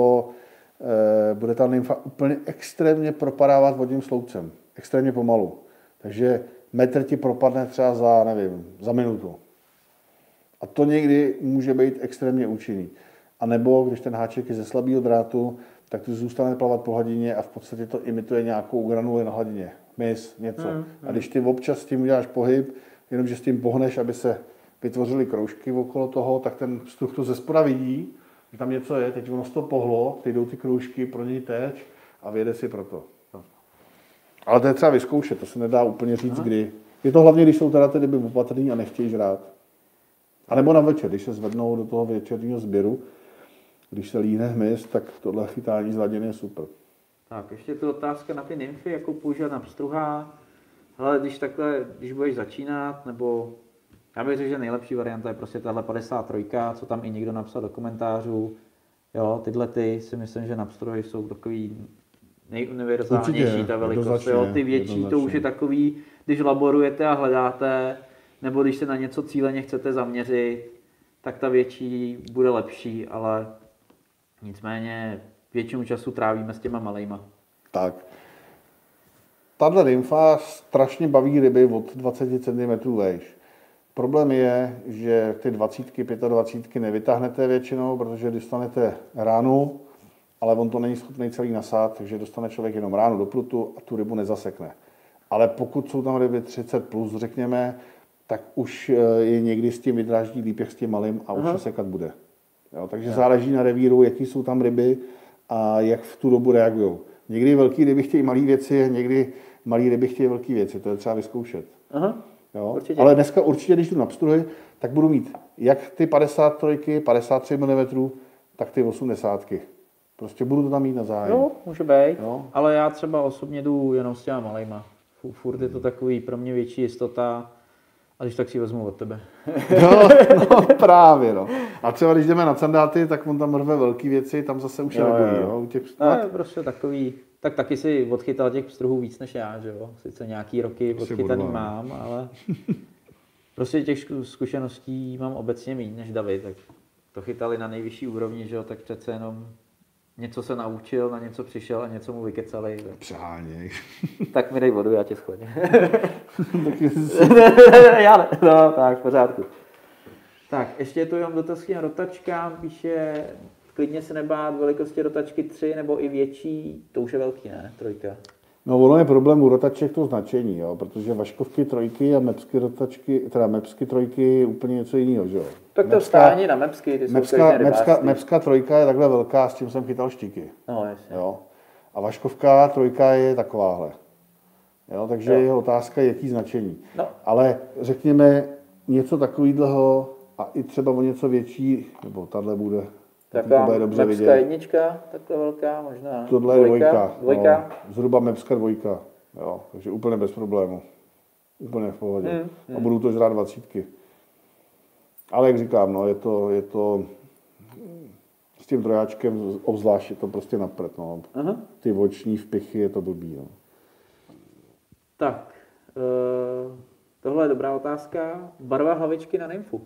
bude ta nymfa úplně extrémně propadávat vodním sloucem. Extrémně pomalu. Takže metr ti propadne třeba za minutu. A to někdy může být extrémně účinný. A nebo když ten háček je ze slabého drátu, tak to zůstane plavat po hladině a v podstatě to imituje nějakou granuli na hladině. Mys, něco. A když ty občas s tím uděláš pohyb, jenomže s tím pohneš, aby se vytvořily kroužky okolo toho, tak ten pstruh to ze spoda vidí, že tam něco je, teď ono z toho pohlo, teď jdou ty kroužky, pro něj teč a vyjede si pro to. Ale to je třeba vyzkoušet, to se nedá úplně říct kdy. Je to hlavně, když jsou teda ty ryby opatrný a nechtějí žrát. A nebo na večer, když se zvednou do toho večerního sběru, když se líhne hmyz, tak tohle chytání z hladiny je super. Tak, ještě tu otázka na ty nymfy, jakou používat na pstruha. Hele, když budeš začínat, nebo já bych řekl, že nejlepší varianta je prostě tahle 53, co tam i někdo napsal do komentářů. Jo, tyhle si myslím, že na pstruhy jsou takový nejuniverzálnější ta velikost. Jo, ty větší, to už je takový, když laborujete a hledáte, nebo když se na něco cíleně chcete zaměřit, tak ta větší bude lepší, ale nicméně většinu času trávíme s těma malejma. Tak. Tahle nymfa strašně baví ryby od 20 cm vejš. Problém je, že ty 20, 25 nevytáhnete většinou, protože dostanete ránu, ale on to není schopný celý nasát, takže dostane člověk jenom ránu do plutu a tu rybu nezasekne. Ale pokud jsou tam ryby 30 plus, řekněme, tak už je někdy s tím vydráždí líp jak s tím malým a už se sekat bude. Jo, takže záleží na revíru, jaký jsou tam ryby a jak v tu dobu reagují. Někdy velký ryby chtějí malé věci, někdy malé ryby chtějí velké věci, to je třeba vyzkoušet. Jo? Ale dneska určitě, když jdu na pstruhy, tak budu mít jak ty 53, 53 mm, tak ty 80. Prostě budu to tam mít na zájem. Jo, může být, ale já třeba osobně jdu jenom s těma malejma. Furt je to takový pro mě větší jistota A když tak si vezmu od tebe. No, právě, no. A třeba když jdeme na sandáty, tak on tam rve velké věci, tam zase už je nebojí, jo. U těch... No, prostě takový, tak taky si odchytal těch pstruhů víc než já, že jo. Sice nějaký roky odchytaný mám, ale prostě těch zkušeností mám obecně méně než David, tak to chytali na nejvyšší úrovni, že jo, tak přece jenom něco se naučil, na něco přišel a něco mu vykecali. Přáněj. Tak mi dej vodu, já tě schladím. Já ne, no tak, v pořádku. Tak, ještě je tu jenom dotaz k rotačkám, píše, klidně se nebát velikosti rotačky 3 nebo i větší, to už je velký, ne? 3. No ono je problém u rotaček to značení, jo, protože vaškovky 3 a mepsky rotačky, teda mepsky 3 je úplně něco jiného, že jo. Tak to stáhni na mepsky, ty jsou mepska 3 je takhle velká, s tím jsem chytal štiky. No, jasně. Jo. A vaškovka 3 je takováhle. Jo, takže je otázka, jaký značení. No. Ale řekněme něco takového a i třeba o něco větší, nebo tahle bude. Taková mepska 1, takhle velká, možná. Tohle je 2. Dvojka. No, zhruba mepska 2. Jo, takže úplně bez problému. Úplně v pohodě. A budou to žrát 20. Ale jak říkám, no, je to s tím trojáčkem obzvlášť je to prostě napřed. No. Ty oční vpichy je to blbý. No. Tak, tohle je dobrá otázka. Barva hlavičky na nymfu.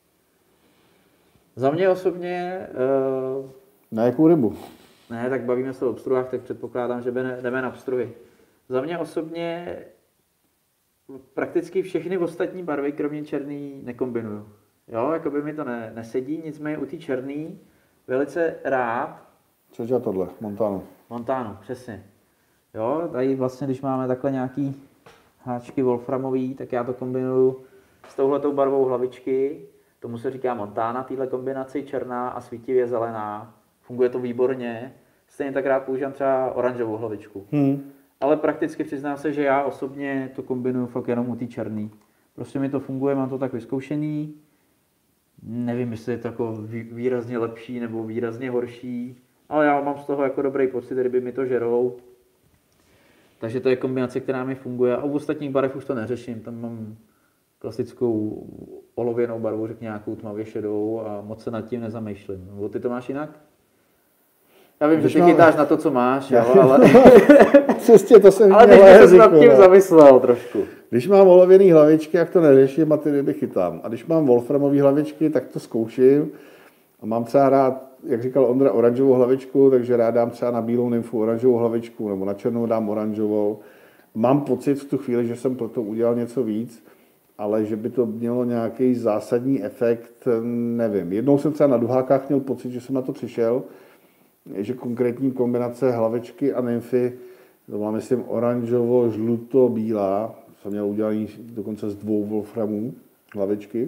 Za mě osobně... Na jakou rybu? Ne, tak bavíme se o obstruhách, tak předpokládám, že jdeme na obstruhy. Za mě osobně prakticky všechny ostatní barvy, kromě černý, nekombinuju. Jo, jako by mi to nesedí, nicméně u té černý velice rád. Co dělá tohle? Montano, přesně. Jo, tady vlastně, když máme takhle nějaký háčky wolframový, tak já to kombinuju s touhletou barvou hlavičky. Tomu se říká Montana, téhle kombinaci černá a svítivě zelená. Funguje to výborně. Stejně tak rád používám třeba oranžovou hlavičku. Ale prakticky přiznám se, že já osobně to kombinuju fakt jenom u té černý. Prostě mi to funguje, mám to tak vyzkoušený. Nevím, jestli je to jako výrazně lepší nebo výrazně horší, ale já mám z toho jako dobrý pocit, kdyby mi to žerou. Takže to je kombinace, která mi funguje. A u ostatních barev už to neřeším. Tam mám klasickou olověnou barvu, řekně nějakou tmavě šedou a moc se nad tím nezamýšlím. Nebo ty to máš jinak? Já vím, že ty chytáš na to, co máš, jo, ale... Přesně, to jsem ale teď jsem nad tím zamyslel trošku. Když mám olověný hlavičky, jak to neřeším a ty ryby chytám. A když mám wolframové hlavičky, tak to zkouším. A mám třeba rád, jak říkal Ondra, oranžovou hlavičku, takže rád dám třeba na bílou nymfu oranžovou hlavičku, nebo na černou dám oranžovou. Mám pocit v tu chvíli, že jsem pro to udělal něco víc, ale že by to mělo nějaký zásadní efekt, nevím. Jednou jsem třeba na duhákách měl pocit, že jsem na to přišel, že konkrétní kombinace hlavičky a nymfy, to byla, myslím, oranžovo-žluto-bílá, jsem měl udělaný dokonce z 2 wolframů hlavičky,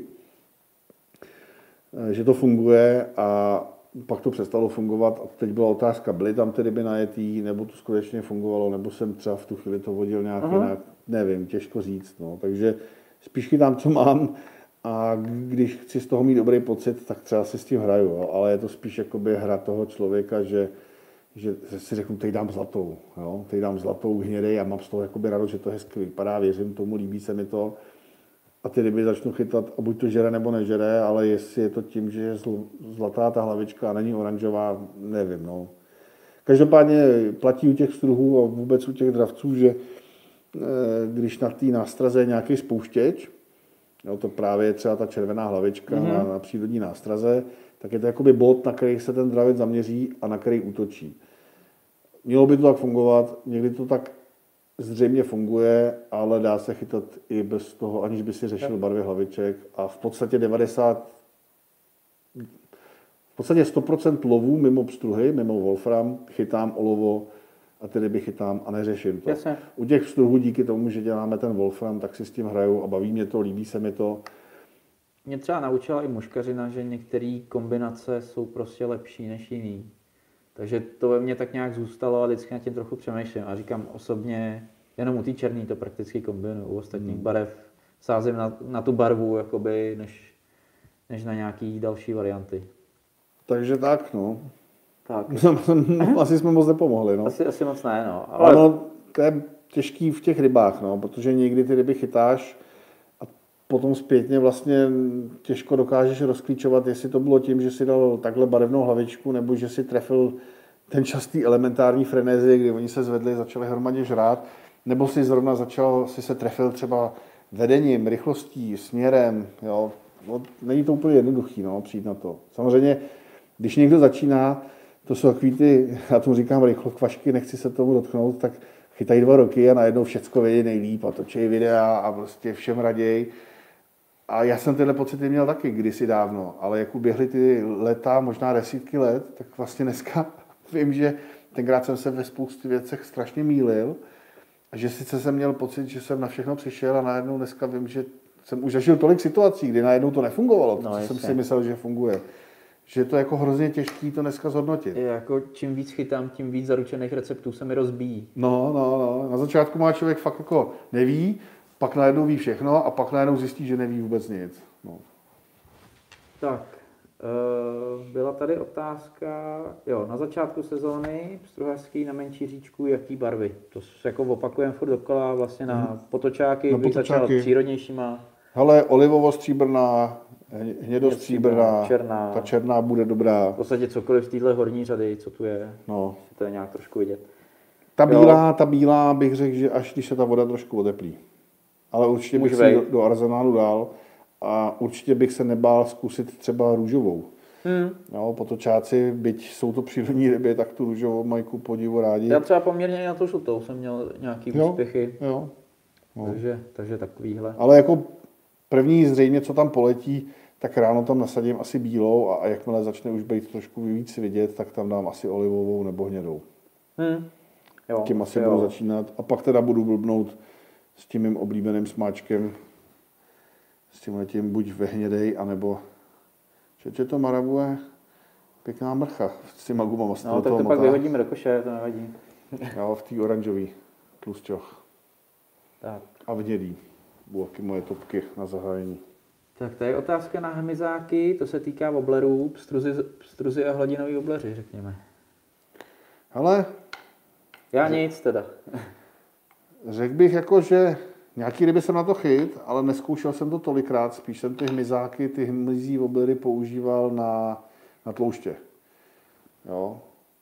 že to funguje a pak to přestalo fungovat a teď byla otázka, byly tam ty ryby najetý, nebo to skutečně fungovalo, nebo jsem třeba v tu chvíli to vodil nějak jinak, nevím, těžko říct, no. Takže spíš chytám, co mám a když chci z toho mít dobrý pocit, tak třeba si s tím hraju, jo. Ale je to spíš jakoby hra toho člověka, že si řeknu, teď dám zlatou, jo. Teď dám zlatou hnědej a mám z toho jakoby radost, že to hezky vypadá, věřím tomu, líbí se mi to. A ty ryby začnu chytat a buď to žere nebo nežere, ale jestli je to tím, že je zlatá ta hlavička a není oranžová, nevím. No. Každopádně platí u těch struhů a vůbec u těch dravců, že když na té nástraze je nějaký spouštěč, jo, to právě je třeba ta červená hlavička na přírodní nástraze, tak je to jakoby bod, na který se ten dravec zaměří a na který útočí. Mělo by to tak fungovat, někdy to tak zřejmě funguje, ale dá se chytat i bez toho, aniž by si řešil barvy hlaviček a v podstatě 100% lovů mimo pstruhy, mimo wolfram, chytám olovo a ty ryby chytám a neřeším to. Jasně. U těch pstruhů díky tomu, že děláme ten wolfram, tak si s tím hraju a baví mě to, líbí se mi to. Mě třeba naučila i muškařina, že některé kombinace jsou prostě lepší než jiný. Takže to ve mně tak nějak zůstalo a vždycky nad tím trochu přemýšlím. A říkám osobně, jenom u té černý to prakticky kombinuju. U ostatních barev sázím na tu barvu, jakoby, než na nějaký další varianty. Takže tak, no. Tak. Asi jsme moc nepomohli, no. Asi moc ne, no. Ale to je těžký v těch rybách, no, protože někdy ty ryby chytáš a potom zpětně vlastně těžko dokážeš rozklíčovat, jestli to bylo tím, že si dal takhle barevnou hlavičku, nebo že si trefil ten častý elementární frenézy, kdy oni se zvedli, začali hromadně žrát, nebo si zrovna si se trefil třeba vedením, rychlostí, směrem. Jo. No, není to úplně jednoduchý, no, přijít na to. Samozřejmě, když někdo začíná, to jsou takový ty, já tomu říkám rychlokvašky, nechci se tomu dotknout, tak chytají 2 roky a najednou všecko vědí nejlíp a točí videa a prostě všem raději. A já jsem tyhle pocity měl taky kdysi dávno, ale jak uběhly ty leta, možná desítky let, tak vlastně dneska vím, že tenkrát jsem se ve spoustě věcech strašně mýlil a že sice jsem měl pocit, že jsem na všechno přišel a najednou dneska vím, že jsem už zažil tolik situací, kdy najednou to nefungovalo, to, co jsem si myslel, že funguje. Že je to jako hrozně těžké to dneska zhodnotit. Jako čím víc chytám, tím víc zaručených receptů se mi rozbíjí. No. Na začátku má člověk fakt jako neví, pak najednou ví všechno a pak najednou zjistí, že neví vůbec nic. No. Tak, byla tady otázka, na začátku sezóny pstruhařský na menší říčku, jaký barvy? To se jako opakujeme furt dokola, vlastně na potočáky, bych začal přírodnějšíma. Hele, olivovo-stříbrná, hnědostříbrná, ta černá bude dobrá. V podstatě cokoliv z téhle horní řady, co tu je, to je nějak trošku vidět. Ta bílá bych řekl, že až když se ta voda trošku oteplí. Ale určitě bych si do arzenálu dal a určitě bych se nebál zkusit třeba růžovou. Potočáci, byť jsou to přírodní ryby, tak tu růžovou mají ku podivu rádi. Já třeba poměrně na to žlutou jsem měl nějaký úspěchy. Jo. Takže takovýhle. Ale jako první zřejmě, co tam poletí, tak ráno tam nasadím asi bílou a jakmile začne už být trošku víc vidět, tak tam dám asi olivovou nebo hnědou. Tím asi budu začínat. A pak teda budu blbnout s tím mým oblíbeným smáčkem, s tímhletím buď ve hnědej, anebo že to marabuje pěkná mrcha s těma gumama. No, tak to pak vyhodíme do koše, to nevadí. Jo, v té oranžový plus čoch. Tak. A v hnědý. Budou taky moje topky na zahájení. Tak to je otázka na hmyzáky, to se týká woblerů, pstruzy a hladinový wobleři, řekněme. Hele. Já nic teda. Řekl bych jako, že nějaký ryby jsem na to chyt, ale neskoušel jsem to tolikrát, spíš jsem ty hmyzáky, ty hmyzí woblery používal na tlouště. Jo.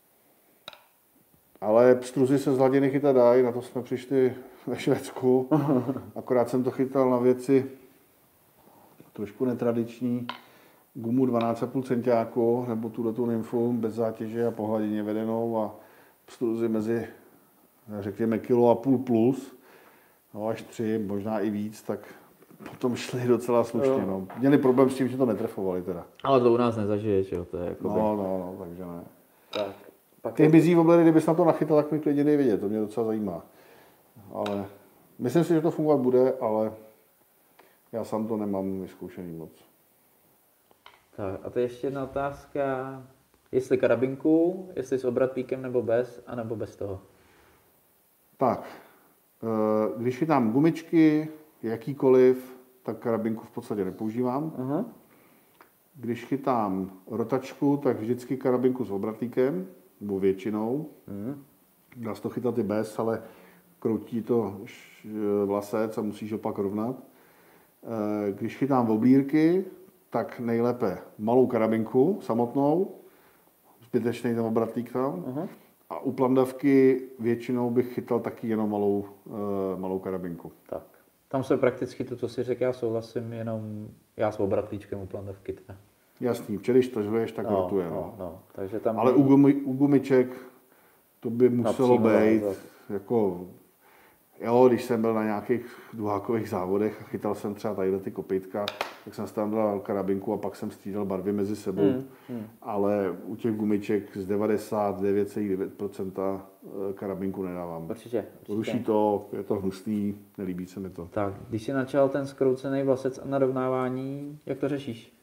Ale pstruzy se z hladiny chytat dají, na to jsme přišli ve Švédsku. Akorát jsem to chytal na věci trošku netradiční, gumu 12,5 centiáku, nebo tu nymfu bez zátěže a po hladině vedenou a pstruzy mezi, řekněme, 1,5 kilo plus, no až 3, možná i víc, tak potom šli docela slušně. No. Měli problém s tím, že to netrefovali teda. Ale to u nás nezažiješ, jo, to je jako... No, takže ne. Tak. Ty hmyzí woblery, kdybys na to nachytal, tak mi klidně dej vědět, to mě docela zajímá. Ale myslím si, že to fungovat bude, ale já sám to nemám vyzkoušený moc. Tak a to je ještě jedna otázka, jestli karabinku, jestli s obratlíkem nebo bez, anebo bez toho. Tak, když chytám gumičky, jakýkoliv, tak karabinku v podstatě nepoužívám. Uh-huh. Když chytám rotačku, tak vždycky karabinku s obratlíkem, nebo většinou. Dá se to chytat i bez, ale kroutí to vlasec a musíš ho pak rovnat. Když chytám woblírky, tak nejlépe malou karabinku samotnou, zbytečný ten obratlík tam. Uh-huh. A u plandavky většinou bych chytal taky jenom malou karabinku. Tak. Tam se prakticky to, co si řekl, já souhlasím, jenom já s obratlíčkem u plandavky. Teda. Jasný, když tažuješ, tak rotuje. No. Takže tam ale u gumiček to by muselo být, jako, jo, když jsem byl na nějakých duhákových závodech a chytal jsem třeba tadyhle ty kopytka, tak jsem tam dal karabinku a pak jsem střídal barvy mezi sebou. Ale u těch gumiček z 99,9% karabinku nedávám. Určitě. Ruší to, je to hnusný, nelíbí se mi to. Tak, když jsi načal ten zkroucený vlasec a narovnávání, jak to řešíš?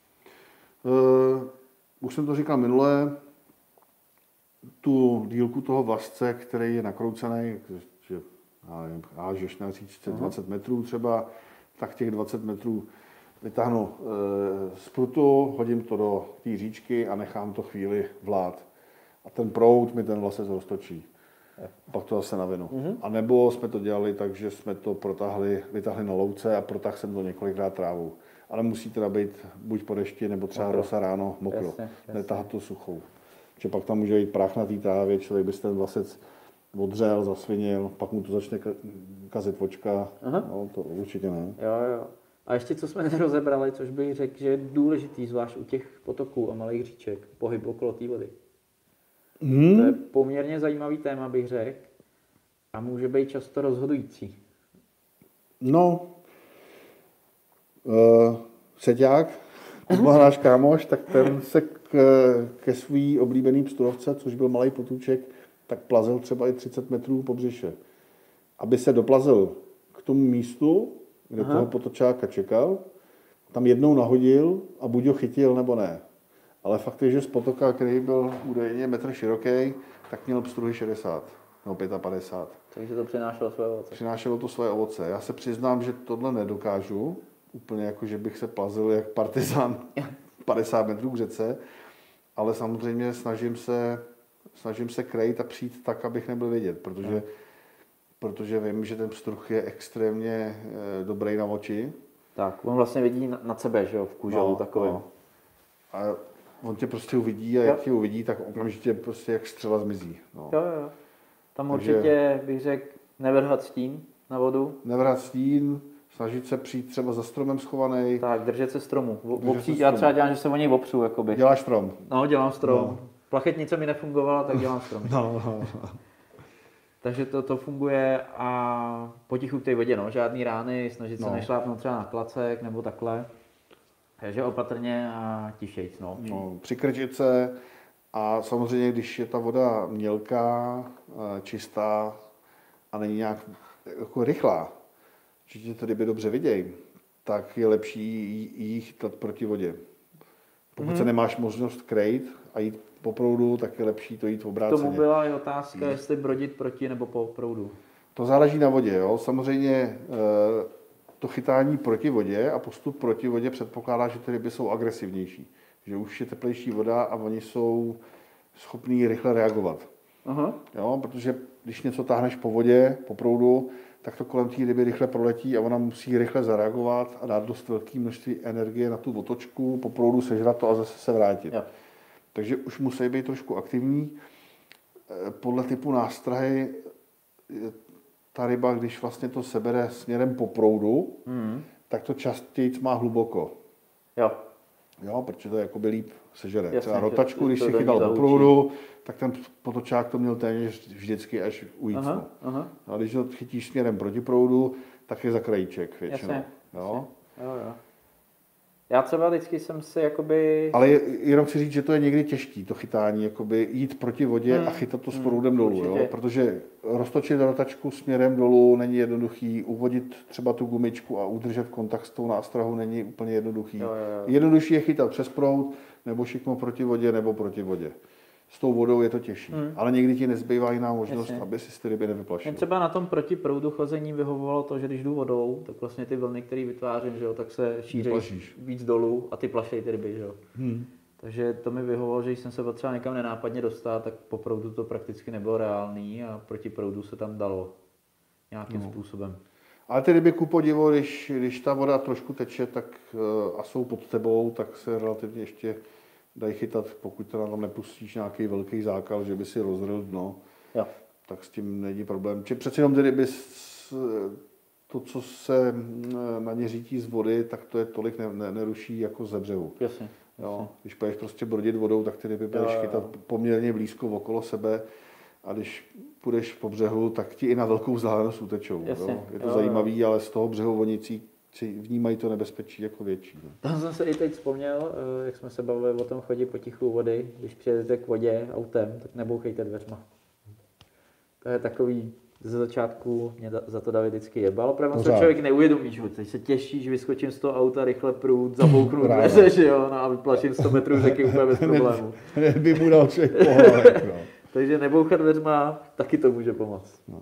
Už jsem to říkal minule, tu dílku toho vlasce, který je nakroucený, že hážeš na říčce 20 metrů třeba, tak těch 20 metrů vytáhnu z prutu, hodím to do té říčky a nechám to chvíli vlát. A ten proud mi ten vlasec roztočí. Pak to zase na vinu. A nebo jsme to dělali tak, že jsme to vytáhli na louce a protáhl jsem to několikrát trávou. Ale musí teda být buď po dešti, nebo třeba rosa ráno mokro. Jasně. Netahat to suchou. Že pak tam může být prach na té trávě, člověk by ten vlasec odřel, zasvinil, pak mu to začne kazit očka. No, to určitě ne. Jo. A ještě co jsme nerozebrali, což bych řekl, že je důležitý, zvlášť u těch potoků a malých říček, pohyb okolo té vody. To je poměrně zajímavý téma, bych řekl, a může být často rozhodující. No, Seďák, náš kámoš, tak ten se ke svý oblíbený pstruhovce, což byl malý potůček, tak plazil třeba i 30 metrů po břiše. Aby se doplazil k tomu místu, kde toho potočáka čekal, tam jednou nahodil a buď ho chytil, nebo ne. Ale fakt je, že z potoka, který byl údajně metr široký, tak měl pstruhy 60 nebo 55. Takže to přinášelo své ovoce. Přinášelo to své ovoce. Já se přiznám, že tohle nedokážu. Úplně jako, že bych se plazil jak partizán 50 metrů k řece. Ale samozřejmě snažím se krejt a přijít tak, abych nebyl vidět. Protože vím, že ten pstruh je extrémně dobrý na oči. Tak, on vlastně vidí nad sebe, že jo, v kůželu takovým. No. A on tě prostě uvidí a jak tě uvidí, tak okamžitě prostě jak střela zmizí. No. Jo. Tam určitě bych řekl nevrhat stín na vodu. Nevrhat stín, snažit se přijít třeba za stromem schovaný. Tak, držet se stromu. Já třeba dělám, že se o něj opřu, jakoby. Děláš strom? No, dělám strom. No. Plachetnice mi nefungovala, tak dělám strom. No. Takže to funguje a potichu v té vodě, no, žádný rány, snažit se nešlápnout třeba na klacek nebo takhle. Takže opatrně a tišejc, no. Přikrčit se a samozřejmě, když je ta voda mělká, čistá a není nějak jako rychlá, že tě ty ryby dobře vidějí, tak je lepší jí chytat proti vodě. Pokud se nemáš možnost krejt a jít po proudu, tak je lepší to jít obráceně. Tomu byla i otázka, jestli brodit proti nebo po proudu. To záleží na vodě. Jo? Samozřejmě to chytání proti vodě a postup proti vodě předpokládá, že ty ryby jsou agresivnější. Že už je teplejší voda a oni jsou schopní rychle reagovat. Jo? Protože když něco táhneš po vodě, po proudu, tak to kolem té ryby rychle proletí a ona musí rychle zareagovat a dát dost velké množství energie na tu otočku, po proudu sežrat to a zase se vrátit. Jo. Takže už musí být trošku aktivní. Podle typu nástrahy ta ryba, když vlastně to sebere směrem po proudu, tak to častěji má hluboko. Jo, protože to jakoby líp sežere. Jasně, třeba rotačku, když si chytal po proudu, tak ten potočák to měl téměř vždycky až u jícnu. A když ho chytíš směrem proti proudu, tak je za krajíček většinou. Jasně. Jo. Já třeba vždycky jsem si jakoby... Ale jenom chci říct, že to je někdy těžký, to chytání, jakoby jít proti vodě a chytat to s proudem dolů, jo? Protože roztočit rotačku směrem dolů není jednoduchý, uvodit třeba tu gumičku a udržet kontakt s tou nástrahou není úplně jednoduchý. Jednodušší je chytat přes proud, nebo šikmo proti vodě, nebo proti vodě. S tou vodou je to těžší, ale někdy ti nezbývá jiná možnost, aby si ty ryby nevyplašil. Mě třeba na tom proti proudu chození vyhovovalo to, že když jdu vodou, tak vlastně ty vlny, které vytvářím, že jo, tak se šíří víc dolů a ty plašejí ty ryby, že jo. Takže to mi vyhovovalo, že když jsem se potřeboval někam nenápadně dostat, tak po proudu to prakticky nebylo reálný a proti proudu se tam dalo nějakým způsobem. Ale ty ryby ku podivu, když ta voda trošku teče tak, a jsou pod tebou, tak se relativně ještě dají chytat, pokud teda tam nepustíš nějaký velký zákal, že by si rozryl dno, tak s tím není problém. Přeci jenom ty ryby, to, co se na ně řítí z vody, tak to je tolik neruší jako ze břehu. Jasně. Jo. Když půjdeš prostě brodit vodou, tak ty ryby budeš chytat poměrně blízko okolo sebe a když půjdeš po břehu, tak ti i na velkou vzdálenost utečou. Jasně. Jo. Je to zajímavý, ale z toho břehu oni vnímají to nebezpečí jako větší. Tam jsem se i teď vzpomněl, jak jsme se bavili o tom chodit potichu vody, když přijedete k vodě autem, tak nebouchejte dveřma. To je takový, ze začátku mě za to David vždycky jebal, protože se člověk neuvědomí, že teď se těší, že vyskočím z toho auta, rychle průd, zabouchnu dveře, že jo, no a vyplaším 100 metrů řeky úplně bez problému. By mu dal člověk pohledek, no. Takže nebouchat dveřma, taky to může pomoct. No.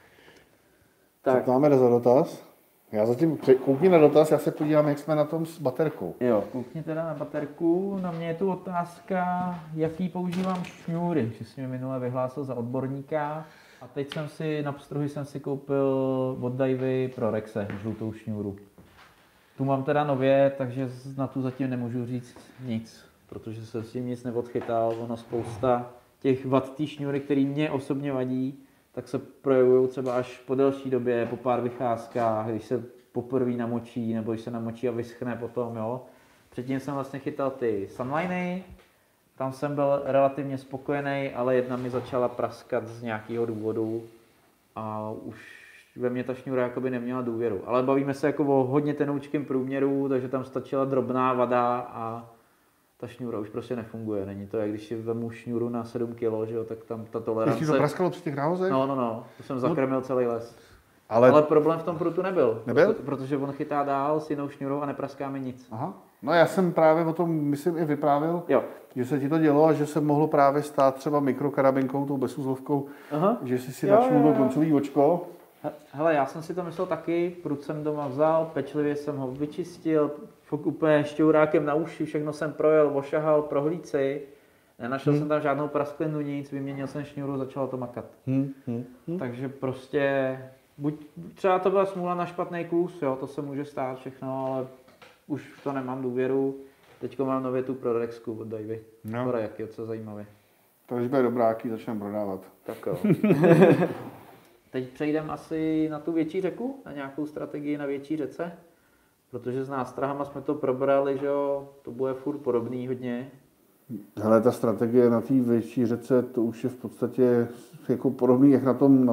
Tak. Co máme za dotaz? Já zatím koukni na dotaz, já se podívám, jak jsme na tom s baterkou. Jo, koukni teda na baterku. Na mě je tu otázka, jaký používám šňůry, že jsi mě minule vyhlásil za odborníka. A teď jsem si, na pstruhy jsem si koupil od Divey pro Rexe žlutou šňůru. Tu mám teda nově, takže na tu zatím nemůžu říct nic, protože jsem s tím nic neodchytal. Ono spousta těch vad té šňůry, který mě osobně vadí, tak se projevují třeba až po delší době, po pár vycházkách, když se poprvé namočí, nebo když se namočí a vyschne potom, jo. Předtím jsem vlastně chytal ty Sunliny, tam jsem byl relativně spokojený, ale jedna mi začala praskat z nějakého důvodu a už ve mně ta šňůra jakoby neměla důvěru. Ale bavíme se jako o hodně tenoučkém průměru, takže tam stačila drobná vada a ta šňůra už prostě nefunguje. Není to, jak když si vemu šňůru na 7 kg, že jo, tak tam ta tolerance... Ještě to praskalo při těch návozech? No, to jsem zakrmil celý les. Ale problém v tom prutu nebyl? Nebyl? Protože on chytá dál s jinou šňůrou a nepraská mi nic. Aha. No já jsem právě o tom, myslím, i vyprávěl, jo. Že se ti to dělo a že se mohlo právě stát třeba mikrokarabinkou, tou bezuzlovkou, že jsi si načnul to koncový očko. Hele, já jsem si to myslel taky, prut jsem doma vzal, pečlivě jsem ho vyčistil, fakt úplně šťourákem na uši, všechno jsem projel, ošahal, prohlíci. Nenašel jsem tam žádnou prasklinu, nic, vyměnil jsem šňůru, začalo to makat. Takže prostě, buď třeba to byla smůla na špatný kus, jo, to se může stát všechno, ale už to nemám důvěru. Teď mám nově tu pro Rexku od Divey. No. Jak je co zajímavé. To když bude dobráky, začneme prodávat. Tak jo. Teď přejdeme asi na tu větší řeku, na nějakou strategii na větší řece. Protože s nástrahama jsme to probrali, že jo, to bude furt podobný hodně. Hele, ta strategie na té větší řece, to už je v podstatě jako podobný, jak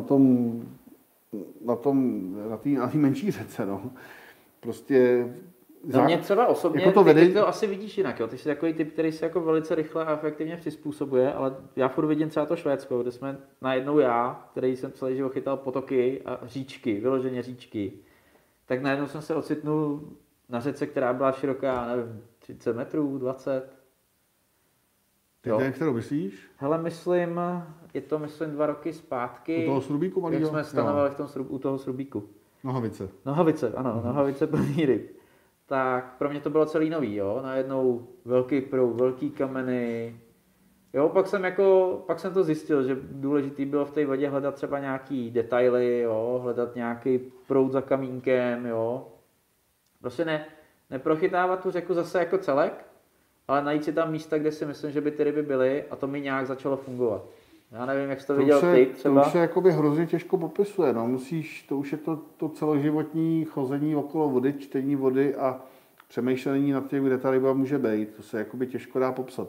na té menší řece, no. Prostě No mě třeba osobně, jako ty to asi vidíš jinak, jo. Ty jsi takový typ, který se jako velice rychle a efektivně přizpůsobuje, ale já furt vidím třeba to Švédsko, kde jsme najednou já, který jsem celý život chytal potoky a říčky, vyloženě říčky, tak najednou jsem se ocitnul na řece, která byla široká, nevím, 30 metrů, 20. Ty kterou myslíš? Hele, je to 2 roky zpátky. U toho srubíku malýho? Jak jsme stanovali u toho srubíku. Nohavice, ano, nohavice plný ryb. Tak pro mě to bylo celý nový, jo, najednou velký proud, velký kameny. Jo, pak jsem to zjistil, že důležitý bylo v té vodě hledat třeba nějaký detaily, jo, hledat nějaký proud za kamínkem, jo. Prostě neprochytávat tu řeku zase jako celek, ale najít si tam místa, kde si myslím, že by ty ryby byly a to mi nějak začalo fungovat. Já nevím, jak jsi to viděl ty třeba. To už se jakoby hrozně těžko popisuje, no. To už je to celoživotní chození okolo vody, čtení vody a přemýšlení nad tím, kde ta ryba může být. To se jakoby těžko dá popsat.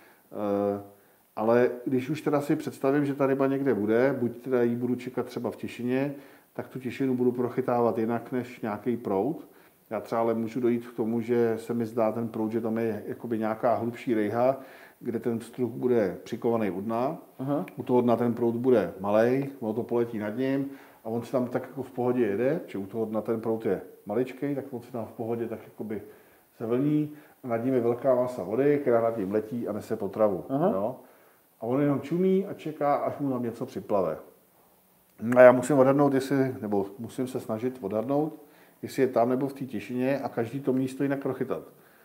Ale když už teda si představím, že ta ryba někde bude, buď teda ji budu čekat třeba v těšině, tak tu těšinu budu prochytávat jinak než nějaký proud. Já třeba ale můžu dojít k tomu, že se mi zdá ten proud, že tam je jakoby nějaká hlubší rejha, kde ten pstruh bude přikovaný u dna. Aha. U toho dna ten proud bude malej, ono to poletí nad ním a on si tam tak jako v pohodě jede, že u toho dna ten proud je maličkej, tak on si tam v pohodě tak jakoby se vlní a nad ním je velká masa vody, která nad ním letí a nese potravu. Jo? A on jenom čumí a čeká, až mu tam něco připlave. A já musím odhadnout, musím se snažit odhadnout, jestli je tam nebo v té těšině a každý to místo jinak prochytat.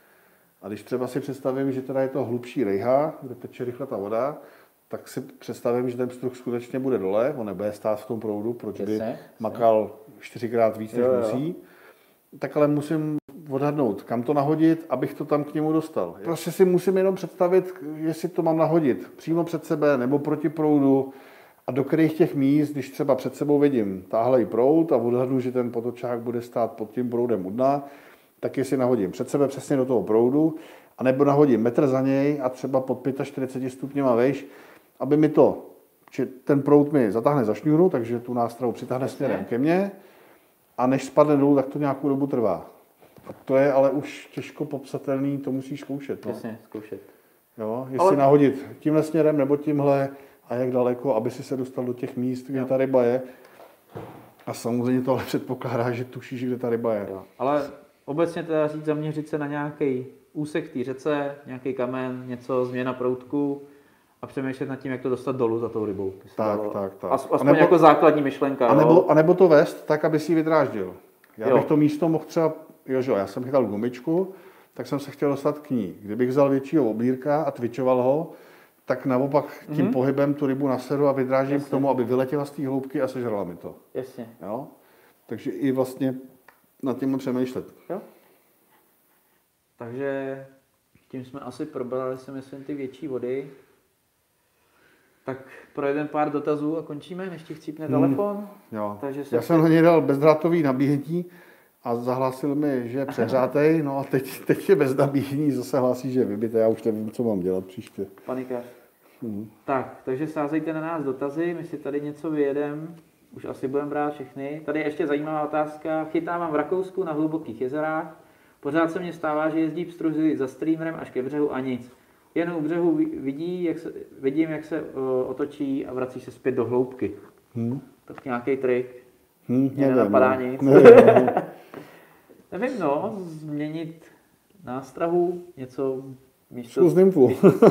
A když třeba si představím, že teda je to hlubší rejha, kde teče rychle ta voda, tak si představím, že ten pstruh skutečně bude dole, on nebude stát v tom proudu, proč by makal 4x víc, než musí. Tak ale musím odhadnout, kam to nahodit, abych to tam k němu dostal. Prostě si musím jenom představit, jestli to mám nahodit přímo před sebe nebo proti proudu a do kterých těch míst, když třeba před sebou vidím táhlej proud a odhadnu, že ten potočák bude stát pod tím proudem u dna, tak jestli nahodím před sebe přesně do toho proudu, anebo nahodím metr za něj a třeba pod 45 stupněma vejš, aby mi ten proud mi zatáhne za šňůru, takže tu nástrahu přitáhne směrem ke mně a než spadne dolů, tak to nějakou dobu trvá. A to je ale už těžko popsatelný, to musíš zkoušet. No. Jasně, zkoušet. Jo, jestli nahodit tímhle směrem nebo tímhle a jak daleko, aby si se dostal do těch míst, kde ta ryba je. A samozřejmě to ale předpokládá, že tušíš, kde ta ryba je. Jo. Ale obecně teda říct, zaměřit se na nějaký úsek té řece, nějaký kamen, něco, změna proudku a přemýšlet nad tím, jak to dostat dolů za tou rybou. Tak. Aspoň jako základní myšlenka. A nebo to vést tak, aby si ji vydráždil. Já bych to místo mohl třeba, já jsem chytal gumičku, tak jsem se chtěl dostat k ní. Kdybych vzal většího oblírka a tvičoval ho, tak naopak tím pohybem tu rybu naseru a vydrážím k tomu, aby vyletěla z té hloubky a sežrala mi to. Jasně. Jo? Takže i vlastně nad tím přemýšlet. Jo. Takže tím jsme asi probrali, si myslím, ty větší vody. Tak projedeme pár dotazů a končíme, než ti chcípne telefon. Jo. Takže Já jsem na něj dal bezdrátový nabíjení a zahlásil mi, že je přehřátej, no a teď je bez nabíjení, zase hlásí, že je vybité, já už nevím, co mám dělat příště. Panikař. Tak, takže sázejte na nás dotazy, my si tady něco vyjedeme, už asi budeme brát všechny. Tady je ještě zajímavá otázka, chytávám v Rakousku na hlubokých jezerách, pořád se mně stává, že jezdí pstruhy za streamerem až ke břehu a nic. Jen u břehu vidím, jak se otočí a vrací se zpět do hloubky. Tak nějaký trik, mě nenapadá nic. Nevím, no, změnit nástrahu, něco místo... Zkus nymfu.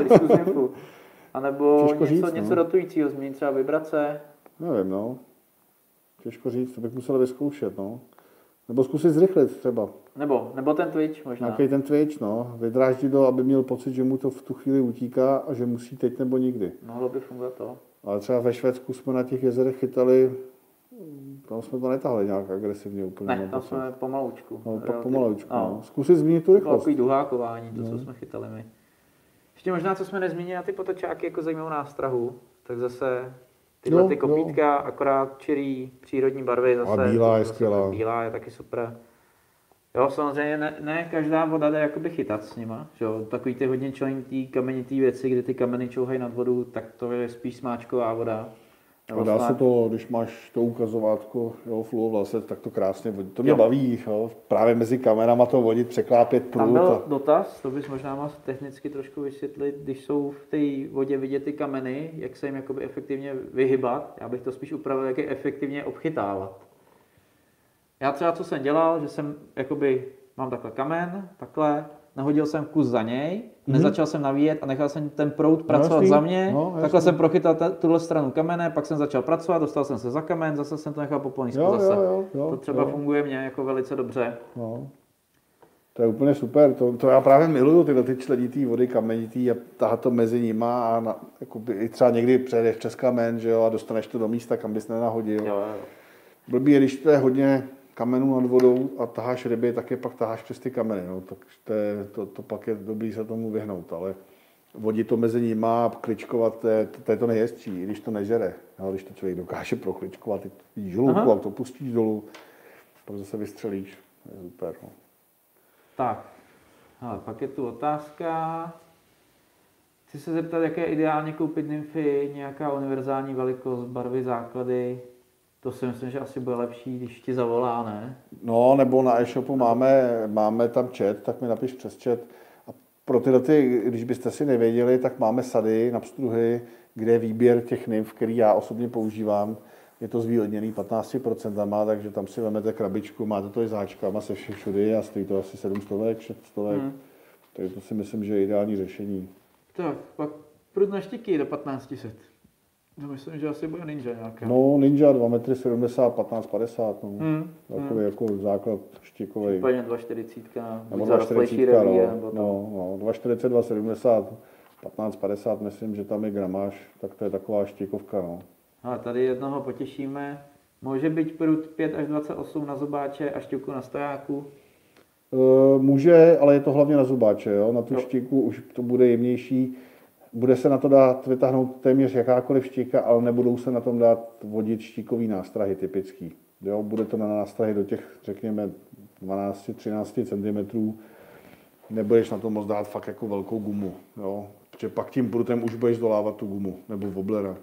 A nebo říct, něco rotujícího, změnit třeba vibrace. Nevím, no. Těžko říct, to bych musel vyzkoušet, no. Nebo zkusit zrychlit třeba. Nebo ten Twitch možná. Nějaký ten Twitch, no. Vydráždí to, aby měl pocit, že mu to v tu chvíli utíká a že musí teď nebo nikdy. Mohlo by fungovat to. Ale třeba ve Švédsku jsme na těch jezerech chytali, tam jsme to netahli nějak agresivně úplně. Ne, tam jsme pomaloučku. No, pomaloučku, no. Zkusit změnit tu rychlost. Takový duhákování, to, co jsme chytali my. Ještě možná, co jsme nezmínili na ty potočáky jako zajímavou nástrahu, tak zase tyhle ty kopítka, akorát čirý přírodní barvy zase. A bílá je skvělá. Bílá je taky super. Jo, samozřejmě ne každá voda jde jakoby chytat s nima, že jo? Takový ty hodně členitý, kamenitý věci, kdy ty kameny čouhají nad vodu, tak to je spíš smáčková voda. A dá se to, když máš to ukazovátko, jo, fluovlase, tak to krásně vodí. To mě baví, jo, právě mezi kamenama to vodit, překlápět prut. Tam byl dotaz, to bys možná mohl technicky trošku vysvětlit, když jsou v té vodě vidět ty kameny, jak se jim jakoby efektivně vyhybat, já bych to spíš upravil, jak je efektivně obchytávat. Já třeba, co jsem dělal, že jsem jakoby, mám takhle kamen, takhle, nahodil jsem kus za něj, nezačal jsem navíjet a nechal jsem ten proud pracovat za mě, takhle jsem prochytal tuhle stranu kamene, pak jsem začal pracovat, dostal jsem se za kamen, zase jsem to nechal po polnízku zase. To třeba funguje mně jako velice dobře. No. To je úplně super, to já právě miluju, tyhle ty členitý vody, kamenitý a tahat to mezi nima a i třeba někdy přejdeš přes kamen, že jo, a dostaneš to do místa, kam bys nenahodil. Jo. Blbý je, když to je hodně kamenů nad vodou a taháš ryby, tak je pak taháš přes ty kameny. No. Tak to pak je dobrý se tomu vyhnout, ale vodit to mezi nima, kličkovat, to je to nejhezčí, i když to nežere. No, když to člověk dokáže prokličkovat, ty vidíš hloubku a to pustíš dolů, pak zase vystřelíš. To je super. No. Tak, ale pak je tu otázka. Chci se zeptat, jak je ideálně koupit nymfy, nějaká univerzální velikost, barvy, základy. To si myslím, že asi bude lepší, když ti zavolá, ne? No, nebo na e-shopu máme tam chat, tak mi napiš přes chat. A pro tyhle, když byste si nevěděli, tak máme sady na pstruhy, kde je výběr těch nymf, který já osobně používám. Je to zvýhodněný 15%, takže tam si vezmete krabičku, máte to i s háčkama se všudy a stojí to asi 700, 600. Takže to si myslím, že je ideální řešení. Tak, pak prut na štiky do 1500. No, myslím, že asi bude Ninja nějaká. No, Ninja 2,70 m, 15,50 m. Takový jako základ štikový. Úplně 2,40 nebo 2,40 no, 2,40, 2,70, 15,50, myslím, že tam je gramáž, tak to je taková štikovka, no. Ale tady jednoho potěšíme. Může být prut 5 až 28 na zobáče a štěvku na stojáku? Může, ale je to hlavně na zobáče, jo? Na tu štíku už to bude jemnější. Bude se na to dát vytáhnout téměř jakákoliv štíka, ale nebudou se na tom dát vodit štíkový nástrahy typický. Jo? Bude to na nástrahy do těch, řekněme, 12-13 cm. Nebudeš na to moc dát fakt jako velkou gumu, jo? Protože pak tím prutem už budeš dolávat tu gumu, nebo woblera.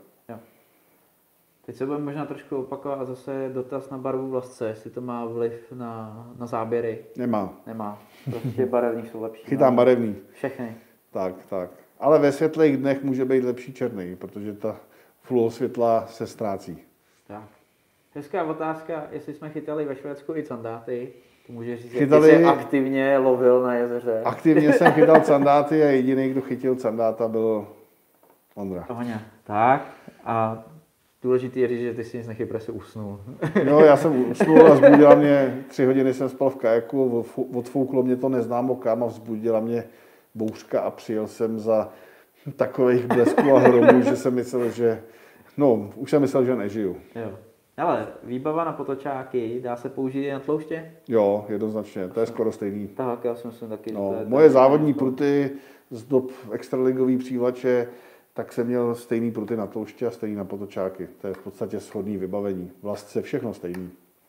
Teď se budeme možná trošku opakovat a zase dotaz na barvu vlasce, jestli to má vliv na záběry. Nemá. Prostě barevný jsou lepší. Chytám barevný. Všechny. Tak. Ale ve světlých dnech může být lepší černý, protože ta fluosvětla se ztrácí. Tak. Hezká otázka, jestli jsme chytali ve Švédsku i candáty. To může říct, jestli jsi aktivně lovil na jezeře. Aktivně jsem chytal candáty a jediný, kdo chytil candáta, byl Ondra. Tak a důležitý je říct, že ty si nic nechytl, protože jsi usnul. Jo, já jsem usnul a vzbudila mě, 3 hodiny jsem spal v kajaku, odfouklo mě to neznámo kam a vzbudila mě bouřka a přijel jsem za takových blesků a hromů, že jsem myslel, že... No, už jsem myslel, že nežiju. Jo. Ale výbava na potočáky dá se použít i na tlouště? Jo, jednoznačně, to je skoro stejný. Tak, já si myslím taky. No, že to je moje závodní pruty z dob extraligový přívlače, tak jsem měl stejný pruty na tlouště a stejný na potočáky. To je v podstatě shodný vybavení. Vlastně všechno stejný.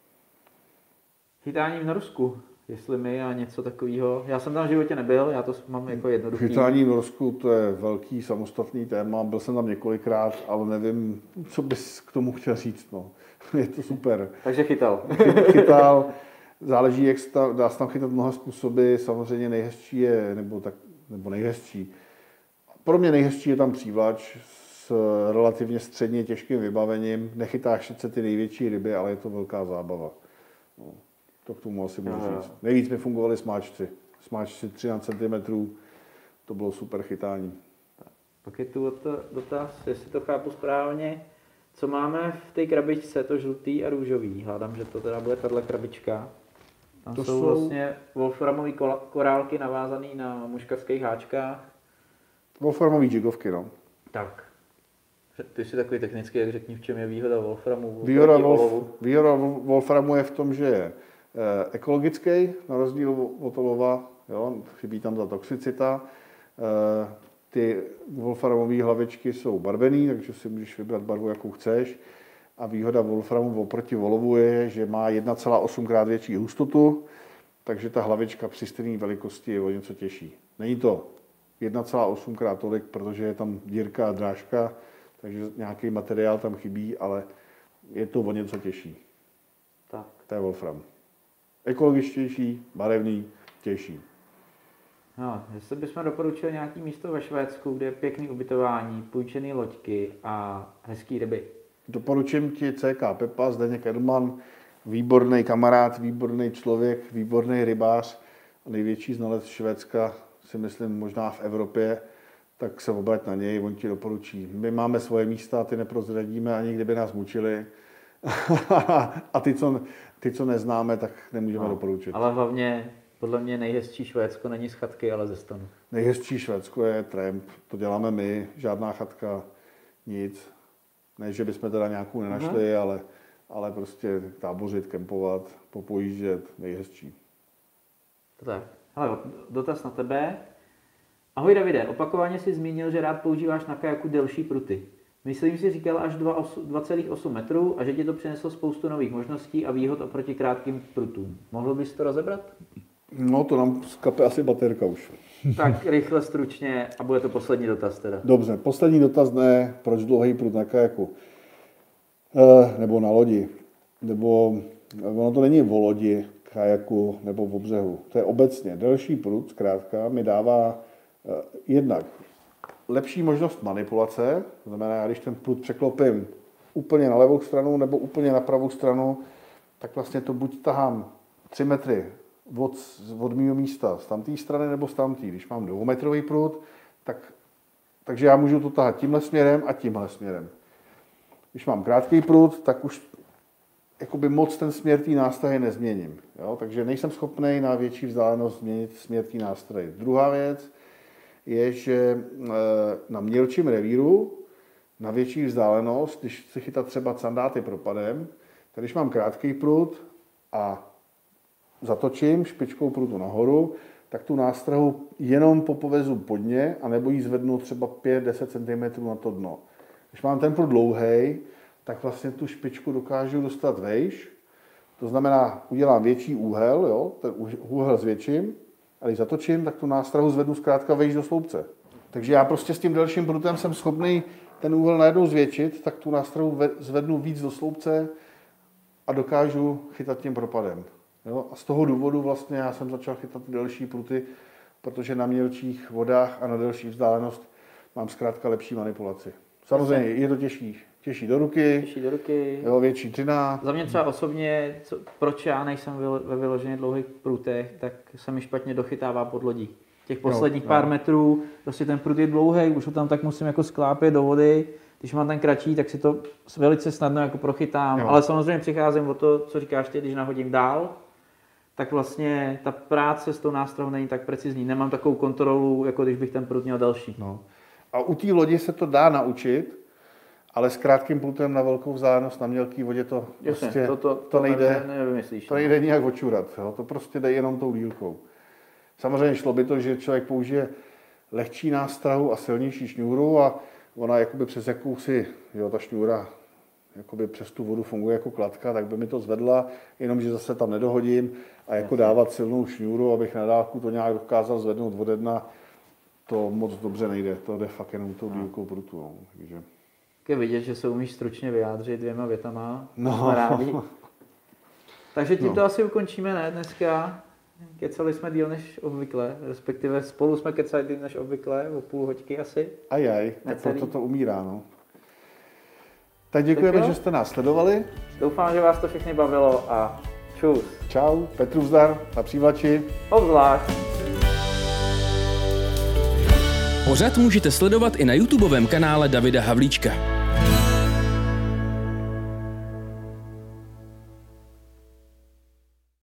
Chytání v Norsku, jestli mi a něco takového. Já jsem tam v životě nebyl, já to mám jako jednoduchý. Chytání v Norsku, to je velký samostatný téma. Byl jsem tam několikrát, ale nevím, co bys k tomu chtěl říct. No. Je to super. Takže chytal. Chytal, záleží, jak dá se tam chytat mnoha způsoby. Samozřejmě nejhezčí je, nebo nejhezčí. Pro mě nejhezčí je tam přívlač s relativně středně těžkým vybavením. Nechytáš sice ty největší ryby, ale je to velká zábava. No, to k tomu asi můžu říct. Nejvíc mi fungovaly smáčci. Smáčci 13 cm, to bylo super chytání. Pak je tu dotaz, jestli to chápu správně. Co máme v té krabičce, to žlutý a růžový? Hádám, že to teda bude tahle krabička. Tam jsou vlastně wolframové korálky navázané na muškatských háčkách. Wolframové jigovky, no. Tak. Ty jsi takový technický, jak řekni, v čem je výhoda wolframu? Výhoda wolframu je v tom, že je ekologický, na rozdíl od olova, jo, chybí tam ta toxicita. Ty wolframové hlavičky jsou barvený, takže si můžeš vybrat barvu, jakou chceš. A výhoda wolframu oproti olovu je, že má 1,8 krát větší hustotu, takže ta hlavička při stejné velikosti je o něco těžší. Není to 1,8 krát tolik, protože je tam dírka a drážka, takže nějaký materiál tam chybí, ale je to o něco těžší. Tak. To je wolfram. Ekologičtější, barevný, těžší. No, jestli bychom doporučili nějaké místo ve Švédsku, kde je pěkný ubytování, půjčený loďky a hezký ryby. Doporučím ti CK Pepa, Zdeněk Edelman, výborný kamarád, výborný člověk, výborný rybář, největší znalec Švédska, si myslím možná v Evropě, tak se obrať na něj, on ti doporučí. My máme svoje místa, ty neprozradíme, ani kdyby nás mučili. A ty, co neznáme, tak nemůžeme doporučit. Ale hlavně, podle mě nejhezčí Švédsko není z chatky, ale ze stanu. Nejhezčí Švédsko je tramp, to děláme my, žádná chatka, nic. Ne, že bychom teda nějakou nenašli, ale prostě tábořit, kempovat, popojíždět, nejhezčí. Tak, hele, dotaz na tebe. Ahoj Davide, opakovaně jsi zmínil, že rád používáš na kajaku delší pruty. Myslím si, říkal až 2,8 metrů a že ti to přineslo spoustu nových možností a výhod oproti krátkým prutům. Mohl bys to rozebrat? No, to nám skape asi baterka už. Tak rychle, stručně a bude to poslední dotaz teda. Dobře, poslední dotaz ne, proč dlouhý prut na kajaku? Nebo na lodi. Nebo ono to není o lodi, kajaku nebo o břehu. To je obecně. Delší prut, zkrátka, mi dává jednak lepší možnost manipulace, to znamená, když ten prut překlopím úplně na levou stranu nebo úplně na pravou stranu, tak vlastně to buď tahám 3 metry od mého místa z tamté strany nebo z tamté. Když mám 2metrový prut, takže já můžu to tahat tímhle směrem a tímhle směrem. Když mám krátký prut, tak už jakoby moc ten směr té nástroje nezměním. Jo? Takže nejsem schopný na větší vzdálenost změnit směr té nástroje. Druhá věc je, že na mělčím revíru, na větší vzdálenost, když chci chytat třeba sandáty propadem, tak když mám krátký prut a zatočím špičkou prutu nahoru, tak tu nástrahu jenom popovezu podně a nebo ji zvednu třeba 5-10 cm na to dno. Když mám ten prut dlouhý, tak vlastně tu špičku dokážu dostat vejš. To znamená, udělám větší úhel, jo, ten úhel zvětším, a když zatočím, tak tu nástrahu zvednu zkrátka vejš do sloupce. Takže já prostě s tím delším prutem jsem schopný ten úhel najednou zvětšit, tak tu nástrahu zvednu víc do sloupce a dokážu chytat tím propadem. Jo? A z toho důvodu vlastně já jsem začal chytat delší pruty, protože na mělčích vodách a na delší vzdálenost mám zkrátka lepší manipulaci. Samozřejmě je to těžší do ruky, jo, větší dřina. Za mě třeba osobně, proč já nejsem ve vyloženě dlouhých prutech, tak se mi špatně dochytává pod lodí. Těch posledních pár metrů, prostě ten prut je dlouhý, už ho tam tak musím jako sklápět do vody. Když mám ten kratší, tak si to velice snadno jako prochytám, ale samozřejmě přicházím o to, co říkáš ty, když nahodím dál, tak vlastně ta práce s tou nástrahou není tak precizní. Nemám takovou kontrolu, jako když bych ten prut měl další. No. A u té lodi se to dá naučit, ale s krátkým prutem na velkou vzdálenost na mělký vodě to Jasně, prostě to nejde, nevymyslíš. to nejde nijak očurat. Jo? To prostě jde jenom tou dílkou. Samozřejmě šlo by to, že člověk použije lehčí nástrahu a silnější šňůru a ona jakoby přes jakousi, jo, ta šňůra jakoby přes tu vodu funguje jako kladka, tak by mi to zvedla, jenomže zase tam nedohodím a jako dávat silnou šňůru, abych na dálku to nějak dokázal zvednout ode dna, to moc dobře nejde, to jde fakt jenom tou dílkou prutu. No. Takže... Je vidět, že se umíš stručně vyjádřit 2 větama. No. Rádi. Takže tím to asi ukončíme, ne, dneska. Kecali jsme díl než obvykle, respektive spolu jsme kecali díl než obvykle, o půl hoďky asi. Ajaj, tak to umírá, no. Tak děkujeme, že jste nás sledovali. Doufám, že vás to všechny bavilo a čus. Čau, Petru zdar na přívlači. Obzvlášť. Pořad můžete sledovat i na YouTubeovém kanále Davida Havlíčka.